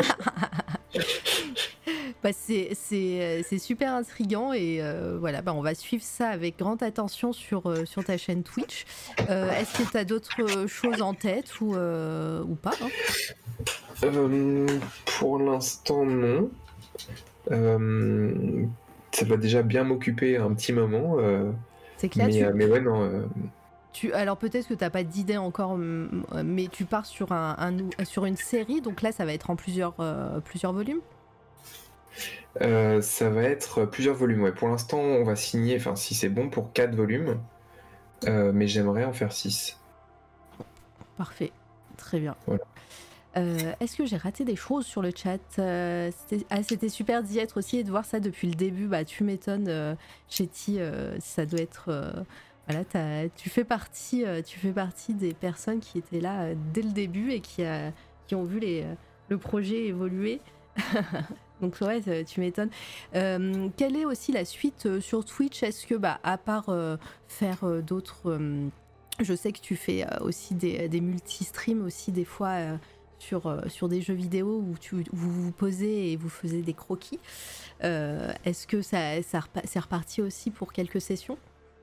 Bah, c'est, c'est, c'est super intriguant et euh, voilà, bah, on va suivre ça avec grande attention sur, euh, sur ta chaîne Twitch. Euh, est-ce que tu as d'autres choses en tête ou, euh, ou pas hein Euh, pour l'instant, non. Euh, ça va déjà bien m'occuper un petit moment. Euh, C'est que là, mais, tu, euh, mais ouais, non. Euh, tu, alors peut-être que tu n'as pas d'idée encore, mais tu pars sur, un, un, sur une série, donc là, ça va être en plusieurs, euh, plusieurs volumes. Euh, ça va être plusieurs volumes. Ouais. Pour l'instant, on va signer, enfin, si c'est bon, pour quatre volumes. Euh, mais j'aimerais en faire six. Parfait, très bien. Voilà. Euh, est-ce que j'ai raté des choses sur le chat euh, c'était... Ah, c'était super d'y être aussi et de voir ça depuis le début. Bah, tu m'étonnes, euh, Chetty, euh, ça doit être... Euh, voilà, t'as... tu, fais partie, euh, tu fais partie des personnes qui étaient là euh, dès le début et qui, a... qui ont vu les, euh, le projet évoluer. Donc ouais, tu m'étonnes. Euh, quelle est aussi la suite euh, sur Twitch? Est-ce que, bah, à part euh, faire euh, d'autres... Euh, je sais que tu fais euh, aussi des, des multi-streams aussi des fois euh, sur, euh, sur des jeux vidéo où, tu, où vous vous posez et vous faisiez des croquis. Euh, est-ce que ça, ça repa- c'est reparti aussi pour quelques sessions?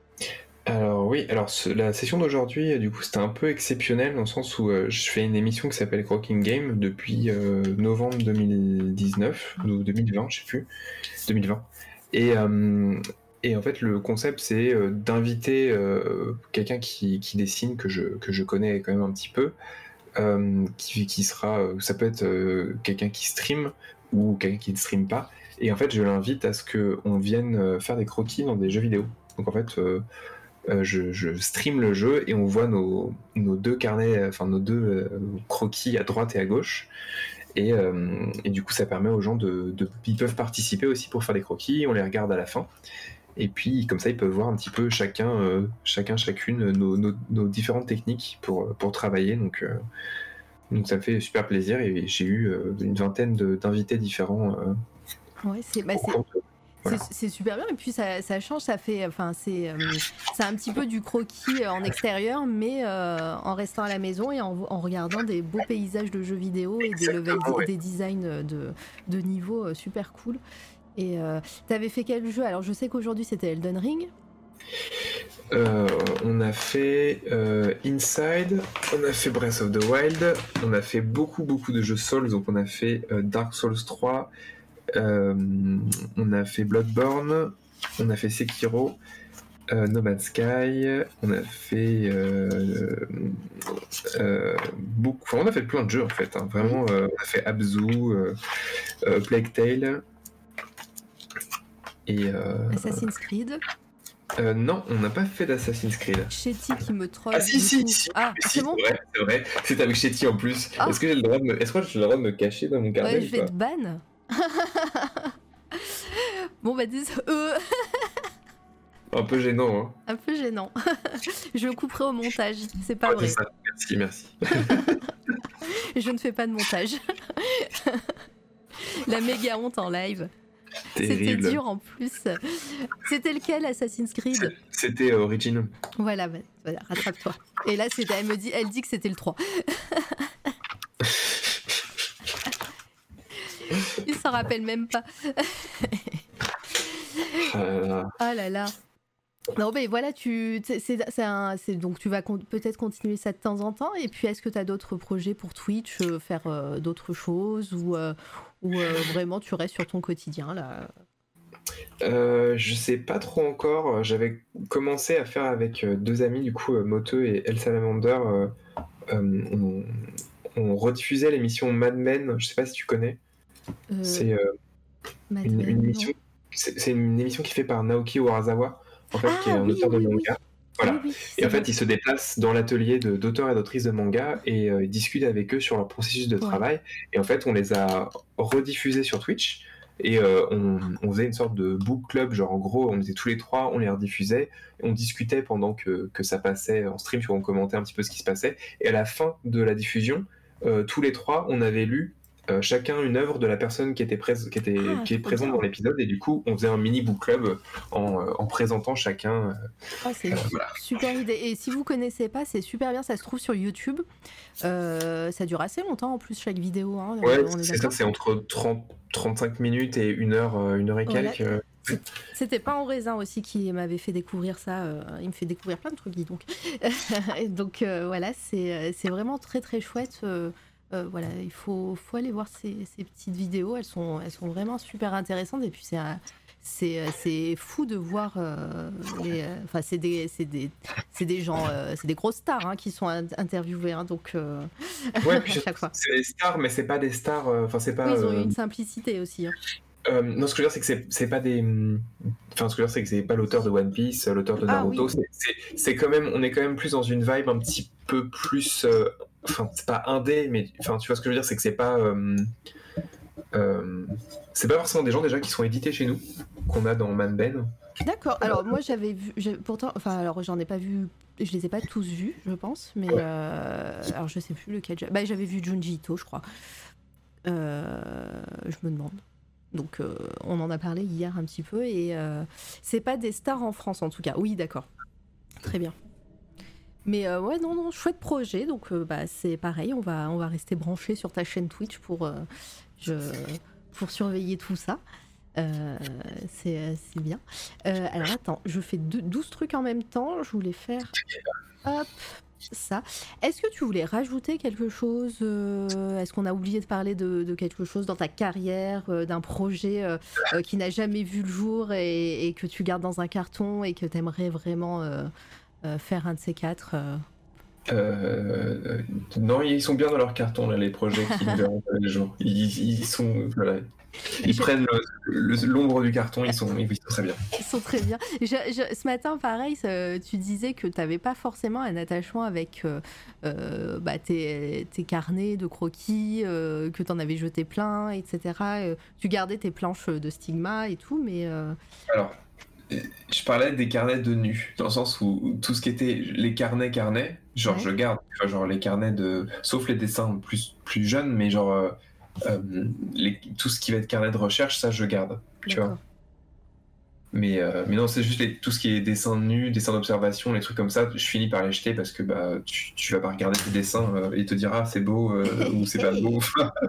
Alors oui, alors ce- la session d'aujourd'hui, du coup, c'était un peu exceptionnel dans le sens où euh, je fais une émission qui s'appelle Croaking Game depuis euh, novembre deux mille dix-neuf ou deux mille vingt, je sais plus, deux mille vingt. Et, euh, et en fait, le concept, c'est euh, d'inviter euh, quelqu'un qui, qui dessine, que je, que je connais quand même un petit peu, euh, qui, qui sera, euh, ça peut être euh, quelqu'un qui stream ou quelqu'un qui ne stream pas. Et en fait, je l'invite à ce qu'on vienne euh, faire des croquis dans des jeux vidéo. Donc en fait... Euh, Euh, je, je stream le jeu et on voit nos, nos deux carnets, enfin nos deux euh, croquis à droite et à gauche. Et, euh, et du coup, ça permet aux gens de, de. Ils peuvent participer aussi pour faire des croquis, on les regarde à la fin. Et puis, comme ça, ils peuvent voir un petit peu chacun, euh, chacun chacune, nos, nos, nos différentes techniques pour, pour travailler. Donc, euh, donc, ça me fait super plaisir. Et j'ai eu euh, une vingtaine de, d'invités différents. Euh, Ouais, c'est, bah, c'est... Voilà. C'est, c'est super bien et puis ça, ça change, ça fait, enfin c'est, euh, c'est un petit peu du croquis en extérieur, mais euh, en restant à la maison et en, en regardant des beaux paysages de jeux vidéo et des levels, ouais. des designs de, de niveau euh, super cool. Et euh, t'avais fait quel jeu? Alors je sais qu'aujourd'hui c'était Elden Ring. Euh, on a fait euh, Inside, on a fait Breath of the Wild, on a fait beaucoup beaucoup de jeux Souls, donc on a fait euh, Dark Souls trois. Euh, on a fait Bloodborne, on a fait Sekiro, euh, No Man's Sky, on a fait euh, euh, beaucoup, enfin on a fait plein de jeux en fait, hein, vraiment. Euh, on a fait Abzu, euh, euh, Plague Tale et euh, Assassin's Creed. Euh, non, on n'a pas fait d'Assassin's Creed. Shetty qui me troll. Ah si si, si Ah si, c'est bon. C'est vrai, c'est vrai. C'est avec Shetty en plus. Ah. Est-ce que j'ai le droit de me, est-ce que j'ai le droit de me cacher dans mon carnet? Ouais, je vais te ban. Bon bah dis euh... Un peu gênant, hein. Un peu gênant. Je le couperai au montage, c'est pas Ouais, vrai. c'est ça. Merci, merci. Je ne fais pas de montage. La méga honte en live. C'était Terrible. dur en plus. C'était lequel, Assassin's Creed? C'était Origin. Voilà, bah, voilà, rattrape-toi. Et là, c'était, elle me dit, elle dit que c'était le trois. Il s'en rappelle même pas. Euh, Ah là là. Non mais voilà, tu, c'est, c'est, c'est un, c'est, donc tu vas con- peut-être continuer ça de temps en temps. Et puis est-ce que tu as d'autres projets pour Twitch, euh, faire euh, d'autres choses ou, euh, ou euh, vraiment tu restes sur ton quotidien là? euh, je sais pas trop encore. J'avais commencé à faire avec euh, deux amis, du coup, euh, Moteux et El Salamander. euh, euh, on, on rediffusait l'émission Mad Men. Je sais pas si tu connais. Euh, C'est euh, Mad une, Men, une non. émission. C'est, c'est une émission qui est faite par Naoki Urasawa, en fait, qui est Ah un oui, auteur de oui, oui. manga. Voilà. Oui, oui, Et c'est en fait, bon. ils se déplacent dans l'atelier de, d'auteurs et d'autrices de manga et euh, ils discutent avec eux sur leur processus de Ouais. travail. Et en fait, on les a rediffusés sur Twitch et euh, on, on faisait une sorte de book club. Genre, en gros, on était tous les trois, on les rediffusait, et on discutait pendant que, que ça passait en stream, on commentait un petit peu ce qui se passait. Et à la fin de la diffusion, euh, tous les trois, on avait lu euh, chacun une œuvre de la personne qui était, prés- qui était Ah, qui est trop présente bien. dans l'épisode. Et du coup, on faisait un mini book club en, euh, en présentant chacun. euh, Ah, c'est une voilà. super idée. Et si vous connaissez pas, c'est super bien. Ça se trouve sur YouTube. Euh, ça dure assez longtemps en plus chaque vidéo. Hein, Ouais, on est c'est ça, d'accord. c'est entre trente, trente-cinq minutes et une heure, euh, une heure et Voilà. quelques. euh. C'est- C'était pas en raisin aussi qui m'avait fait découvrir ça. euh, il me fait découvrir plein de trucs, dis donc. Et donc euh, voilà, c'est euh, c'est vraiment très très chouette. euh, euh, voilà, il faut, faut aller voir ces, ces petites vidéos. Elles sont, elles sont vraiment super intéressantes. Et puis c'est un- c'est euh, c'est fou de voir. euh, les, euh, Enfin, c'est des, c'est des, c'est des gens, euh, c'est des grosses stars hein, qui sont in- interviewées. hein, donc euh, Ouais, à puis chaque fois. c'est des stars, mais c'est pas des stars. euh, Enfin, c'est pas. Oui, ils ont eu euh, une simplicité aussi. hein. euh, non, ce que je veux dire, c'est que c'est, c'est pas des. hum, Enfin, ce que je veux dire, c'est que c'est pas l'auteur de One Piece, euh, l'auteur de Ah Naruto. oui. C'est, c'est, c'est quand même. On est quand même plus dans une vibe un petit peu plus. euh, Enfin, c'est pas indé, mais. Enfin, tu vois ce que je veux dire, c'est que c'est pas. euh, euh, c'est pas forcément des gens déjà qui sont édités chez nous, qu'on a dans Man Ben. D'accord. Alors moi j'avais vu, j'ai- pourtant, enfin alors j'en ai pas vu, je les ai pas tous vus, je pense, mais Ouais. euh, alors je sais plus lequel. j'a- Bah j'avais vu Junji Ito, je crois. Euh, je me demande. Donc euh, on en a parlé hier un petit peu et euh, c'est pas des stars en France en tout cas. Oui, d'accord. Très bien. Mais euh, ouais, non, non, chouette projet. Donc euh, bah c'est pareil, on va, on va rester branché sur ta chaîne Twitch pour, euh, je, pour surveiller tout ça. Euh, c'est euh, c'est bien. Euh, alors attends, je fais deux- douze trucs en même temps. Je voulais faire hop ça. Est-ce que tu voulais rajouter quelque chose euh, Est-ce qu'on a oublié de parler de, de quelque chose dans ta carrière, euh, d'un projet euh, euh, qui n'a jamais vu le jour et, et que tu gardes dans un carton et que tu aimerais vraiment euh, euh, faire un de ces quatre euh Euh, non, ils sont bien dans leur carton, là, les projets qui nous verront pas les jours. Ils, ils sont. Voilà. Ils Je- prennent le- le- l'ombre du carton, ils sont, ils sont très bien. Ils sont très bien. Je- je- ce matin, pareil, ça- tu disais que tu n'avais pas forcément un attachement avec euh, euh, bah, tes, tes carnets de croquis, euh, que tu en avais jeté plein, et cetera. Euh, tu gardais tes planches de stigma et tout, mais... euh, Alors, euh, je parlais des carnets de nu, dans le sens où, où tout ce qui était les carnets, carnets, genre Ouais. je garde, tu vois, genre les carnets de. Sauf les dessins plus, plus jeunes, mais genre. euh, euh, les- tout ce qui va être carnet de recherche, ça je garde, tu vois. D'accord. Mais, euh, mais non, c'est juste les- tout ce qui est dessin de nu, dessin d'observation, les trucs comme ça, je finis par les jeter parce que bah, tu, tu vas pas regarder tes dessins euh, et te dire ah c'est beau euh, ou c'est pas beau.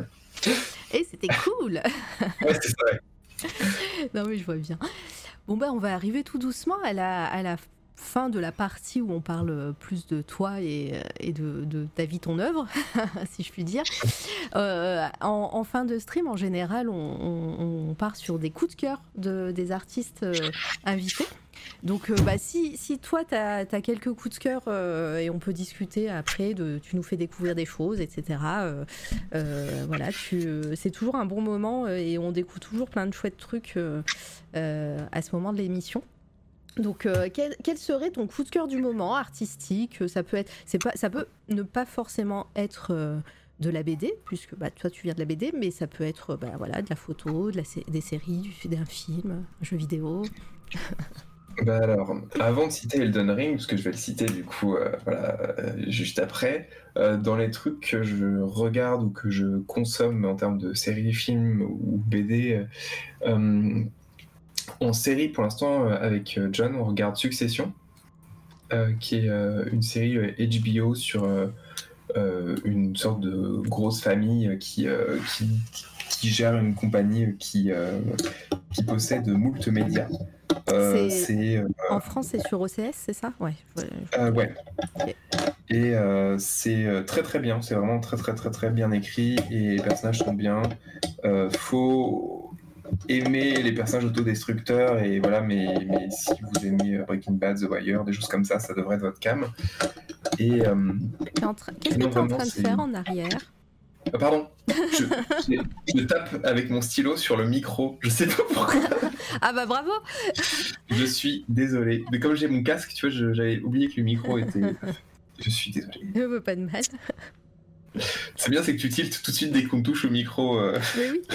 Et c'était cool. Ouais, c'est ça. Ouais. Non mais je vois bien. Bon bah on va arriver tout doucement à la, à la fin de la partie où on parle plus de toi et, et de, de ta vie, ton œuvre, si je puis dire. Euh, en, en fin de stream, en général, on, on- on part sur des coups de cœur de, des artistes euh, invités. Donc euh, bah, si, si toi, tu as quelques coups de cœur euh, et on peut discuter après, de, tu nous fais découvrir des choses, et cetera. Euh, euh, voilà, tu, c'est toujours un bon moment euh, et on découvre toujours plein de chouettes trucs euh, euh, à ce moment de l'émission. Donc, euh, quel, quel serait ton coup de cœur du moment artistique? Ça peut être, c'est pas, ça peut ne pas forcément être euh, de la B D, puisque bah, toi tu viens de la B D, mais ça peut être bah, voilà, de la photo, de la, sé- des séries, du- d'un film, un jeu vidéo. Bah alors, avant de citer Elden Ring, parce que je vais le citer du coup euh, voilà, euh, juste après, euh, dans les trucs que je regarde ou que je consomme en termes de séries, films ou B D, euh, en série pour l'instant euh, avec John, on regarde Succession, euh, qui est euh, une série euh, H B O sur euh, euh, une sorte de grosse famille qui, euh, qui, qui gère une compagnie qui, euh, qui possède moult médias. Euh, C'est c'est euh, en France, c'est sur O C S, c'est ça? Ouais. je- je- euh, ouais. Ok. Et euh, c'est euh, très très bien, c'est vraiment très très très très bien écrit et les personnages sont bien. Euh, faut aimer les personnages autodestructeurs et voilà, mais, mais si vous aimez Breaking Bad, The Wire, des choses comme ça, ça devrait être votre cam. Et euh, T'es en train- Qu'est-ce que non, tu es en vraiment, train de c'est- faire en arrière? Ah, pardon, je, je, je tape avec mon stylo sur le micro, je sais pas pourquoi. Ah bah bravo! Je suis désolé. Mais comme j'ai mon casque, tu vois, je- j'avais oublié que le micro était. Je suis désolé. Ne veux pas de mal. C'est bien, c'est que tu tiltes tout de suite dès qu'on touche au micro. euh. Mais oui.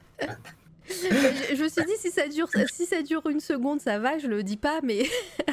je, je me suis dit si ça dure si ça dure une seconde ça va, je le dis pas mais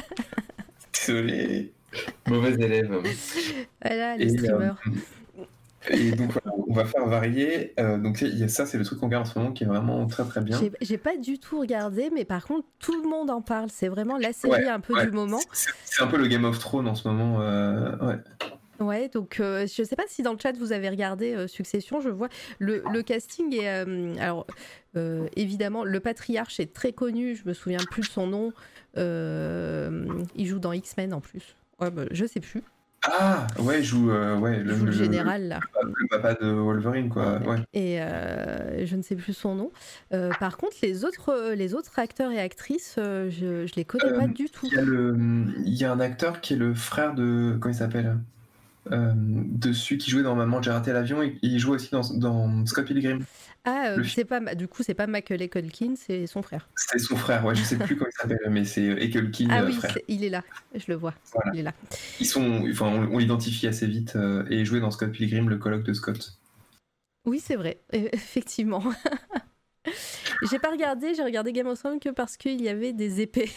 Désolé. Mauvais élève. voilà les Et, streamers. euh, et donc voilà, on va faire varier. Euh, donc il y a ça, c'est le truc qu'on regarde en ce moment qui est vraiment très très bien. J'ai, j'ai pas du tout regardé mais par contre tout le monde en parle. C'est vraiment la série Ouais, un peu ouais. du moment. C'est, c'est un peu le Game of Thrones en ce moment. euh, ouais. Ouais, donc euh, je sais pas si dans le chat vous avez regardé euh, Succession, je vois le, le casting est euh, alors euh, évidemment le patriarche est très connu, je me souviens plus de son nom, euh, il joue dans X-Men en plus. Ouais, bah, je sais plus. Ah ouais, je joue, euh, ouais, Il le, joue le le- général là. le- le papa de Wolverine quoi. Ouais. Et euh, je ne sais plus son nom. Euh, par contre, les autres, euh, les autres acteurs et actrices, euh, je, je les connais Euh, pas du tout. Il y a le, il y a un acteur qui est le frère de, comment il s'appelle, euh, de celui qui jouait dans Maman j'ai raté l'avion et il joue aussi dans, dans Scott Pilgrim. Ah, euh, Le c'est pas, du coup, c'est pas Macaulay Culkin, c'est son frère. C'est son frère, ouais, je sais plus comment il s'appelle, mais c'est Ekelkin Ah euh, oui, frère. c'est- il est là, je le vois. Voilà. Il est là. Ils sont, enfin, on, on l'identifie assez vite euh, et il jouait dans Scott Pilgrim, le colloque de Scott. Oui, c'est vrai, euh, effectivement. J'ai pas regardé, j'ai regardé Game of Thrones que parce qu'il y avait des épées.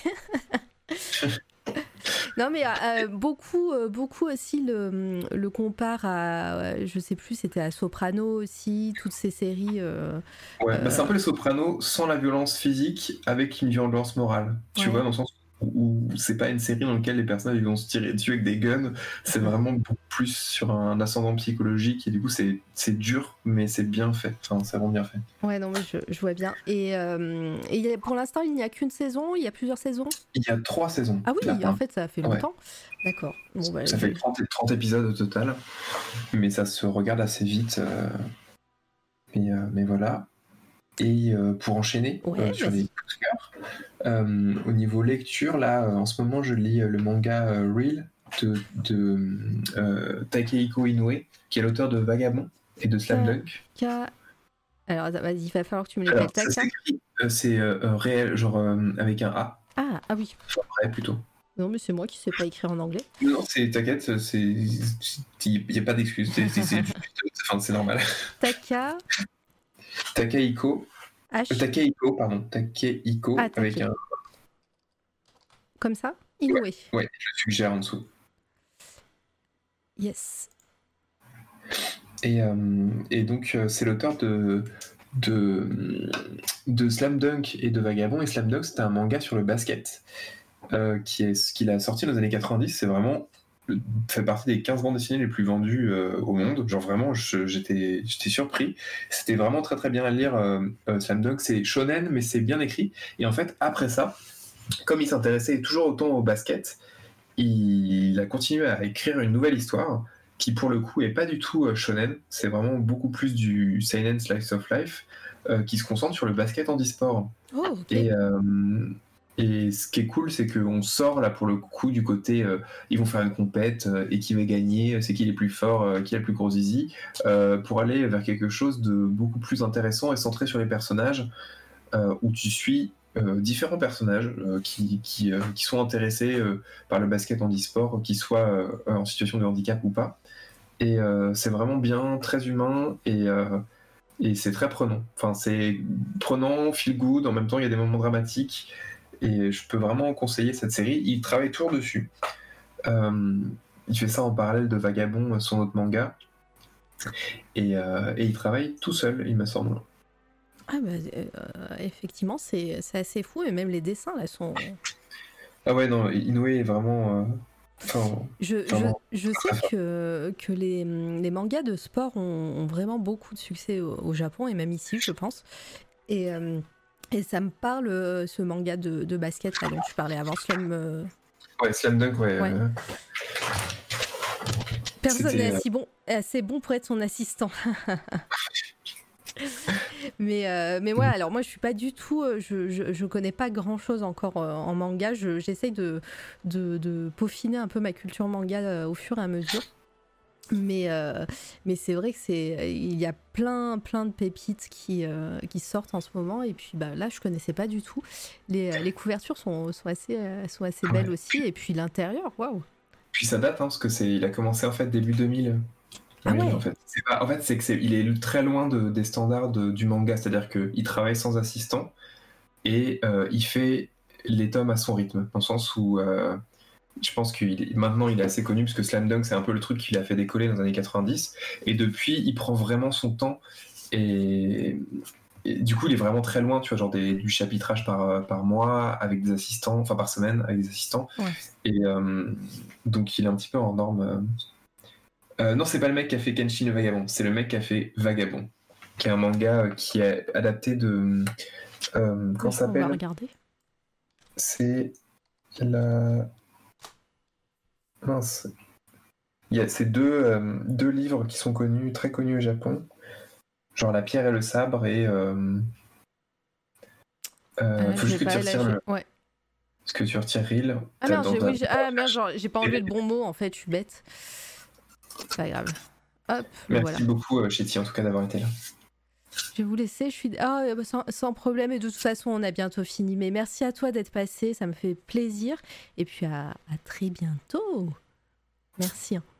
Non mais euh, beaucoup, euh, beaucoup aussi le, le comparent à, euh, je sais plus, c'était à Soprano aussi, toutes ces séries. euh, Ouais, Euh, bah, c'est un peu les Sopranos sans la violence physique avec une violence morale. Tu Ouais. vois, dans le sens où, où c'est pas une série dans laquelle les personnages ils vont se tirer dessus avec des guns, c'est vraiment beaucoup plus sur un ascendant psychologique et du coup c'est, c'est dur mais c'est bien fait. Enfin, c'est vraiment bien fait. Ouais, non, mais je, je vois bien. Et, euh, et il y a- pour l'instant, il n'y a qu'une saison, il y a plusieurs saisons. Il y a trois saisons. Ah oui, là, en fait, ça a fait Ouais. longtemps. D'accord. Bon, bah, Ça je- fait trente, trente épisodes au total, mais ça se regarde assez vite. euh, Mais, euh, mais voilà. Et euh, pour enchaîner Ouais, euh, sur vas-y. les coups de cœur, euh, au niveau lecture, là, euh, en ce moment, je lis euh, le manga euh, Real de, de euh, Takehiko Inoue, qui est l'auteur de Vagabond et de Slam Ta- Dunk. Ka- Alors, vas-y, il va falloir que tu me Alors, l'appelles. ça Taka. s'écrit, euh, c'est euh, euh, réel, genre euh, avec un A, Ah, ah oui. enfin vrai plutôt. Non, mais c'est moi qui sais pas écrire en anglais. Non, c'est, t'inquiète, c'est, il n'y a pas d'excuse, c'est, c'est, c'est, juste- enfin, c'est normal. Taka. Takehiko, H. euh, Takehiko, pardon, Takehiko, Ah, avec Take. un, Comme ça. Inoue. ouais, je le suggère en dessous. Yes. Et, euh, et donc, euh, c'est l'auteur de, de, de Slam Dunk et de Vagabond. Et Slam Dunk, c'était un manga sur le basket euh, qui est, qu'il a sorti dans les années quatre-vingt-dix. C'est vraiment fait partie des quinze bandes dessinées les plus vendues euh, au monde. Genre vraiment, je- j'étais, j'étais surpris. C'était vraiment très très bien à lire. euh, euh, Slam Dunk, c'est shonen, mais c'est bien écrit. Et en fait, après ça, comme il s'intéressait toujours autant au basket, il a continué à écrire une nouvelle histoire qui pour le coup est pas du tout euh, shonen, c'est vraiment beaucoup plus du seinen slice of life euh, qui se concentre sur le basket en e-sport. Oh, ok. Et, euh, et ce qui est cool, c'est qu'on sort là pour le coup du côté euh, ils vont faire une compète euh, et qui va gagner, c'est qui est le plus fort, euh, qui a le plus gros zizi, euh, pour aller vers quelque chose de beaucoup plus intéressant et centré sur les personnages euh, où tu suis euh, différents personnages euh, qui, qui, euh, qui sont intéressés euh, par le basket en e-sport, qu'ils soient euh, en situation de handicap ou pas. Et euh, c'est vraiment bien, très humain et, euh, et c'est très prenant. Enfin, c'est prenant, feel good, en même temps il y a des moments dramatiques et je peux vraiment conseiller cette série. Il travaille toujours dessus. Euh, il fait ça en parallèle de Vagabond, son autre manga. Et, euh, et il travaille tout seul, il me semble. Ah bah, euh, effectivement, c'est, c'est assez fou, et même les dessins là sont. Ah ouais, non, Inoue est vraiment. Euh, enfin, Je, vraiment je, je très sais fort. que, que les, les mangas de sport ont, ont vraiment beaucoup de succès au, au Japon, et même ici, je pense. Et, euh, et ça me parle, euh, ce manga de, de basket là, dont tu parlais avant, Slam. euh, Ouais, Slam Dunk, ouais. Ouais. euh, Personne C'était, n'est euh, assez bon, assez bon pour être son assistant. mais, euh, mais ouais, alors moi je suis pas du tout, euh, je, je, je connais pas grand chose encore euh, en manga. Je, j'essaye de, de, de peaufiner un peu ma culture manga euh, au fur et à mesure. Mais, euh, mais c'est vrai que c'est, il y a plein, plein de pépites qui, euh, qui sortent en ce moment. Et puis bah, là, je connaissais pas du tout. Les, les couvertures sont, sont, assez, euh, sont assez belles Ouais. aussi. Et puis l'intérieur, waouh! Puis ça date, hein, parce que c'est, il a commencé en fait début deux mille. Ah Oui, ouais. en fait, c'est pas, en fait, c'est que c'est, il est très loin de, des standards de- du manga, c'est-à-dire qu'il travaille sans assistant et euh, il fait les tomes à son rythme, dans le sens où euh, je pense que maintenant il est assez connu parce que Slam Dunk c'est un peu le truc qui l'a fait décoller dans les années quatre-vingt-dix, et depuis il prend vraiment son temps et, et du coup il est vraiment très loin, tu vois, genre des, du chapitrage par, par mois avec des assistants, enfin par semaine avec des assistants, Ouais. et euh, donc il est un petit peu en norme. euh, Euh, non, c'est pas le mec qui a fait Kenshin le Vagabond, c'est le mec qui a fait Vagabond, qui est un manga euh, qui est adapté de. Euh, comment ça On va s'appelle? regarder. C'est la. Mince. Il y a ces deux, euh, deux livres qui sont connus, très connus au Japon, genre La pierre et le sabre, et. Euh... Ah, Euh, là, faut je juste vais que tu pas, là, retires j'ai- le. ouais. Parce que tu retires Reel. Ah t'as merde, dans j'ai, ta- oui, j'ai, ah, merde, genre, j'ai pas enlevé le bon mot en fait, je suis bête. C'est pas grave. Hop, le Merci voilà. beaucoup, euh, Chetty, en tout cas, d'avoir été là. Je vais vous laisser, je suis. Ah, bah, sans, sans problème, et de toute façon, on a bientôt fini. Mais merci à toi d'être passé, ça me fait plaisir. Et puis à, à très bientôt. Merci. hein.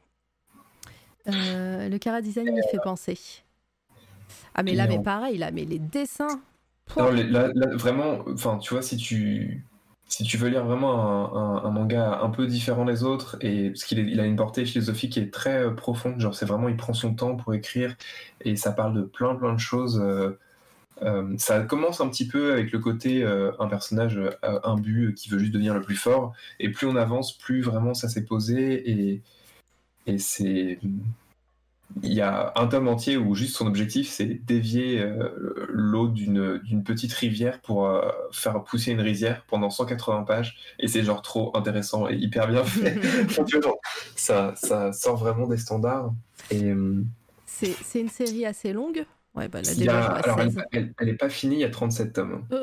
Euh, le Cara Design m'y fait penser. Ah, mais Et là, mais on- pareil, là, mais les dessins. Pouah. Alors, les- là, là, vraiment, enfin, tu vois, si tu, si tu veux lire vraiment un, un- un manga un peu différent des autres, et parce qu'il est- il a une portée philosophique qui est très euh, profonde, genre c'est vraiment, il prend son temps pour écrire, et ça parle de plein plein de choses. euh, euh, ça commence un petit peu avec le côté euh, un personnage euh, imbu euh, qui veut juste devenir le plus fort, et plus on avance, plus vraiment ça s'est posé, et, et c'est il y a un tome entier où juste son objectif c'est dévier euh, l'eau d'une d'une petite rivière pour euh, faire pousser une rizière pendant cent quatre-vingts pages, et c'est genre trop intéressant et hyper bien fait. Enfin, tu vois, genre, ça, ça sort vraiment des standards. Et euh, c'est, c'est une série assez longue. Ouais, bah là, il y déjà, a, je vois alors elle, seize. elle, elle est pas finie, il y a trente-sept tomes. Oh.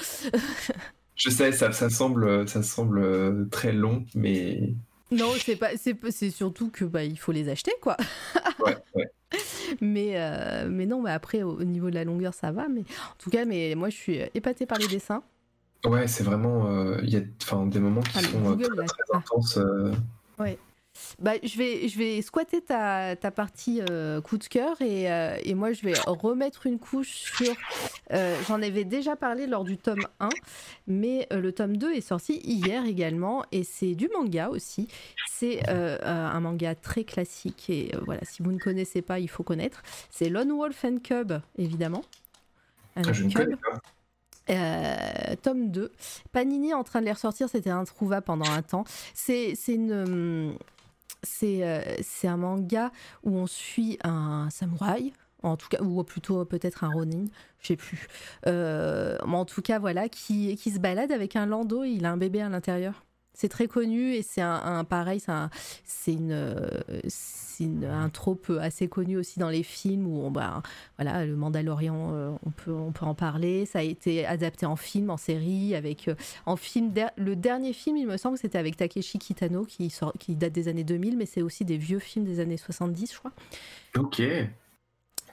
Je sais, ça, ça semble, ça semble euh, très long, mais Non, c'est pas, c'est, c'est surtout que bah, il faut les acheter, quoi. ouais, ouais. Mais, euh, mais non, mais après, au, au niveau de la longueur, ça va. Mais en tout cas, mais moi, je suis épatée par les dessins. Ouais, c'est vraiment, euh, il y a, enfin, des moments qui Ah, mais sont euh, Google, très, là. très Ah. intenses. euh. Ouais. Bah, je vais, je vais squatter ta, ta partie euh, coup de cœur, et, euh, et moi je vais remettre une couche sur... Euh, j'en avais déjà parlé lors du tome un, mais euh, le tome deux est sorti hier également, et c'est du manga aussi. C'est euh, un manga très classique, et euh, voilà, si vous ne connaissez pas, il faut connaître. C'est Lone Wolf and Cub, évidemment. Avec Je ne Cub. connais pas. Euh, tome deux. Panini en train de les ressortir, c'était introuvable pendant un temps. C'est, c'est une... hum, C'est, euh, c'est un manga où on suit un samouraï, en tout cas, ou plutôt peut-être un ronin, je sais plus. Euh, mais en tout cas, voilà, qui, qui se balade avec un landau et il a un bébé à l'intérieur. C'est très connu, et c'est un, un pareil, c'est, un, c'est, une, euh, c'est une, un trope assez connu aussi dans les films où on, bah, voilà, le Mandalorian, euh, on, peut, on peut en parler. Ça a été adapté en film, en série, avec euh, en film der- le dernier film, il me semble que c'était avec Takeshi Kitano, qui, sort, qui date des années deux mille, mais c'est aussi des vieux films des années soixante-dix, je crois. Ok.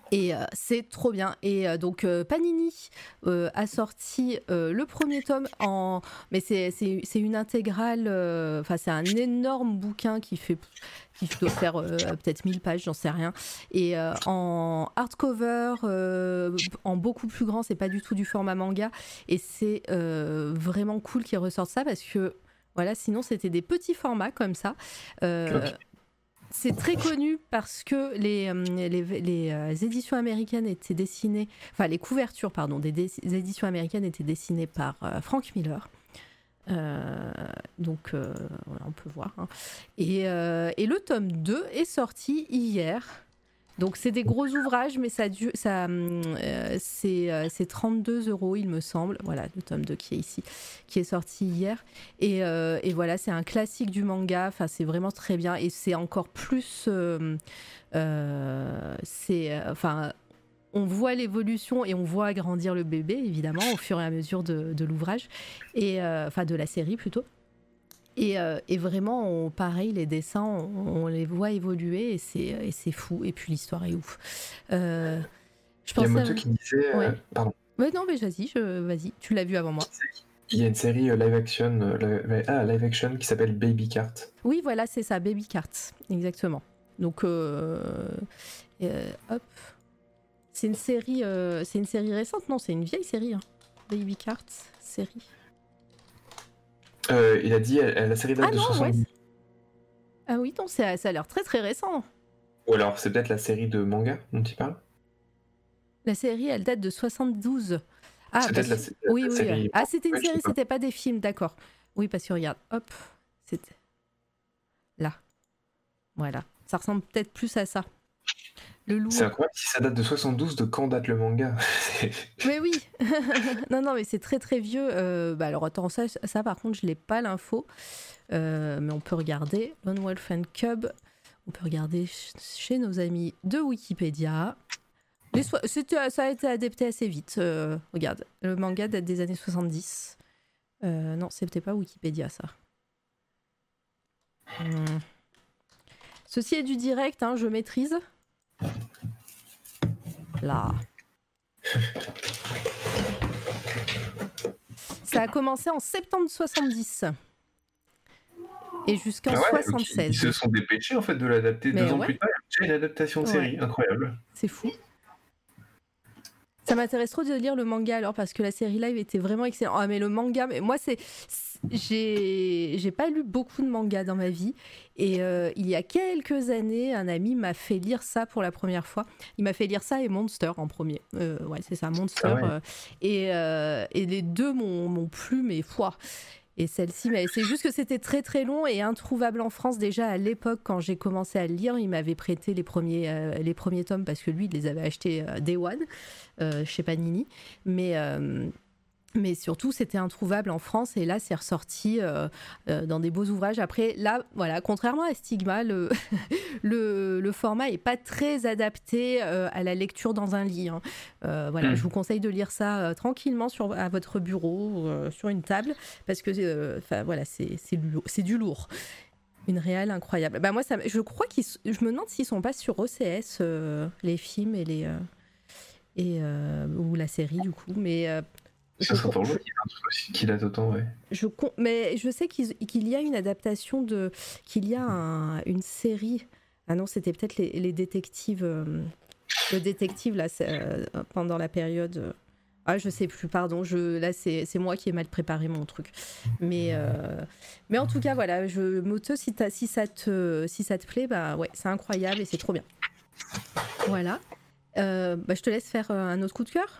Et euh, c'est trop bien. Et euh, donc euh, Panini euh, a sorti euh, le premier tome en... Mais c'est, c'est, c'est une intégrale, enfin euh, c'est un énorme bouquin qui fait... qui doit faire euh, peut-être mille pages, j'en sais rien. Et euh, en hardcover, euh, en beaucoup plus grand, c'est pas du tout du format manga. Et c'est euh, vraiment cool qu'ils ressortent ça parce que, voilà, sinon c'était des petits formats comme ça. Euh, okay. C'est très connu parce que les, les, les, les éditions américaines étaient dessinées, enfin les couvertures, pardon, des, des éditions américaines étaient dessinées par euh, Frank Miller. Euh, donc euh, voilà, on peut voir. Hein. Et, euh, et le tome deux est sorti hier. Donc c'est des gros ouvrages, mais ça, ça, euh, c'est, euh, c'est trente-deux euros, il me semble. Voilà, le tome deux qui est ici, qui est sorti hier. Et, euh, et voilà, c'est un classique du manga. Enfin, c'est vraiment très bien. Et c'est encore plus... Euh, euh, c'est... Enfin... On voit l'évolution et on voit grandir le bébé, évidemment, au fur et à mesure de, de l'ouvrage, et, euh, enfin de la série plutôt. Et, euh, et vraiment, on, pareil, les dessins, on, on les voit évoluer et c'est, et c'est fou. Et puis l'histoire est ouf. Euh, je pense Il y a Moto à... qui disait... Ouais. Euh, pardon. Ouais, non, mais vas-y, je... vas-y, tu l'as vu avant moi. Il y a une série live action, live, ah, live action qui s'appelle Baby Cart. Oui, voilà, c'est ça, Baby Cart, exactement. Donc, euh, euh, hop... C'est une série, euh, c'est une série récente, non, c'est une vieille série. Hein. Baby Cart, série. Euh, il a dit, elle, la série date ah de non, soixante-dix. Ouais, ah oui, non, c'est, ça a l'air très très récent. Ou alors c'est peut-être la série de manga dont il parle. La série, elle date de soixante-douze. Ah, c'est peut-être parce... la, la, oui, la oui, série. Oui. Ah, c'était une ouais, série, c'était pas des films, d'accord. Oui, parce que regarde, hop, c'était là. Voilà, ça ressemble peut-être plus à ça. Le loup. C'est incroyable, si ça date de soixante-douze, de quand date le manga? Mais oui. Non, non, mais c'est très très vieux. Euh, bah alors attends, ça, ça par contre, je n'ai pas l'info. Euh, mais on peut regarder. Lone Wolf and Cub. On peut regarder chez nos amis de Wikipédia. Les so- c'était, ça a été adapté assez vite. Euh, regarde, le manga date des années soixante-dix. Euh, non, c'était pas Wikipédia, ça. Hum. Ceci est du direct, hein, je maîtrise. Là. Ça a commencé en septembre soixante-dix et jusqu'en ah ouais, soixante-seize. Ils se sont dépêchés en fait de l'adapter Mais deux ans ouais. plus tard. Il y a une adaptation de série, ouais. Incroyable. C'est fou. Ça m'intéresse trop de lire le manga alors parce que la série live était vraiment excellente. Ah mais le manga, mais moi c'est, j'ai j'ai pas lu beaucoup de mangas dans ma vie et euh, il y a quelques années, un ami m'a fait lire ça pour la première fois. Il m'a fait lire ça et Monster en premier. Euh, ouais c'est ça, Monster. Ah ouais. euh, et euh, et les deux m'ont m'ont plu mais foi. Et celle-ci, mais c'est juste que c'était très très long et introuvable en France déjà à l'époque quand j'ai commencé à le lire. Il m'avait prêté les premiers, euh, les premiers tomes parce que lui, il les avait achetés euh, Day One euh, chez Panini. Mais, euh, mais surtout, c'était introuvable en France et là, c'est ressorti euh, euh, dans des beaux ouvrages. Après, là, voilà, contrairement à Stigma, le, le, le format n'est pas très adapté euh, à la lecture dans un lit. Hein. Euh, voilà, mmh. Je vous conseille de lire ça euh, tranquillement sur, à votre bureau, euh, sur une table, parce que euh, voilà, c'est, c'est, c'est du lourd. Une réale incroyable. Bah, moi, ça, je crois qu'ils... Je me demande s'ils ne sont pas sur O C S, euh, les films et les... Euh, et, euh, ou la série, du coup, mais... Euh, Ça serait pour moi, il y a un truc aussi qui date autant, ouais. Je, mais je sais qu'il, qu'il y a une adaptation de... qu'il y a un, une série... Ah non, c'était peut-être les, les détectives... Euh, le détective, là, euh, pendant la période... Euh, ah, je sais plus, pardon. Je, là, c'est, c'est moi qui ai mal préparé mon truc. Mais, euh, mais en tout cas, voilà, je, Moto, si, si, ça te, si ça te plaît, bah ouais, c'est incroyable et c'est trop bien. Voilà. Euh, bah, je te laisse faire un autre coup de cœur.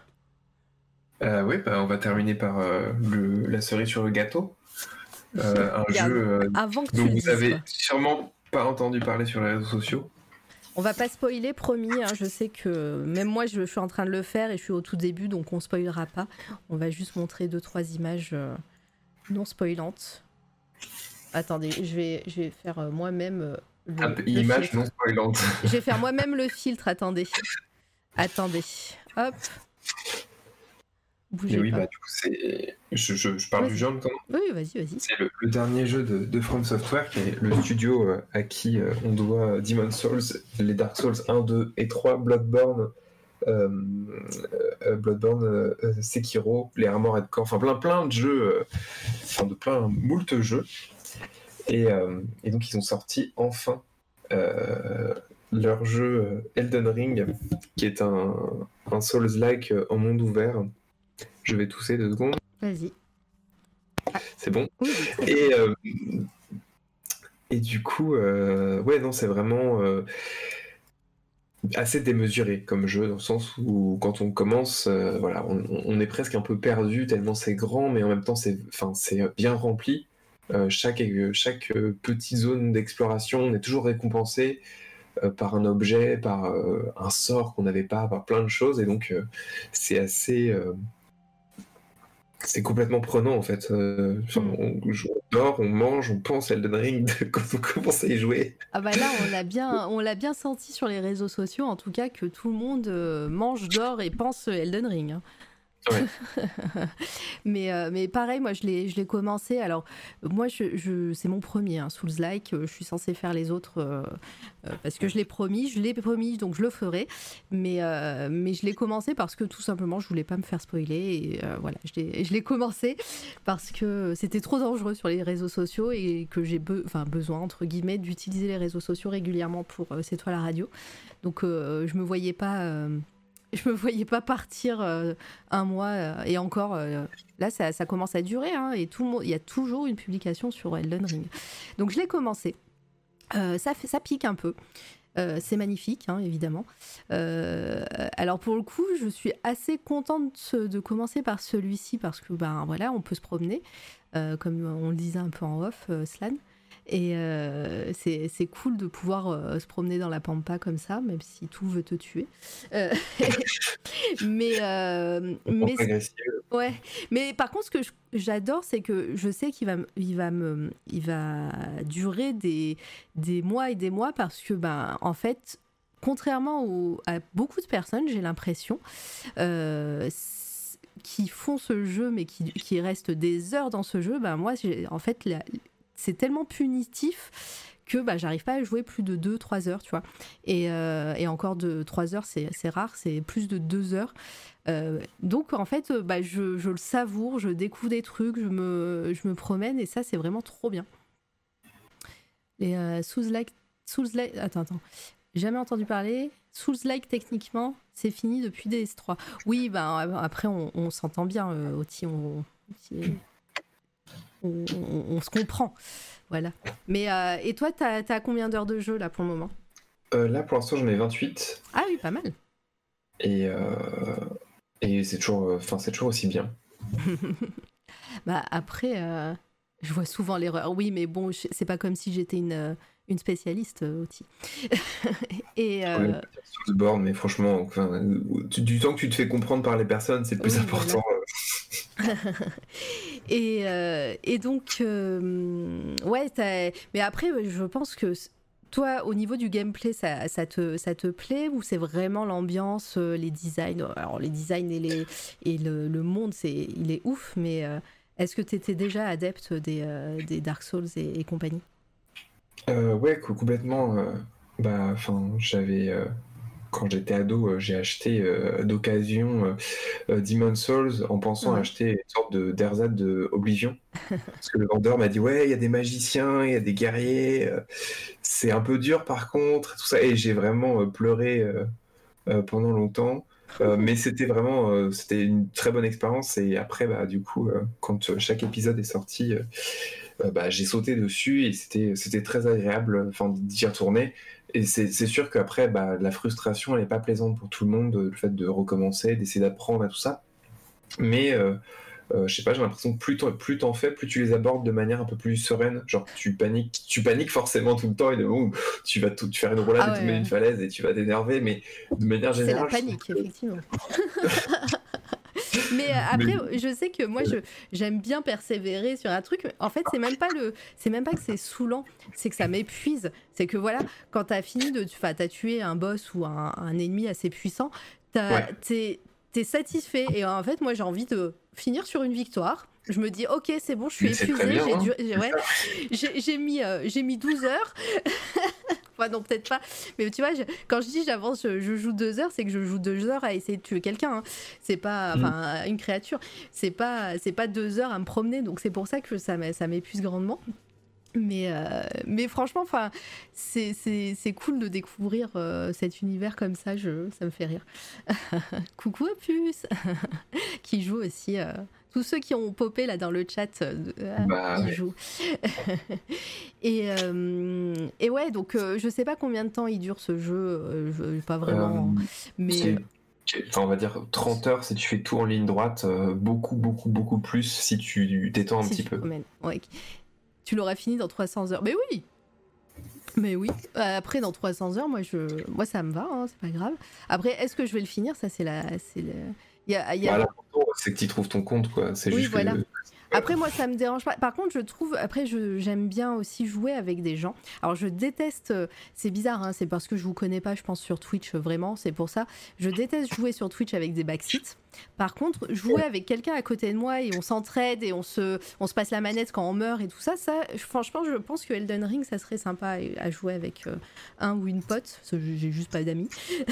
Euh, oui, bah, on va terminer par euh, le, la cerise sur le gâteau. Euh, un Regarde, jeu euh, avant que dont tu vous dises, avez quoi. sûrement pas entendu parler sur les réseaux sociaux. On va pas spoiler, promis. Hein, je sais que même moi, je, je suis en train de le faire et je suis au tout début, donc on spoilera pas. On va juste montrer deux, trois images euh, non spoilantes. Attendez, je vais, je vais faire euh, moi-même euh, le, ah, le image filtre. non spoilante. Je vais faire moi-même le filtre. Attendez, attendez. Hop. Bougez oui, pas. bah, du coup, c'est... Je, je, je parle vas-y. du jeu maintenant. Oui, vas-y, vas-y. C'est le, le dernier jeu de, de From Software, qui est le studio euh, à qui euh, on doit Demon's Souls, les Dark Souls un, deux et trois, Bloodborne, euh, euh, Bloodborne, euh, Sekiro, les Armored Core, enfin plein plein de jeux, euh, enfin de plein moult jeux. Et, euh, et donc ils ont sorti enfin euh, leur jeu Elden Ring, qui est un, un Souls-like en monde ouvert. Je vais tousser deux secondes. Vas-y. C'est bon. Oui, oui. Et, euh, et du coup, euh, ouais, non, c'est vraiment euh, assez démesuré comme jeu, dans le sens où quand on commence, euh, voilà, on, on est presque un peu perdu tellement c'est grand, mais en même temps c'est, enfin, c'est bien rempli. Euh, chaque chaque euh, petite zone d'exploration, on est toujours récompensé euh, par un objet, par euh, un sort qu'on n'avait pas, par plein de choses, et donc euh, c'est assez euh, c'est complètement prenant en fait. Euh, enfin, Mm. on, on dort, on mange, on pense à Elden Ring quand on commence à y jouer. Ah bah là, on l'a bien, on l'a bien senti sur les réseaux sociaux, en tout cas, que tout le monde euh, mange, dort et pense Elden Ring. Hein. Ouais. mais, euh, mais pareil, moi je l'ai, je l'ai commencé. Alors, moi, je, je, c'est mon premier, hein, Souls-like. Je suis censée faire les autres euh, euh, parce que je l'ai promis. Je l'ai promis, donc je le ferai. Mais, euh, mais je l'ai commencé parce que tout simplement, je voulais pas me faire spoiler. Et euh, voilà, je l'ai, je l'ai commencé parce que c'était trop dangereux sur les réseaux sociaux et que j'ai be- enfin, besoin, entre guillemets, d'utiliser les réseaux sociaux régulièrement pour euh, C'est toi la radio. Donc, euh, je me voyais pas. Euh, Je me voyais pas partir euh, un mois euh, et encore euh, là ça, ça commence à durer hein, et tout le monde, il y a toujours une publication sur Elden Ring. Donc je l'ai commencé. Euh, ça fait, ça pique un peu. Euh, c'est magnifique hein, évidemment. Euh, alors pour le coup, je suis assez contente de commencer par celui-ci parce que ben voilà, on peut se promener euh, comme on le disait un peu en off, euh, Slan. Et euh, c'est, c'est cool de pouvoir euh, se promener dans la pampa comme ça, même si tout veut te tuer. Euh, mais euh, mais ouais. Mais par contre, ce que je, j'adore, c'est que je sais qu'il va, il va me, il va durer des des mois et des mois parce que ben en fait, contrairement au, à beaucoup de personnes, j'ai l'impression. Euh, qui font ce jeu mais qui, qui restent des heures dans ce jeu, ben moi j'ai, en fait la, c'est tellement punitif que bah, j'arrive pas à jouer plus de deux trois heures, tu vois. Et, euh, et encore de trois heures, c'est, c'est rare, c'est plus de deux heures. Euh, donc en fait, bah, je, je le savoure, je découvre des trucs, je me, je me promène et ça, c'est vraiment trop bien. Les euh, Souls-like, Souls-like... Attends, attends. Jamais entendu parler. Souls-like, techniquement, c'est fini depuis D S trois. Oui, bah, après, on, on s'entend bien, euh, Oti, on... Oti... On, on, on se comprend, voilà. Mais euh, et toi, t'as, t'as combien d'heures de jeu là pour le moment ? euh, Là, pour l'instant, j'en ai vingt-huit. Ah oui, pas mal. Et, euh, et c'est toujours, enfin, c'est toujours aussi bien. Bah après, euh, je vois souvent l'erreur. Oui, mais bon, je, c'est pas comme si j'étais une une spécialiste, Oti. Et euh... ouais, Soulsborne, mais franchement, enfin, du, du temps que tu te fais comprendre par les personnes, c'est le plus oui, important. Voilà. et, euh, et donc, euh, ouais, t'as... mais après, je pense que toi, au niveau du gameplay, ça, ça, te, ça te plaît ou c'est vraiment l'ambiance, les designs ? Alors, les designs et, les, et le, le monde, c'est, il est ouf, mais euh, est-ce que tu étais déjà adepte des, euh, des Dark Souls et, et compagnie ? euh, Ouais, complètement. Euh, bah, enfin, j'avais... Euh... Quand j'étais ado, euh, j'ai acheté euh, d'occasion euh, Demon's Souls en pensant ouais. acheter une sorte de d'Erzad de Oblivion. Parce que le vendeur m'a dit ouais, il y a des magiciens, il y a des guerriers, euh, c'est un peu dur par contre, tout ça. Et j'ai vraiment euh, pleuré euh, euh, pendant longtemps. Euh, mais c'était vraiment euh, c'était une très bonne expérience. Et après, bah, du coup, euh, quand chaque épisode est sorti, euh, euh, bah, j'ai sauté dessus et c'était, c'était très agréable enfin, d'y retourner. Et c'est, c'est sûr qu'après, bah, la frustration, elle n'est pas plaisante pour tout le monde, le fait de recommencer, d'essayer d'apprendre à tout ça. Mais, euh, euh, je sais pas, j'ai l'impression que plus t'en, plus t'en fais, plus tu les abordes de manière un peu plus sereine. Genre, tu paniques, tu paniques forcément tout le temps et de bon, tu vas tout, tu faire une roulade ah ouais, et tomber ouais. d'une falaise et tu vas t'énerver, mais de manière générale. C'est la panique, que... effectivement. Mais euh, après, mais... je sais que moi, je, j'aime bien persévérer sur un truc. Mais en fait, c'est même pas le, c'est même pas que c'est saoulant, c'est que ça m'épuise. C'est que voilà, quand t'as fini de, enfin, t'as tué un boss ou un, un ennemi assez puissant, t'as, ouais. t'es, t'es satisfait. Et en fait, moi, j'ai envie de finir sur une victoire. Je me dis, ok, c'est bon, je suis mais épuisée. Bien, j'ai, hein dû, j'ai, ouais, j'ai, j'ai mis, euh, j'ai mis douze heures. Enfin non, peut-être pas. Mais tu vois, je, quand je dis j'avance, je, je joue deux heures, c'est que je joue deux heures à essayer de tuer quelqu'un. Hein. C'est pas, enfin, mmh. une créature. C'est pas, c'est pas deux heures à me promener. Donc c'est pour ça que ça, ça m'épuise grandement. Mais, euh, mais franchement, enfin, c'est, c'est, c'est cool de découvrir euh, cet univers comme ça. Je, ça me fait rire. Coucou Opus, qui joue aussi. Euh, tous ceux qui ont popé là dans le chat, euh, bah, ils ouais. jouent. et, euh, et ouais, donc euh, je sais pas combien de temps il dure ce jeu. Euh, je, pas vraiment. Euh, mais c'est... Enfin, on va dire trente heures si tu fais tout en ligne droite, euh, beaucoup, beaucoup, beaucoup plus si tu t'étends un si petit tu peu. Promènes. Ouais. Tu l'auras fini dans trois cents heures. Mais oui. Mais oui. Après, dans trois cents heures, moi, je... moi ça me va, hein, c'est pas grave. Après, est-ce que je vais le finir ? Ça, c'est la... c'est le... Il y a, il y a... Bah, l'important, c'est que tu trouves ton compte, quoi. C'est oui, juste voilà. que... Après, moi, ça me dérange pas. Par contre, je trouve, après, je, j'aime bien aussi jouer avec des gens. Alors, je déteste, c'est bizarre, hein, c'est parce que je vous connais pas, je pense, sur Twitch, vraiment, c'est pour ça. Je déteste jouer sur Twitch avec des backseats. Par contre, jouer avec quelqu'un à côté de moi et on s'entraide et on se, on se passe la manette quand on meurt et tout ça, ça, franchement, je pense que Elden Ring, ça serait sympa à jouer avec euh, un ou une pote, parce que j'ai juste pas d'amis.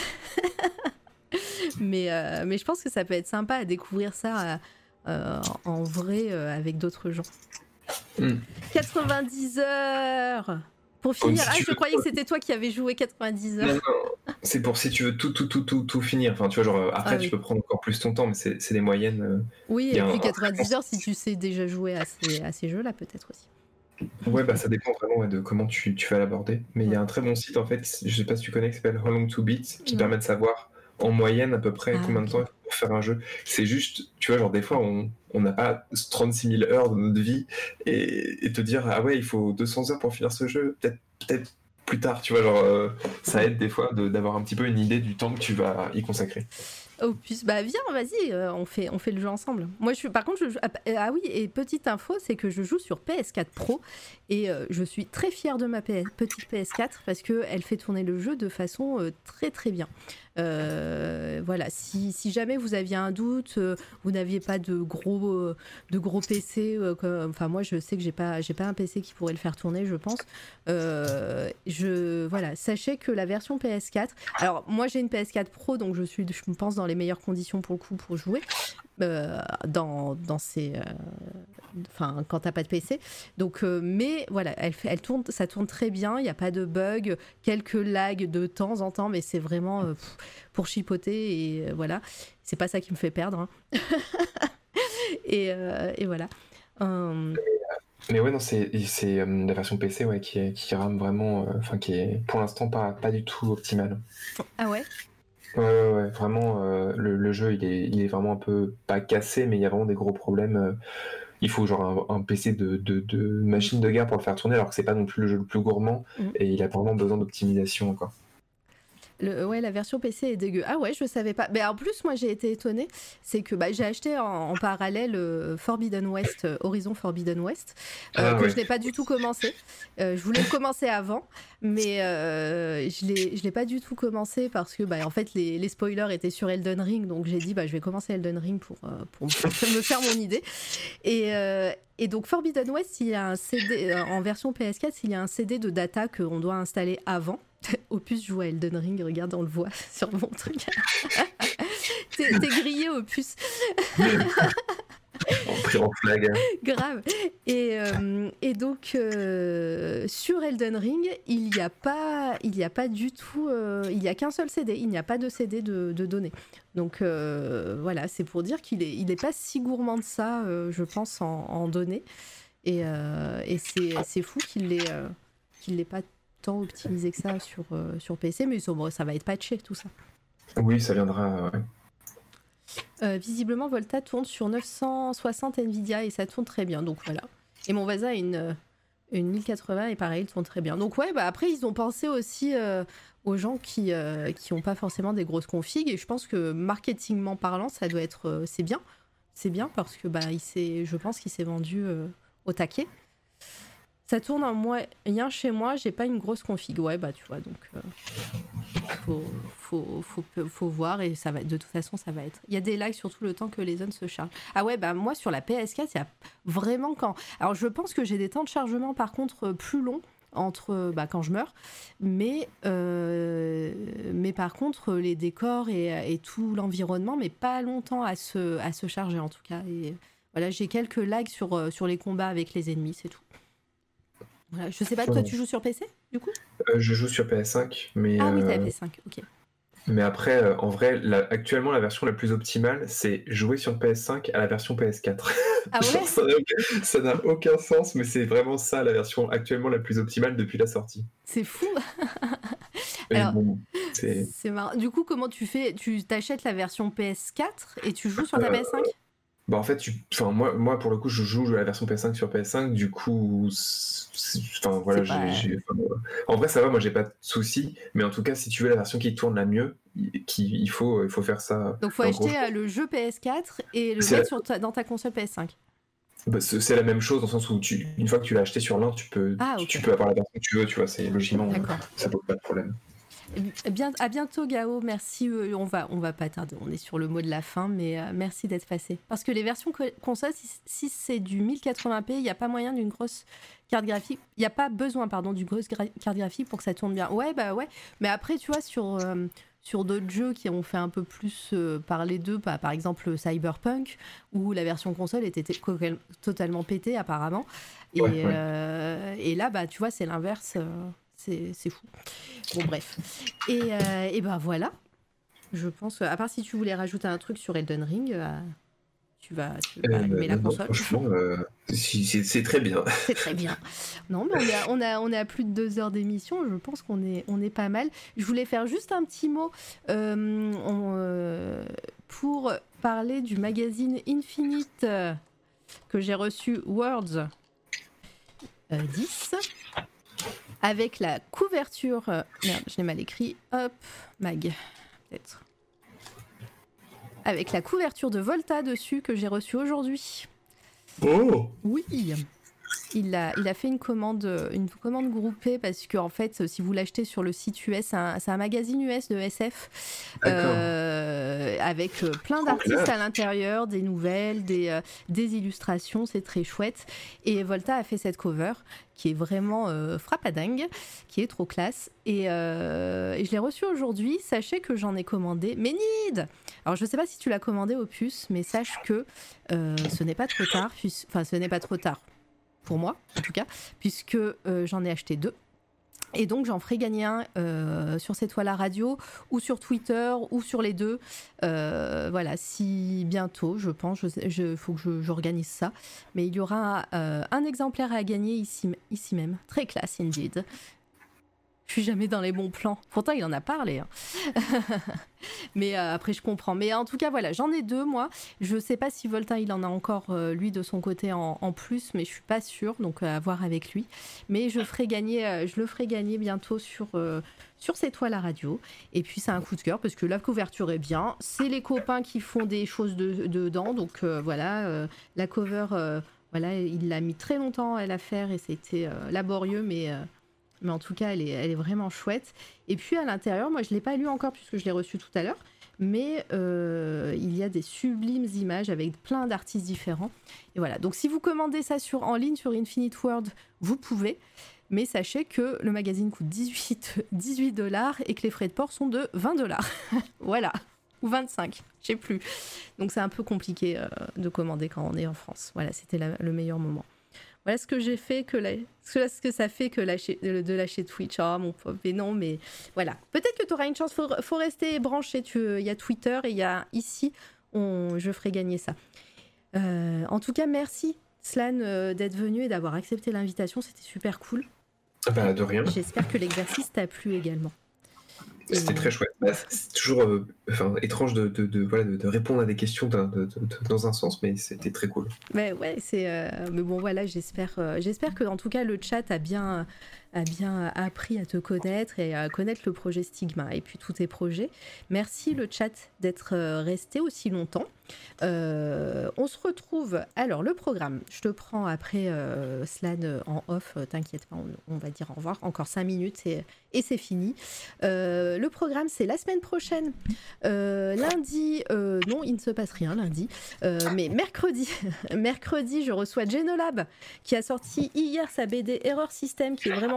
mais, euh, mais je pense que ça peut être sympa à découvrir ça euh, en vrai euh, avec d'autres gens. Mm. quatre-vingt-dix heures pour finir. Si ah, je croyais que c'était toi qui avais joué quatre-vingt-dix heures. Non, non, c'est pour si tu veux tout, tout, tout, tout, tout finir. Enfin, tu vois, genre, après, ah, tu oui. peux prendre encore plus ton temps, mais c'est, c'est des moyennes. Euh, oui, et puis quatre-vingt-dix heures si tu sais déjà jouer à ces, à ces jeux-là, peut-être aussi. Ouais, bah ça dépend vraiment ouais, de comment tu, tu vas l'aborder. Mais il ouais. y a un très bon site, en fait, je sais pas si tu connais, qui s'appelle How Long to Beat, qui non. permet de savoir en moyenne à peu près ah, combien de temps il faut pour faire un jeu. C'est juste, tu vois, genre des fois on on n'a pas trente-six mille heures de notre vie et, et te dire ah ouais il faut deux cents heures pour finir ce jeu, peut-être peut-être plus tard, tu vois, genre euh, ça aide des fois de, d'avoir un petit peu une idée du temps que tu vas y consacrer. Opus, bah viens, vas-y, euh, on fait on fait le jeu ensemble. Moi je suis, par contre, je joue, ah, ah oui, et petite info, c'est que je joue sur P S quatre Pro et euh, je suis très fière de ma P S, petite P S quatre parce que elle fait tourner le jeu de façon euh, très très bien. Euh, voilà, si, si jamais vous aviez un doute, euh, vous n'aviez pas de gros euh, de gros P C, euh, comme, enfin moi je sais que j'ai pas j'ai pas un P C qui pourrait le faire tourner, je pense. Euh, je voilà, sachez que la version P S quatre, alors moi j'ai une P S quatre Pro, donc je suis je pense dans les meilleures conditions pour le coup pour jouer. Euh, dans, dans ces enfin euh, quand t'as pas de P C donc euh, mais voilà elle, fait, elle tourne ça tourne très bien, il n'y a pas de bug, quelques lags de temps en temps mais c'est vraiment euh, pour chipoter et euh, voilà, c'est pas ça qui me fait perdre hein. et, euh, et voilà euh... mais ouais non c'est, c'est euh, la version P C ouais, qui, est, qui rame vraiment enfin euh, qui est pour l'instant pas, pas du tout optimale. Ah ouais. Ouais, ouais, ouais, vraiment, euh, le, le jeu, il est, il est vraiment un peu, pas cassé, mais il y a vraiment des gros problèmes. Euh, il faut genre un, un P C de, de, de machine de guerre pour le faire tourner, alors que c'est pas non plus le jeu le plus gourmand, mmh. et il a vraiment besoin d'optimisation encore. Le, ouais, la version P C est dégueu. Ah ouais, je savais pas. Mais en plus, moi, j'ai été étonnée. C'est que bah, j'ai acheté en, en parallèle euh, Forbidden West, euh, Horizon Forbidden West, euh, ah, que ouais. je n'ai pas du tout commencé. Euh, je voulais le commencer avant, mais euh, je l'ai, je l'ai pas du tout commencé parce que, bah, en fait, les, les spoilers étaient sur Elden Ring, donc j'ai dit, bah, je vais commencer Elden Ring pour, euh, pour, pour me faire mon idée. Et, euh, et donc Forbidden West, il y a un C D euh, en version P S quatre, il y a un C D de data qu'on doit installer avant. Opus joue à Elden Ring, regarde, on le voit sur mon truc. t'es, t'es grillé, Opus. En pris en flag. Grave. Et, euh, et donc, euh, sur Elden Ring, il n'y a pas, il y a pas du tout, euh, il n'y a qu'un seul C D, il n'y a pas de C D de, de données. Donc euh, voilà, c'est pour dire qu'il n'est il est pas si gourmand de ça, euh, je pense, en, en données. Et, euh, et c'est, c'est fou qu'il l'ait, euh, qu'il l'ait pas tant optimisé que ça sur, euh, sur P C, mais ça, bon, ça va être patché tout ça. Oui, ça viendra, ouais. Euh, visiblement, Volta tourne sur neuf cent soixante Nvidia et ça tourne très bien, donc voilà. Et mon voisin a une, une mille quatre-vingts et pareil, il tourne très bien. Donc ouais, bah après, ils ont pensé aussi euh, aux gens qui euh, qui ont pas forcément des grosses configs et je pense que marketingment parlant, ça doit être... Euh, c'est bien. C'est bien parce que bah, il s'est, je pense qu'il s'est vendu euh, au taquet. Ça tourne en moyen chez moi, j'ai pas une grosse config. Ouais, bah tu vois, donc euh, faut, faut, faut, faut voir et ça va, de toute façon, ça va être. Il y a des lags surtout le temps que les zones se chargent. Ah ouais, bah moi sur la P S quatre, il y a vraiment quand. Alors je pense que j'ai des temps de chargement par contre plus longs entre bah, quand je meurs, mais euh, mais par contre les décors et, et tout l'environnement, mais pas longtemps à se à se charger en tout cas. Et voilà, j'ai quelques lags sur sur les combats avec les ennemis, c'est tout. Voilà, je sais pas, toi tu joues sur P C du coup ? Euh, je joue sur P S cinq, mais Ah oui, t'as euh, P S cinq, ok. mais après, euh, en vrai, la- actuellement, la version la plus optimale, c'est jouer sur P S cinq à la version P S quatre. Ah ouais. Genre, ça n'a aucun, ça n'a aucun sens, mais c'est vraiment ça la version actuellement la plus optimale depuis la sortie. C'est fou. Mais Alors, bon, c'est... c'est marrant. Du coup, comment tu fais ? Tu t'achètes la version P S quatre et tu joues sur ta Euh, P S cinq ? Bah en fait, tu... enfin, moi, moi, pour le coup, je joue la version P S cinq sur P S cinq, du coup, c'est- enfin, voilà, C'est pas- j'ai, j'ai- enfin, euh, en vrai, ça va, moi, j'ai pas de soucis, mais en tout cas, si tu veux la version qui tourne la mieux, il, qui, il, faut, il faut faire ça. Donc, faut En acheter gros, euh, le jeu P S quatre et le C'est mettre la- sur ta- dans ta console P S cinq. bah, c'est c'est la même chose dans le sens où, tu, une fois que tu l'as acheté sur l'un, tu peux, Ah, tu, ok. tu peux avoir la version que tu veux, tu vois, c'est logiquement, D'accord. ça pose pas de problème. Bien, à bientôt Gao, merci. euh, on va, on va pas tarder, on est sur le mot de la fin, mais euh, merci d'être passé. Parce que les versions co- console, si, si c'est du mille quatre-vingts p, il n'y a pas moyen d'une grosse carte graphique. Il n'y a pas besoin, pardon, d'une grosse gra- carte graphique pour que ça tourne bien. Ouais, bah ouais. Mais après, tu vois, sur euh, sur d'autres jeux qui ont fait un peu plus euh, parler d'eux, bah, par exemple Cyberpunk, où la version console était t- co- totalement pétée apparemment. Et, Ouais, ouais. euh, et là, bah, tu vois, c'est l'inverse. euh, c'est, c'est fou. Bon, bref. Et, euh, et ben voilà. Je pense, à part si tu voulais rajouter un truc sur Elden Ring, euh, tu vas, tu vas Euh, allumer la non, non, console. franchement, euh, si- c'est c'est très bien. C'est très bien. Non, mais on est, à, on, a, on est à plus de deux heures d'émission. Je pense qu'on est, on est pas mal. Je voulais faire juste un petit mot euh, on, euh, pour parler du magazine Infinite euh, que j'ai reçu, Worlds euh, dix, avec la couverture. euh, merde, je l'ai mal écrit. Hop, mag, peut-être. Avec la couverture de Volta dessus que j'ai reçue aujourd'hui. Oh Oui, il a, il a fait une commande, une commande groupée parce que en fait, si vous l'achetez sur le site U S, c'est un, c'est un magazine U S de S F euh, avec euh, plein d'artistes à l'intérieur, des nouvelles, des, euh, des illustrations, c'est très chouette. Et Volta a fait cette cover qui est vraiment euh, frappadingue, qui est trop classe. Et, euh, et je l'ai reçue aujourd'hui. Sachez que j'en ai commandé Ménide. Alors je sais pas si tu l'as commandé Opus, mais sache que euh, ce n'est pas trop tard. puis- Enfin, ce n'est pas trop tard. Pour moi, en tout cas, puisque euh, j'en ai acheté deux. Et donc, j'en ferai gagner un euh, sur cette toile à radio, ou sur Twitter, ou sur les deux. Euh, voilà, si bientôt, je pense, il je, faut que je, j'organise ça. Mais il y aura euh, un exemplaire à gagner ici, ici même. Très classe, indeed. Je suis jamais dans les bons plans. Pourtant, il en a parlé. Hein. Mais euh, après, je comprends. Mais en tout cas, voilà, j'en ai deux, moi. Je sais pas si Volta, il en a encore, euh, lui, de son côté en, en plus, mais je suis pas sûre. Donc, euh, à voir avec lui. Mais je, ferai gagner, euh, je le ferai gagner bientôt sur, euh, sur ces toiles à radio. Et puis, c'est un coup de cœur parce que la couverture est bien. C'est les copains qui font des choses de, dedans. Donc, euh, voilà, euh, la cover, euh, voilà, il l'a mis très longtemps à la faire et c'était euh, laborieux, mais... Euh, Mais en tout cas, elle est, elle est vraiment chouette. Et puis à l'intérieur, moi je ne l'ai pas lu encore puisque je l'ai reçu tout à l'heure, mais euh, il y a des sublimes images avec plein d'artistes différents. Et voilà, donc si vous commandez ça sur, en ligne sur Infinite World, vous pouvez, mais sachez que le magazine coûte dix-huit dollars et que les frais de port sont de vingt dollars. Voilà, ou vingt-cinq, je sais plus. Donc c'est un peu compliqué euh, de commander quand on est en France. Voilà, c'était la, le meilleur moment. Voilà ce que j'ai fait, que la... ce que ça fait que lâcher... de lâcher Twitch. Oh mon pauvre, mais non, mais voilà. Peut-être que tu auras une chance, faut, faut rester branché. Il y a Twitter et il y a ici, on... je ferai gagner ça. Euh, en tout cas, merci Slan euh, d'être venu et d'avoir accepté l'invitation, c'était super cool. Bah, de rien. J'espère que l'exercice t'a plu également. C'était Et... très chouette. Bah, c'est toujours euh, enfin, étrange de, de, de, voilà, de, de répondre à des questions de, de, de, dans un sens, mais c'était très cool. Mais ouais, c'est. Euh... Mais bon, voilà, j'espère. Euh... J'espère que en tout cas le chat a bien, a bien appris à te connaître et à connaître le projet Stigma et puis tous tes projets. Merci le chat d'être resté aussi longtemps. Euh, on se retrouve. Alors le programme, je te prends après euh, Slan en off. T'inquiète pas, on, on va dire au revoir. Encore cinq minutes et, et c'est fini. Euh, le programme, c'est la semaine prochaine. Euh, lundi, euh, non, il ne se passe rien lundi. Euh, mais mercredi, mercredi, je reçois Genolab qui a sorti hier sa B D Error System qui est vraiment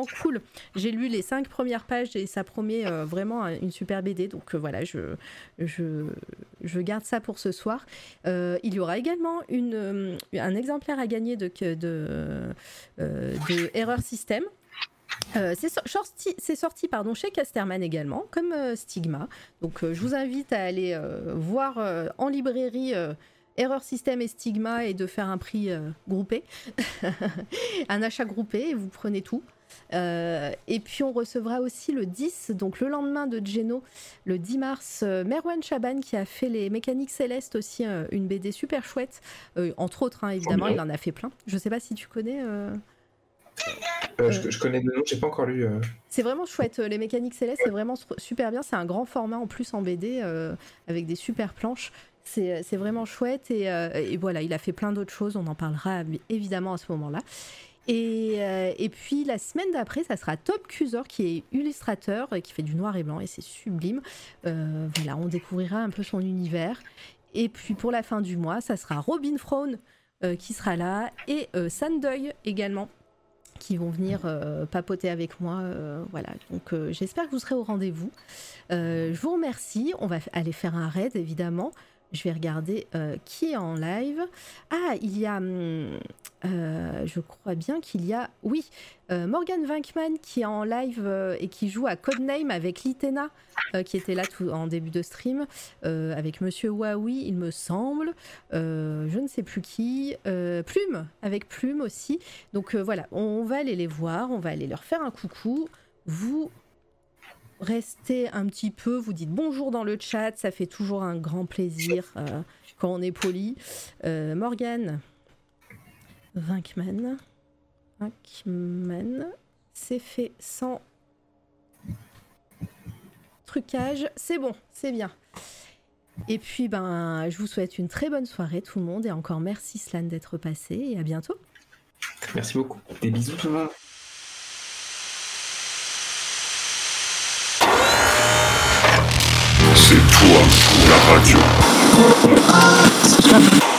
cool. J'ai lu les cinq premières pages et ça promet euh, vraiment une super B D. Donc euh, voilà, je, je, je garde ça pour ce soir. Euh, il y aura également une, euh, un exemplaire à gagner de, de, euh, de Error System. Euh, c'est, sorti, c'est sorti pardon, chez Casterman également, comme euh, Stigma. Donc euh, je vous invite à aller euh, voir euh, en librairie euh, Error System et Stigma et de faire un prix euh, groupé, un achat groupé et vous prenez tout. Euh, et puis on recevra aussi le dix, donc le lendemain de Geno, le dix mars, euh, Merwan Chaban qui a fait les Mécaniques Célestes aussi, euh, une B D super chouette, euh, entre autres hein, évidemment, il en a fait plein. Je sais pas si tu connais... Euh... Euh, je, je connais le nom, j'ai pas encore lu. Euh... C'est vraiment chouette, les Mécaniques Célestes, c'est vraiment super bien. C'est un grand format en plus en B D euh, avec des super planches. C'est, c'est vraiment chouette et, euh, et voilà, il a fait plein d'autres choses. On en parlera évidemment à ce moment-là. Et, euh, et puis la semaine d'après, ça sera Tom Cusor qui est illustrateur et qui fait du noir et blanc et c'est sublime. Euh, voilà, on découvrira un peu son univers. Et puis pour la fin du mois, ça sera Robin Frown euh, qui sera là et euh, Sandoy également, qui vont venir euh, papoter avec moi. Euh, voilà, donc euh, j'espère que vous serez au rendez-vous. Euh, je vous remercie. On va f- aller faire un raid, évidemment. Je vais regarder euh, qui est en live. Ah, il y a... Hum, euh, je crois bien qu'il y a... Oui, euh, Morgan Winkman qui est en live euh, et qui joue à Codename avec Litena, euh, qui était là tout, en début de stream, euh, avec Monsieur Waoui, il me semble. Euh, je ne sais plus qui. Euh, Plume, avec Plume aussi. Donc euh, voilà, on va aller les voir, on va aller leur faire un coucou. Vous... Restez un petit peu, vous dites bonjour dans le chat, ça fait toujours un grand plaisir euh, quand on est poli. Euh, Morgane Winkman, Winkman, c'est fait sans trucage, c'est bon, c'est bien. Et puis ben, je vous souhaite une très bonne soirée tout le monde et encore merci Slan d'être passé et à bientôt. Merci beaucoup. Des bisous tout le monde. C'est toi, la radio.